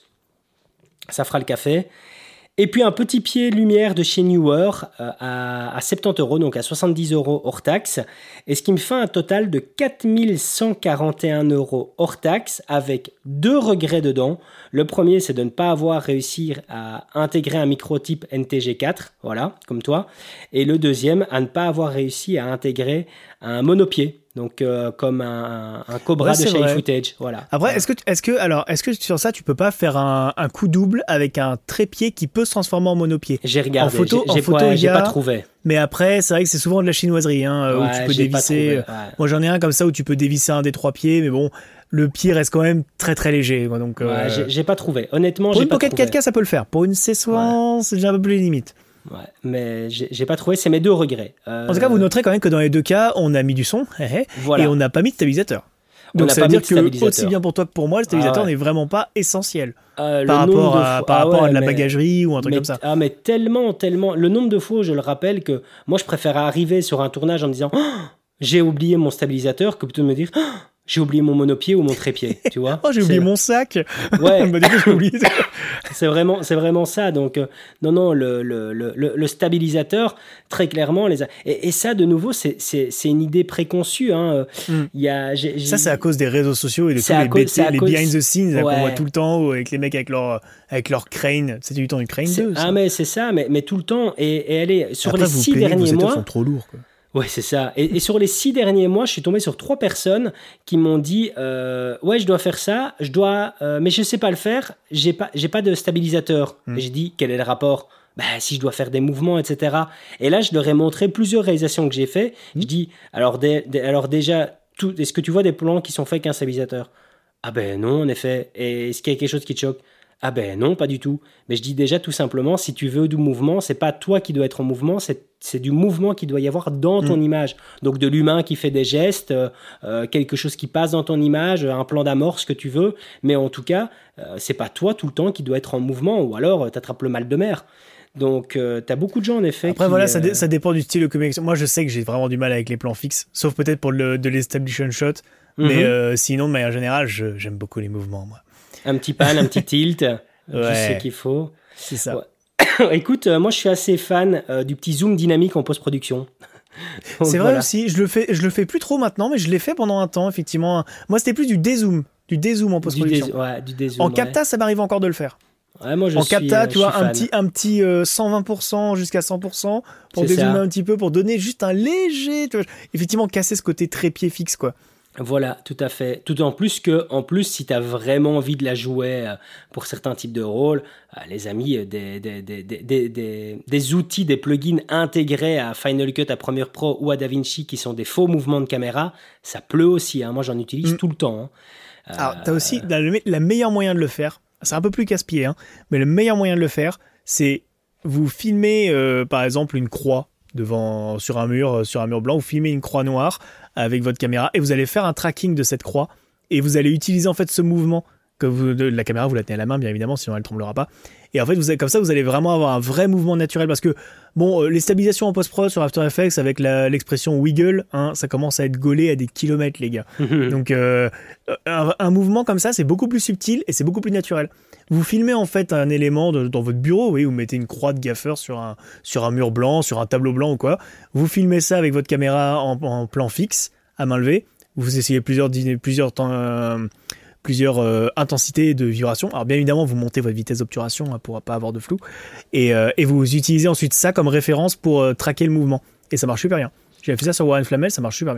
ça fera le café. Et puis un petit pied lumière de chez Neewer euh, à, à soixante-dix euros, donc à soixante-dix euros hors taxe, et ce qui me fait un total de quatre mille cent quarante et un euros hors taxe, avec deux regrets dedans. Le premier, c'est de ne pas avoir réussi à intégrer un micro type N T G quatre, voilà, comme toi. Et le deuxième, à ne pas avoir réussi à intégrer un monopied. Donc euh, comme un, un Cobra ouais, de chez iFootage, voilà. Après, est-ce que, est-ce que, alors, est-ce que sur ça, tu peux pas faire un, un coup double avec un trépied qui peut se transformer en monopied? J'ai regardé, en photo, j'ai, en j'ai, photo, pas, j'ai a, pas trouvé. Mais après, c'est vrai que c'est souvent de la chinoiserie, hein, ouais, où tu peux dévisser. Ouais. Moi, j'en ai un comme ça où tu peux dévisser un des trois pieds, mais bon, le pied reste quand même très très léger. Quoi, donc, ouais, euh, j'ai, j'ai pas trouvé. Honnêtement, pour j'ai une pas Pocket trouvé. quatre K, ça peut le faire. Pour une C soixante, ouais. C'est déjà un peu plus limite. Ouais, mais j'ai, j'ai pas trouvé, c'est mes deux regrets. Euh... En tout cas, vous noterez quand même que dans les deux cas, on a mis du son voilà. Et on n'a pas mis de stabilisateur. Donc ça veut dire que aussi bien pour toi que pour moi, le stabilisateur ah ouais. n'est vraiment pas essentiel euh, par rapport, à, par ah rapport ouais, à de la mais, bagagerie ou un truc mais, comme ça. Ah mais tellement, tellement, le nombre de fois, je le rappelle, que moi je préfère arriver sur un tournage en me disant oh, j'ai oublié mon stabilisateur que plutôt de me dire oh, j'ai oublié mon monopied ou mon trépied, tu vois. Oh, j'ai c'est oublié mon sac. Ouais. bah, du coup, j'ai oublié. c'est vraiment, c'est vraiment ça. Donc, euh, non, non, le, le, le, le stabilisateur, très clairement, les a... et, et ça, de nouveau, c'est, c'est, c'est une idée préconçue. Hein. Mm. Il y a, j'ai, j'ai... Ça, c'est à cause des réseaux sociaux et de tous les, cause, B T, les cause... behind the scenes ouais. qu'on voit tout le temps avec les mecs avec leur, avec leur crane. C'était du temps du crane deux. Ah, mais c'est ça, mais, mais tout le temps. Et, et elle est sur après, les six derniers mois. Sont trop lourds, quoi. Ouais, c'est ça. Et, et sur les six derniers mois, je suis tombé sur trois personnes qui m'ont dit euh, ouais, je dois faire ça, je dois, euh, mais je sais pas le faire. J'ai pas, j'ai pas de stabilisateur. Mm. Et j'ai dit quel est le rapport? Bah, si je dois faire des mouvements, et cetera. Et là, je leur ai montré plusieurs réalisations que j'ai fait. Mm. Je dis alors, dé, dé, alors déjà, tout, est-ce que tu vois des plans qui sont faits avec un stabilisateur? Ah ben non, en effet. Et est-ce qu'il y a quelque chose qui te choque? Ah ben non, pas du tout. Mais je dis déjà tout simplement, si tu veux du mouvement, c'est pas toi qui dois être en mouvement, c'est, c'est du mouvement qui doit y avoir dans ton mmh. image. Donc de l'humain qui fait des gestes, euh, quelque chose qui passe dans ton image, un plan d'amorce que tu veux. Mais en tout cas, euh, c'est pas toi tout le temps qui doit être en mouvement, ou alors euh, t'attrapes le mal de mer. Donc, euh, t'as beaucoup de gens, en effet. Après, qui, voilà, euh... ça, dé- ça dépend du style de communication. Moi, je sais que j'ai vraiment du mal avec les plans fixes, sauf peut-être pour le, de l'establishment shot. Mm-hmm. Mais euh, sinon, de manière générale, je, j'aime beaucoup les mouvements, moi. Un petit pan, un petit tilt, ouais. Je sais qu'il faut. C'est ça. Ouais. Écoute, euh, moi, je suis assez fan euh, du petit zoom dynamique en post-production. Donc, c'est vrai voilà. aussi. Je le fais, je le fais plus trop maintenant, mais je l'ai fait pendant un temps, effectivement. Moi, c'était plus du dézoom, du dézoom en post-production. Du dé- ouais, du dézoom. En capta, ouais. ça m'arrive encore de le faire. Ouais, moi je en suis, capta, euh, tu vois, fan. un petit, un petit euh, cent vingt pour cent jusqu'à cent pour cent pour c'est dézoomer ça. un petit peu, pour donner juste un léger, tu vois, effectivement, casser ce côté trépied fixe, quoi. Voilà, tout à fait. Tout en plus que, en plus, si tu as vraiment envie de la jouer euh, pour certains types de rôles, euh, les amis, euh, des, des, des, des, des, des outils, des plugins intégrés à Final Cut, à Premiere Pro ou à DaVinci qui sont des faux mouvements de caméra, ça pleut aussi. Hein. Moi, j'en utilise mm. tout le temps. Hein. Euh, Alors, tu as aussi la, la meilleure moyen de le faire. C'est un peu plus casse-pied, hein, mais le meilleur moyen de le faire, c'est vous filmez euh, par exemple une croix devant, sur un mur, sur un mur blanc, vous filmez une croix noire avec votre caméra et vous allez faire un tracking de cette croix et vous allez utiliser en fait ce mouvement que vous, de la caméra, vous la tenez à la main bien évidemment, sinon elle ne tremblera pas. Et en fait, vous avez, comme ça, vous allez vraiment avoir un vrai mouvement naturel parce que bon, euh, les stabilisations en post-prod sur After Effects avec la, l'expression wiggle, hein, ça commence à être gaulé à des kilomètres, les gars. Donc, euh, un, un mouvement comme ça, c'est beaucoup plus subtil et c'est beaucoup plus naturel. Vous filmez en fait un élément de, dans votre bureau, oui, vous mettez une croix de gaffeur sur un, sur un mur blanc, sur un tableau blanc ou quoi. Vous filmez ça avec votre caméra en, en plan fixe, à main levée. Vous essayez plusieurs, plusieurs temps. Euh, plusieurs euh, intensités de vibration. Alors bien évidemment, vous montez votre vitesse d'obturation hein, pour pas avoir de flou. Et, euh, et vous utilisez ensuite ça comme référence pour euh, traquer le mouvement. Et ça marche super bien. J'ai fait ça sur Warren Flamel, ça marche super bien.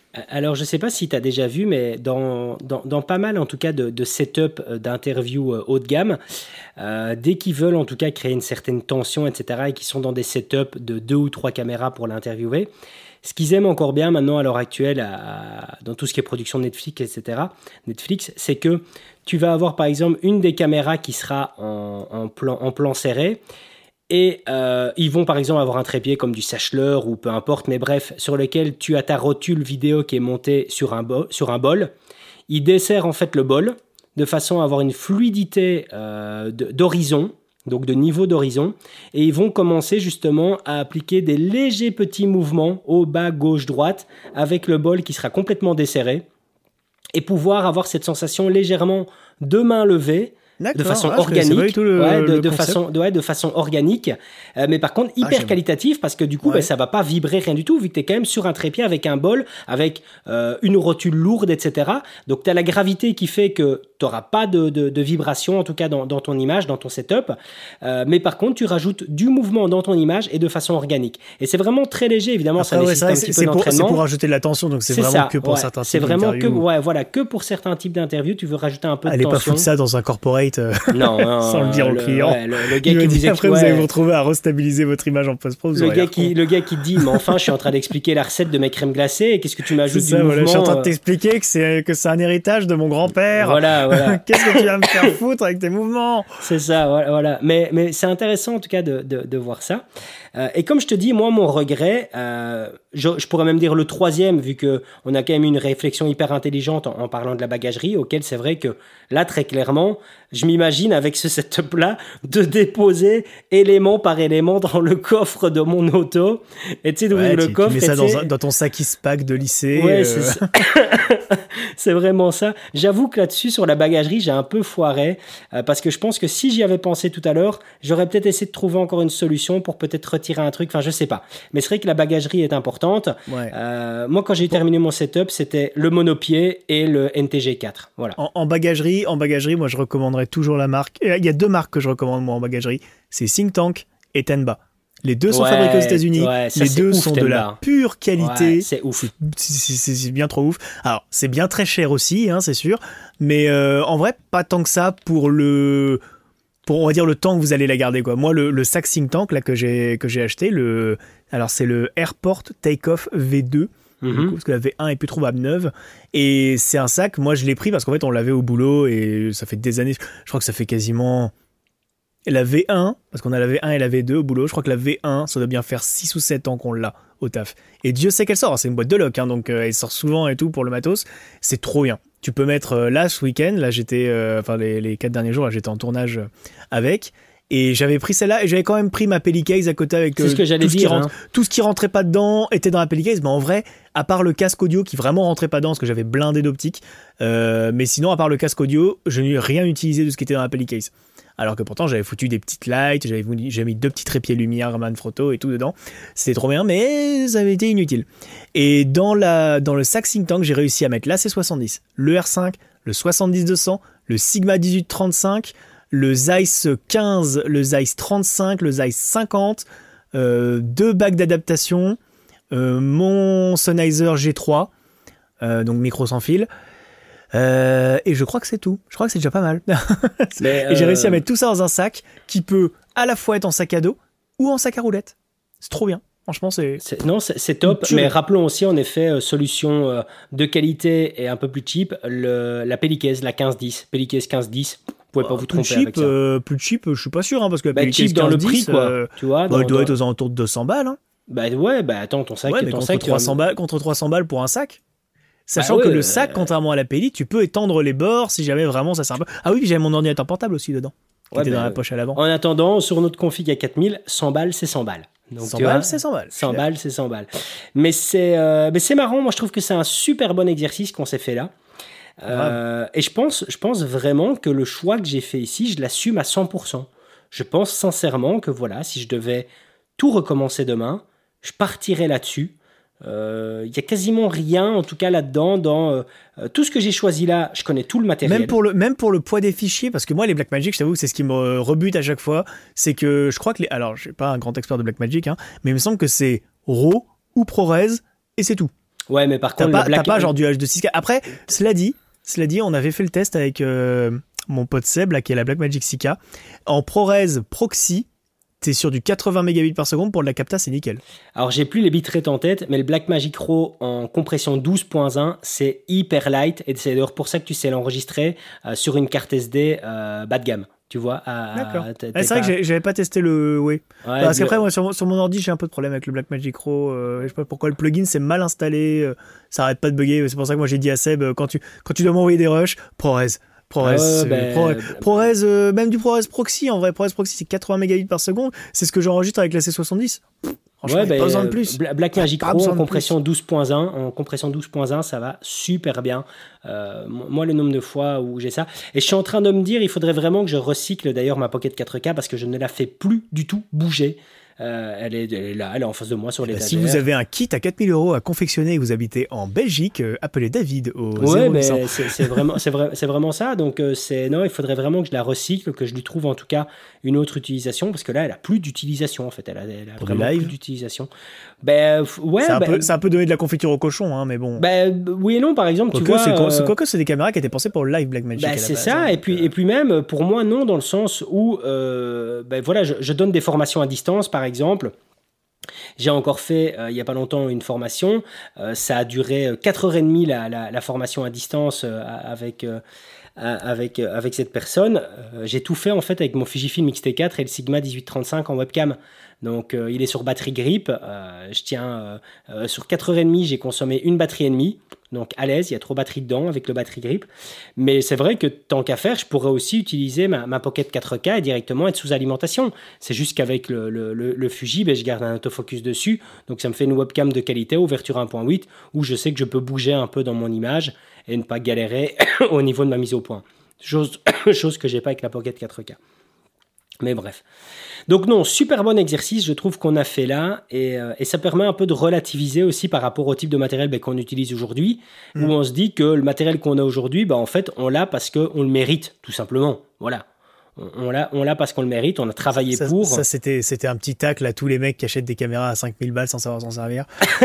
Alors, je ne sais pas si tu as déjà vu, mais dans, dans, dans pas mal, en tout cas, de, de setup d'interviews haut de gamme, euh, dès qu'ils veulent, en tout cas, créer une certaine tension, et cetera, et qu'ils sont dans des setups de deux ou trois caméras pour l'interviewer, ce qu'ils aiment encore bien maintenant, à l'heure actuelle, à, dans tout ce qui est production Netflix, et cetera, Netflix, c'est que tu vas avoir, par exemple, une des caméras qui sera en, en, plan, en plan serré, et euh, ils vont par exemple avoir un trépied comme du Sachtler ou peu importe, mais bref, sur lequel tu as ta rotule vidéo qui est montée sur un, bo- sur un bol. Ils desserrent en fait le bol de façon à avoir une fluidité euh, de, d'horizon, donc de niveau d'horizon, et ils vont commencer justement à appliquer des légers petits mouvements haut, bas, gauche, droite, avec le bol qui sera complètement desserré, et pouvoir avoir cette sensation légèrement de main levée, D'accord. de façon ah, organique, le, ouais, de, le de façon, ouais, de façon organique, euh, mais par contre hyper ah, qualitatif parce que du coup, ouais. ben, ça va pas vibrer rien du tout vu que tu es quand même sur un trépied avec un bol, avec euh, une rotule lourde, et cetera. Donc tu as la gravité qui fait que tu n'auras pas de, de, de vibration en tout cas dans, dans ton image, dans ton setup, euh, mais par contre tu rajoutes du mouvement dans ton image et de façon organique. Et c'est vraiment très léger, évidemment. Après, ça ouais, nécessite vrai, un petit c'est, peu pour, d'entraînement. C'est pour rajouter de la tension, donc c'est, c'est vraiment ça, que pour ouais, certains types c'est vraiment d'interviews. que, ouais, voilà, que pour certains types d'interviews, tu veux rajouter un peu Allez de tension. Allez pas foutre ça dans un corporate euh, non, non, sans le dire au le, client. Ouais, le, le gars Il qui dit vous après, expl- vous allez ouais. vous retrouver à restabiliser votre image en post-pro. Le gars, qui, le gars qui dit, mais enfin, je suis en train d'expliquer la recette de mes crèmes glacées et qu'est-ce que tu m'ajoutes c'est ça, du voilà, mouvement. Je suis en train de t'expliquer que c'est, que c'est un héritage de mon grand-père. Voilà, voilà. Qu'est-ce que tu vas me faire foutre avec tes mouvements? C'est ça, voilà. voilà. Mais, mais c'est intéressant en tout cas de, de, de voir ça. Euh, et comme je te dis, moi, mon regret, euh, je, je pourrais même dire le troisième, vu qu'on a quand même une réflexion hyper intelligente en, en parlant de la bagagerie, auquel c'est vrai que là, très clairement, je m'imagine avec ce setup-là de déposer élément par élément dans le coffre de mon auto. Et tu sais, d'ouvrir ouais, le tu, coffre. Tu mets ça dans, un, dans ton sac Ispac de lycée. Ouais, euh... c'est ça. C'est vraiment ça. J'avoue que là-dessus, sur la bagagerie, j'ai un peu foiré euh, parce que je pense que si j'y avais pensé tout à l'heure, j'aurais peut-être essayé de trouver encore une solution pour peut-être retirer un truc. Enfin, je sais pas. Mais c'est vrai que la bagagerie est importante. Ouais. Euh, moi, quand j'ai terminé mon setup, c'était le monopied et le N T G quatre. Voilà. En, en bagagerie, en bagagerie, moi, je recommanderais toujours la marque. Il y a deux marques que je recommande moi en bagagerie. C'est Think Tank et Tenba. Les deux sont ouais, fabriqués aux États-Unis. Ouais, ça, les deux ouf, sont Tenba. de la pure qualité. Ouais, c'est ouf. C'est, c'est, c'est, c'est bien trop ouf. Alors, c'est bien très cher aussi, hein, c'est sûr. Mais euh, en vrai, pas tant que ça pour le, pour on va dire le temps que vous allez la garder, quoi. Moi, le, le sac Think Tank là que j'ai que j'ai acheté, le, alors c'est le Airport Takeoff V deux. Mm-hmm. Du coup, parce que la V un est plus trouvable neuve. Et c'est un sac, moi je l'ai pris parce qu'en fait on l'avait au boulot et ça fait des années. Je crois que ça fait quasiment. Et la V un, parce qu'on a la V un et la V deux au boulot, je crois que la V un, ça doit bien faire six ou sept ans qu'on l'a au taf. Et Dieu sait qu'elle sort, c'est une boîte de loc, hein, donc euh, elle sort souvent et tout pour le matos. C'est trop bien. Tu peux mettre euh, là ce week-end, là j'étais, euh, enfin les, les quatre derniers jours, là, j'étais en tournage euh, avec. Et j'avais pris celle-là et j'avais quand même pris ma Pellicase à côté avec euh, c'est ce que j'allais tout, ce dire, qui rentre, hein. tout ce qui rentrait pas dedans était dans la Pellicase. Mais en vrai, à part le casque audio qui vraiment rentrait pas dedans parce que j'avais blindé d'optique, euh, mais sinon à part le casque audio, je n'ai rien utilisé de ce qui était dans la Pellicase. Alors que pourtant j'avais foutu des petites lights, j'avais, j'avais mis deux petits trépieds lumière, Manfrotto et tout dedans. C'était trop bien, mais ça avait été inutile. Et dans, la, dans le sac Think Tank, j'ai réussi à mettre l'A C soixante-dix, le R cinq, le soixante-dix deux cents, le Sigma dix-huit trente-cinq, le Zeiss quinze, le Zeiss trente-cinq, le Zeiss cinquante, euh, deux bacs d'adaptation, euh, mon Sennheiser G trois, euh, donc micro sans fil. Euh, et je crois que c'est tout. Je crois que c'est déjà pas mal. Mais et j'ai euh... réussi à mettre tout ça dans un sac qui peut à la fois être en sac à dos ou en sac à roulettes. C'est trop bien. Franchement, c'est... c'est non, c'est, c'est top. Mais rappelons aussi, en effet, euh, solution euh, de qualité et un peu plus cheap, le, la Pellicase, la quinze dix. Pellicase quinze dix. Vous pouvez pas euh, vous tromper cheap, avec ça. Euh, plus cheap, je suis pas sûr, hein, parce que la bah, Pellicase cheap dans quinze, le prix, dix, quoi. Euh, tu vois, bah, dans, il doit dans... être aux alentours de deux cents balles. Hein. Bah ouais, bah attends, ton sac, ouais, mais ton contre sac, trois cents euh... balles, contre trois cents balles pour un sac. Sachant bah ouais, que le sac, euh... contrairement à la Pelli, tu peux étendre les bords si jamais vraiment ça sert un peu. Ah oui, puis j'avais mon ordinateur portable aussi dedans, qui ouais, était bah, dans la poche à l'avant. En attendant, sur notre config à quatre mille, cent balles, c'est cent balles. Donc, cent tu balles, vois, c'est cent balles. cent balles, c'est cent balles. Mais c'est, euh, mais c'est marrant, moi je trouve que c'est un super bon exercice qu'on s'est fait là. Euh, et je pense, je pense vraiment que le choix que j'ai fait ici, je l'assume à cent pour cent. Je pense sincèrement que voilà, si je devais tout recommencer demain, je partirais là-dessus. Il euh, y a quasiment rien, en tout cas là-dedans, dans euh, tout ce que j'ai choisi là, je connais tout le matériel. Même pour le, même pour le poids des fichiers, parce que moi les Blackmagic, je t'avoue que c'est ce qui me rebute à chaque fois, c'est que je crois que les, alors je suis pas un grand expert de Blackmagic, hein, mais il me semble que c'est RAW ou ProRes et c'est tout. Ouais, mais par T'as contre, pas, le Black... t'as pas genre du H deux six K. Après, cela dit, cela dit, on avait fait le test avec euh, mon pote Seb, là, qui est la Blackmagic six K. En ProRes Proxy, t'es sur du quatre-vingts mégabits par seconde. Pour de la capta, c'est nickel. Alors, j'ai plus les bitrates en tête, mais le Blackmagic Raw en compression douze point un, c'est hyper light. Et c'est d'ailleurs pour ça que tu sais l'enregistrer euh, sur une carte S D euh, bas de gamme. Tu vois, à, D'accord. à, t'es, Ah, t'es c'est vrai pas... que j'avais pas testé le. Oui. Ouais, Parce le... qu'après, moi, sur, mon, sur mon ordi, j'ai un peu de problème avec le Blackmagic Raw. Euh, je sais pas pourquoi le plugin c'est mal installé. Euh, ça arrête pas de bugger. C'est pour ça que moi j'ai dit à Seb, euh, quand tu, quand tu dois m'envoyer des rushs, ProRes. ProRes, Ah ouais, euh, ben, ProRes, ben, ProRes euh, même du ProRes Proxy. En vrai, ProRes Proxy c'est quatre-vingts mégabits par seconde. C'est ce que j'enregistre avec la C soixante-dix. Pff, franchement, ouais, ben, pas besoin de euh, plus. Blackmagic Pas Raw besoin en de compression douze point un, en compression douze point un, ça va super bien. Euh, moi, le nombre de fois où j'ai ça, et je suis en train de me dire, il faudrait vraiment que je recycle d'ailleurs ma Pocket quatre K parce que je ne la fais plus du tout bouger. Euh, elle, est, elle est là, elle est en face de moi sur Bah, l'étagère. si vous avez un kit à quatre mille euros à confectionner et que vous habitez en Belgique, euh, appelez David au Ouais, zéro huit mais cents. c'est, c'est vraiment, c'est vrai, c'est vraiment ça. Donc euh, c'est non, il faudrait vraiment que je la recycle, que je lui trouve en tout cas une autre utilisation, parce que là, elle a plus d'utilisation en fait. Elle a, elle a Pour du vraiment live plus d'utilisation. Ben f- ouais, c'est, un ben, peu, c'est un peu donner de la confiture au cochon, hein, mais bon. ben, oui et non. Par exemple, tu Quoique, vois. c'est, quoi- euh, c'est, quoique, c'est des caméras qui étaient pensées pour le live Blackmagic. Bah, à la c'est base, ça, hein, et donc, puis, euh, et puis même, pour moi, non, dans le sens où euh, ben voilà, je, je donne des formations à distance, par exemple. J'ai encore fait, euh, il n'y a pas longtemps, une formation. Euh, ça a duré quatre heures trente la, la, la formation à distance euh, avec, euh, avec, euh, avec cette personne. Euh, j'ai tout fait en fait avec mon Fujifilm X T quatre et le Sigma dix-huit trente-cinq en webcam. Donc euh, il est sur batterie grip. Euh, je tiens euh, euh, sur quatre heures trente, j'ai consommé une batterie et demie. Donc à l'aise, il y a trop de batterie dedans avec le batterie grip. Mais c'est vrai que tant qu'à faire, je pourrais aussi utiliser ma, ma Pocket quatre K et directement être sous alimentation. C'est juste qu'avec le, le, le, le Fuji, ben, je garde un autofocus dessus. Donc ça me fait une webcam de qualité, ouverture un point huit, où je sais que je peux bouger un peu dans mon image et ne pas galérer au niveau de ma mise au point. Chose, chose que j'ai pas avec la Pocket quatre K. Mais bref. Donc non, super bon exercice, je trouve qu'on a fait là, et, euh, et ça permet un peu de relativiser aussi par rapport au type de matériel ben, qu'on utilise aujourd'hui, mmh. où on se dit que le matériel qu'on a aujourd'hui, ben, en fait, on l'a parce qu'on le mérite, tout simplement. Voilà. On, on, l'a, on l'a parce qu'on le mérite, on a travaillé ça, pour. Ça, c'était, c'était un petit tacle à tous les mecs qui achètent des caméras à cinq mille balles sans savoir s'en servir.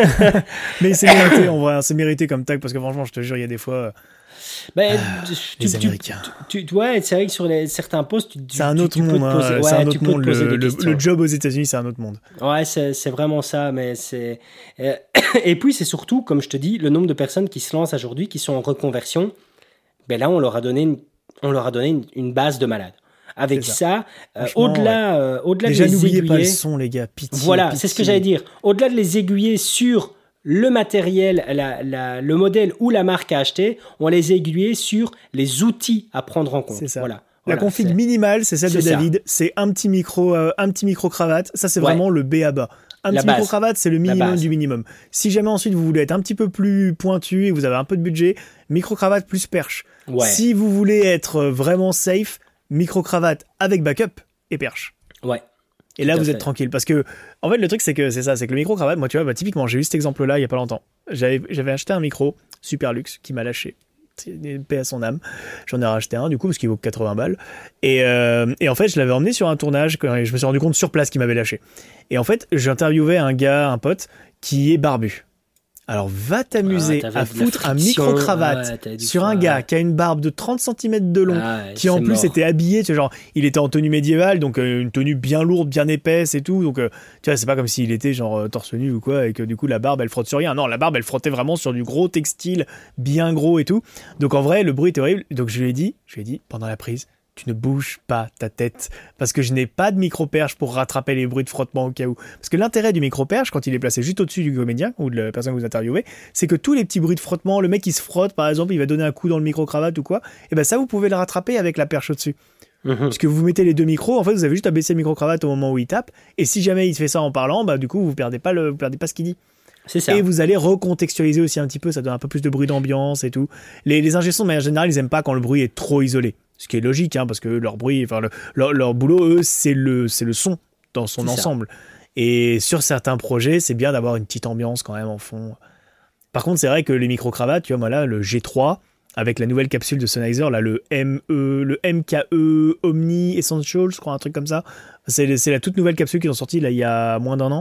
Mais c'est mérité, en vrai, c'est mérité comme tacle, parce que franchement, je te jure, il y a des fois... Ben, ah, tu, les tu, Américains. Tu, tu, ouais, c'est vrai que sur les, certains postes, tu, c'est un autre tu, tu monde. peux te poser, hein, ouais, c'est un autre tu peux monde. te poser le, des le, questions. le job aux États-Unis, c'est un autre monde. Ouais, c'est, c'est vraiment ça. Mais c'est euh, et puis c'est surtout, comme je te dis, le nombre de personnes qui se lancent aujourd'hui, qui sont en reconversion. Ben là, on leur a donné une, on leur a donné une, une base de malade. Avec ça, ça euh, au-delà, ouais. euh, au-delà Déjà, de les n'oubliez aiguiller. pas le son, les gars. Pitié. Voilà, pitié. c'est ce que j'allais dire. Au-delà de les aiguiller sur le matériel, la, la, le modèle ou la marque à acheter, on les aiguillait sur les outils à prendre en compte. C'est ça. Voilà. La voilà, config c'est... minimale, c'est celle c'est de ça. David. C'est un petit micro, euh, un petit micro cravate. Ça, c'est ouais. vraiment le B à bas. Un la petit base. micro cravate, c'est le minimum du minimum. Si jamais ensuite vous voulez être un petit peu plus pointu et que vous avez un peu de budget, micro cravate plus perche. Ouais. Si vous voulez être vraiment safe, micro cravate avec backup et perche. Ouais. Et là, Tout vous à êtes fait. tranquille. Parce que, en fait, le truc, c'est que c'est ça, c'est que le micro-cravate, moi, tu vois, bah, typiquement, j'ai eu cet exemple-là il y a pas longtemps. J'avais, j'avais acheté un micro super luxe qui m'a lâché. C'est une paix à son âme. J'en ai racheté un, du coup, parce qu'il vaut que quatre-vingts balles. Et, euh, et en fait, je l'avais emmené sur un tournage, quand je me suis rendu compte sur place qu'il m'avait lâché. Et en fait, j'interviewais un gars, un pote, qui est barbu. Alors, va t'amuser ah, à foutre un micro-cravate ouais, sur un gars qui a une barbe de trente centimètres de long, ah, ouais, qui en plus mort. était habillé, tu vois, genre, il était en tenue médiévale, donc euh, une tenue bien lourde, bien épaisse et tout. Donc, euh, tu vois, c'est pas comme s'il était genre euh, torse nu ou quoi, et que du coup, la barbe, elle frotte sur rien. Non, la barbe, elle frottait vraiment sur du gros textile, bien gros et tout. Donc, en vrai, le bruit était horrible. Donc, je lui ai dit, je lui ai dit, pendant la prise, tu ne bouges pas ta tête parce que je n'ai pas de micro-perche pour rattraper les bruits de frottement au cas où. Parce que l'intérêt du micro-perche, quand il est placé juste au-dessus du comédien ou de la personne que vous interviewez, c'est que tous les petits bruits de frottement, le mec qui se frotte par exemple, il va donner un coup dans le micro-cravate ou quoi, et ben ça vous pouvez le rattraper avec la perche au-dessus. Mmh. Parce que vous mettez les deux micros, en fait vous avez juste à baisser le micro-cravate au moment où il tape, et si jamais il fait ça en parlant, bah du coup vous perdez pas, le, vous perdez pas ce qu'il dit. C'est ça. Et vous allez recontextualiser aussi un petit peu, ça donne un peu plus de bruit d'ambiance et tout. Les, les ingé-sons, de manière générale, ils aiment pas quand le bruit est trop isolé. Ce qui est logique, hein, parce que leur bruit, enfin, le, leur, leur boulot, eux, c'est le, c'est le son dans son c'est ensemble. Ça. Et sur certains projets, c'est bien d'avoir une petite ambiance quand même en fond. Par contre, c'est vrai que les micro-cravates, tu vois, moi là, le G trois, avec la nouvelle capsule de Sennheiser, là, le, M E, le M K E Omni Essential, je crois, un truc comme ça. C'est, c'est la toute nouvelle capsule qu'ils ont sortie là, il y a moins d'un an.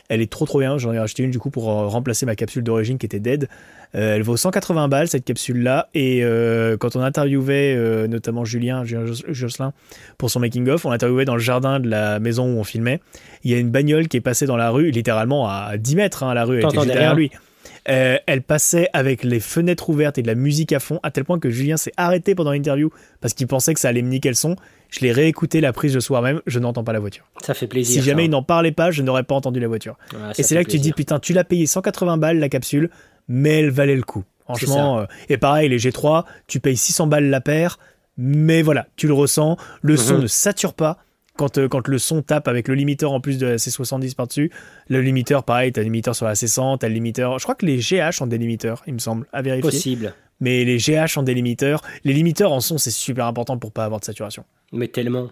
Elle est trop trop bien. J'en ai racheté une du coup pour euh, remplacer ma capsule d'origine qui était dead. Euh, elle vaut cent quatre-vingts balles cette capsule-là. Et euh, quand on interviewait euh, notamment Julien, Julien Josselin pour son making-of, on interviewait dans le jardin de la maison où on filmait. Il y a une bagnole qui est passée dans la rue, littéralement à dix mètres, hein, la rue, elle était juste derrière lui. Euh, elle passait avec les fenêtres ouvertes et de la musique à fond, à tel point que Julien s'est arrêté pendant l'interview parce qu'il pensait que ça allait me niquer le son. Je l'ai réécouté la prise le soir même, je n'entends pas la voiture. Ça fait plaisir. Si jamais ça. il n'en parlait pas, je n'aurais pas entendu la voiture. Ouais, et c'est là que plaisir. Tu te dis, putain, tu l'as payé cent quatre-vingts balles la capsule, mais elle valait le coup. Franchement, euh, et pareil, les G trois, tu payes six cents balles la paire, mais voilà, tu le ressens, le mm-hmm. son ne sature pas. Quand, euh, quand le son tape avec le limiteur en plus de la C soixante-dix par-dessus, le limiteur, pareil, t'as le limiteur sur la C cent, t'as le limiteur... Je crois que les G H ont des limiteurs, il me semble, à vérifier. Possible. Mais les G H ont des limiteurs. Les limiteurs en son, c'est super important pour pas avoir de saturation. Mais tellement.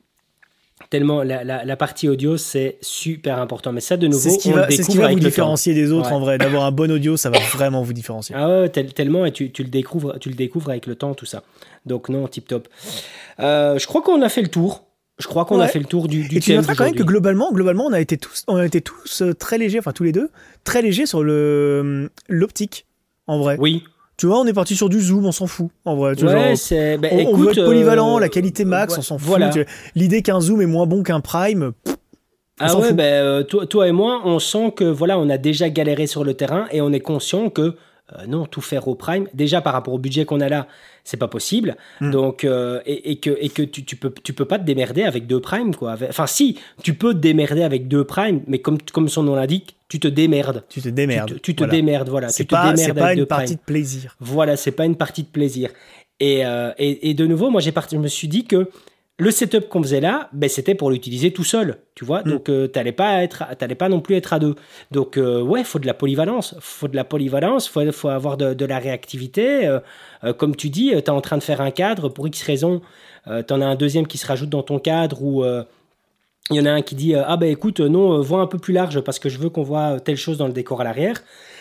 Tellement, la, la, la partie audio, c'est super important. Mais ça, de nouveau, c'est ce qui on va, le découvre c'est ce qui va avec vous le différencier temps. des autres, ouais. en vrai. D'avoir un bon audio, ça va vraiment vous différencier. Ah ouais, tel, tellement, et tu, tu, le découvres, tu le découvres avec le temps, tout ça. Donc non, tip top. Euh, je crois qu'on a fait le tour. Je crois qu'on ouais. a fait le tour du, du et tu noteras quand même que globalement, globalement, on a été tous, on a été tous très légers, enfin tous les deux, très légers sur le l'optique, en vrai. Oui. Tu vois, on est parti sur du zoom, on s'en fout, en vrai. Tu ouais, vois, genre, c'est... Ben, on, écoute, on veut être polyvalent, euh... la qualité max, ouais, on s'en fout. voilà. Tu vois, l'idée qu'un zoom est moins bon qu'un prime, pff, on ah s'en ouais, fout. Ben, euh, toi, toi et moi, on sent que voilà, on a déjà galéré sur le terrain et on est conscient que euh, non, tout faire au prime, déjà par rapport au budget qu'on a là, c'est pas possible. Mm. Donc, euh, et, et que, et que tu, tu, peux, tu peux pas te démerder avec deux primes, quoi. Enfin, si, tu peux te démerder avec deux primes, mais comme, comme son nom l'indique, tu te démerdes. Tu te démerdes. Tu te, tu te voilà. démerdes, voilà. C'est tu pas, te c'est pas une deux partie primes. de plaisir. Voilà, c'est pas une partie de plaisir. Et, euh, et, et de nouveau, moi, j'ai part... je me suis dit que le setup qu'on faisait là, ben, c'était pour l'utiliser tout seul, tu vois. Mm. Donc, euh, t'allais pas être, t'allais pas non plus être à deux. Donc, euh, ouais, faut de la polyvalence. Faut de la polyvalence. Faut, faut avoir de, de la réactivité. Euh, euh, comme tu dis, t'es en train de faire un cadre pour X raisons. Euh, t'en as un deuxième qui se rajoute dans ton cadre ou il euh, y en a un qui dit euh, ah ben écoute, non, euh, vois un peu plus large parce que je veux qu'on voit telle chose dans le décor à l'arrière.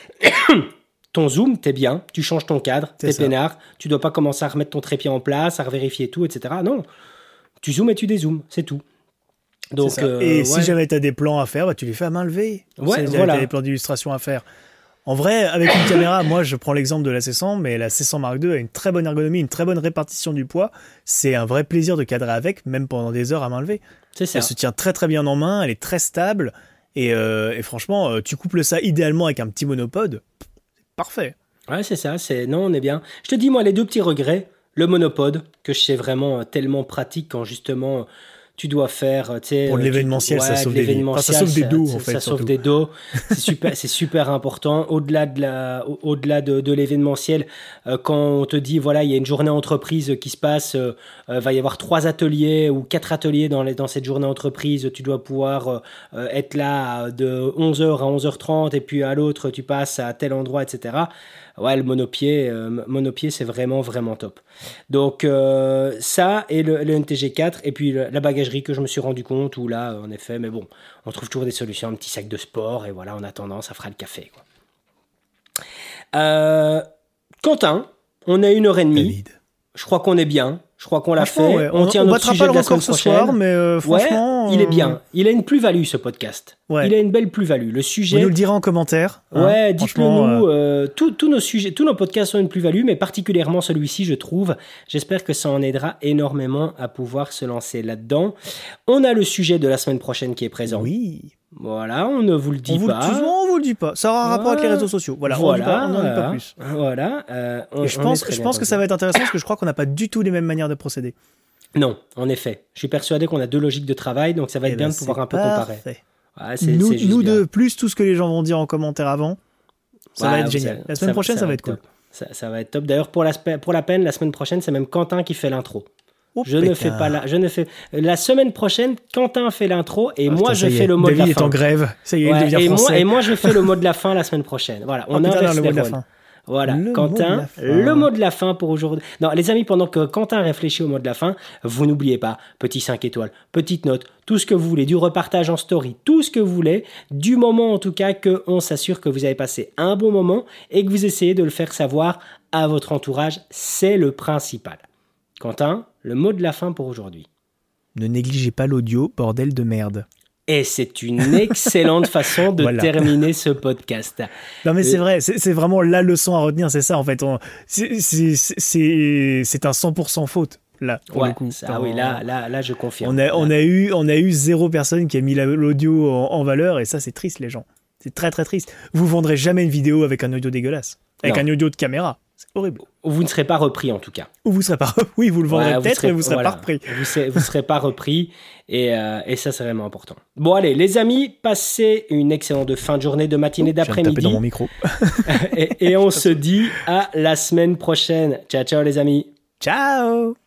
Ton zoom, t'es bien. Tu changes ton cadre, t'es peinard. Tu dois pas commencer à remettre ton trépied en place, à revérifier tout, et cetera. Non. Tu zoomes et tu dézoomes, c'est tout. Donc, c'est euh, et ouais. si jamais tu as des plans à faire, bah, tu les fais à main levée. Ouais, si voilà. tu as des plans d'illustration à faire. En vrai, avec une caméra, moi je prends l'exemple de la C cent, mais la C cent Mark deux a une très bonne ergonomie, une très bonne répartition du poids. C'est un vrai plaisir de cadrer avec, même pendant des heures à main levée. C'est ça. Elle se tient très très bien en main, elle est très stable. Et, euh, et franchement, tu couples ça idéalement avec un petit monopode. Parfait. Ouais, c'est ça. C'est... Non, on est bien. Je te dis, moi, les deux petits regrets. Le monopode, que je sais vraiment tellement pratique quand justement tu dois faire... Pour l'événementiel, tu... ça ouais, sauve des vies. Enfin, ça sauve des dos, en fait. Ça surtout. sauve des dos. C'est super, c'est super important. Au-delà de, la, au-delà de, de l'événementiel, euh, quand on te dit, voilà, il y a une journée entreprise qui se passe, euh, euh, va y avoir trois ateliers ou quatre ateliers dans, les, dans cette journée entreprise, tu dois pouvoir euh, être là de onze heures à onze heures trente et puis à l'autre, tu passes à tel endroit, et cetera. Ouais, le monopied, euh, monopied, c'est vraiment, vraiment top. Donc, euh, ça et le, le N T G quatre, et puis le, la bagagerie que je me suis rendu compte, où là, en effet, mais bon, on trouve toujours des solutions, un petit sac de sport, et voilà, en attendant, ça fera le café, quoi. Euh, Quentin, on a une heure et demie. David. Je crois qu'on est bien. Je crois qu'on l'a fait. Ouais. On, on tient on notre sujet pas le de la semaine ce prochaine. Soir, mais euh, franchement, ouais, il est bien. Il a une plus-value, ce podcast. Ouais. Il a une belle plus-value. Le sujet. Vous nous le direz en commentaire. Hein, ouais, dites-le nous. Euh... Euh, tous, tous nos sujets, tous nos podcasts ont une plus-value, mais particulièrement celui-ci, je trouve. J'espère que ça en aidera énormément à pouvoir se lancer là-dedans. On a le sujet de la semaine prochaine qui est présent. Oui. Voilà, on ne vous le dit on vous pas. Le, souvent, on vous le dit pas. Ça aura un rapport avec les réseaux sociaux. Voilà, voilà on n'en dit pas plus. Voilà. Euh, on, Et je pense, je pense que ça va être intéressant parce que je crois qu'on n'a pas du tout les mêmes manières de procéder. Non, en effet. Je suis persuadé qu'on a deux logiques de travail, donc ça va être Et bien ben de pouvoir un peu parfait. comparer. Ouais, c'est, nous, c'est juste nous bien. deux, plus tout ce que les gens vont dire en commentaire avant, ça ouais, va être génial. La semaine ça, prochaine, ça, ça va être top. cool. Ça, ça va être top. D'ailleurs, pour la, pour la peine, la semaine prochaine, c'est même Quentin qui fait l'intro. Oh, je pétard. ne fais pas la, je ne fais la semaine prochaine. Quentin fait l'intro et oh, moi putain, je fais est. le mot David de la est fin. en grève. Ça y est, ouais, il devient et français. Moi, et moi je fais le mot de la fin la semaine prochaine. Voilà, on oh, putain, inverse non, les le mot de rôles. la fin. Voilà, le Quentin, mot le mot de la fin pour aujourd'hui. Non, les amis, pendant que Quentin réfléchit au mot de la fin, vous n'oubliez pas, petit cinq étoiles, petite note, tout ce que vous voulez, du repartage en story, tout ce que vous voulez, du moment en tout cas qu'on s'assure que vous avez passé un bon moment et que vous essayez de le faire savoir à votre entourage, c'est le principal. Quentin, le mot de la fin pour aujourd'hui. Ne négligez pas l'audio, bordel de merde. Et c'est une excellente façon de voilà. terminer ce podcast. Non mais c'est vrai, c'est, c'est vraiment la leçon à retenir, c'est ça en fait. On, c'est, c'est, c'est, c'est un cent pour cent faute. Là, pour ouais, le coup. Ça, oui, là, là, là, je confirme. On a, on a eu, on a eu zéro personne qui a mis la, l'audio en, en valeur, et ça, c'est triste, les gens. C'est très, très triste. Vous vendrez jamais une vidéo avec un audio dégueulasse, avec non. un audio de caméra. C'est horrible. Vous ne serez pas repris, en tout cas. Ou vous serez pas. Oui, vous le vendrez ouais, peut-être, vous serez, mais vous serez voilà, pas repris. Vous serez, vous serez pas repris, et, euh, et ça, c'est vraiment important. Bon, allez, les amis, passez une excellente fin de journée, de matinée, oh, d'après-midi. Je viens de taper dans mon micro. et, et on se dit à la semaine prochaine. Ciao, ciao, les amis. Ciao.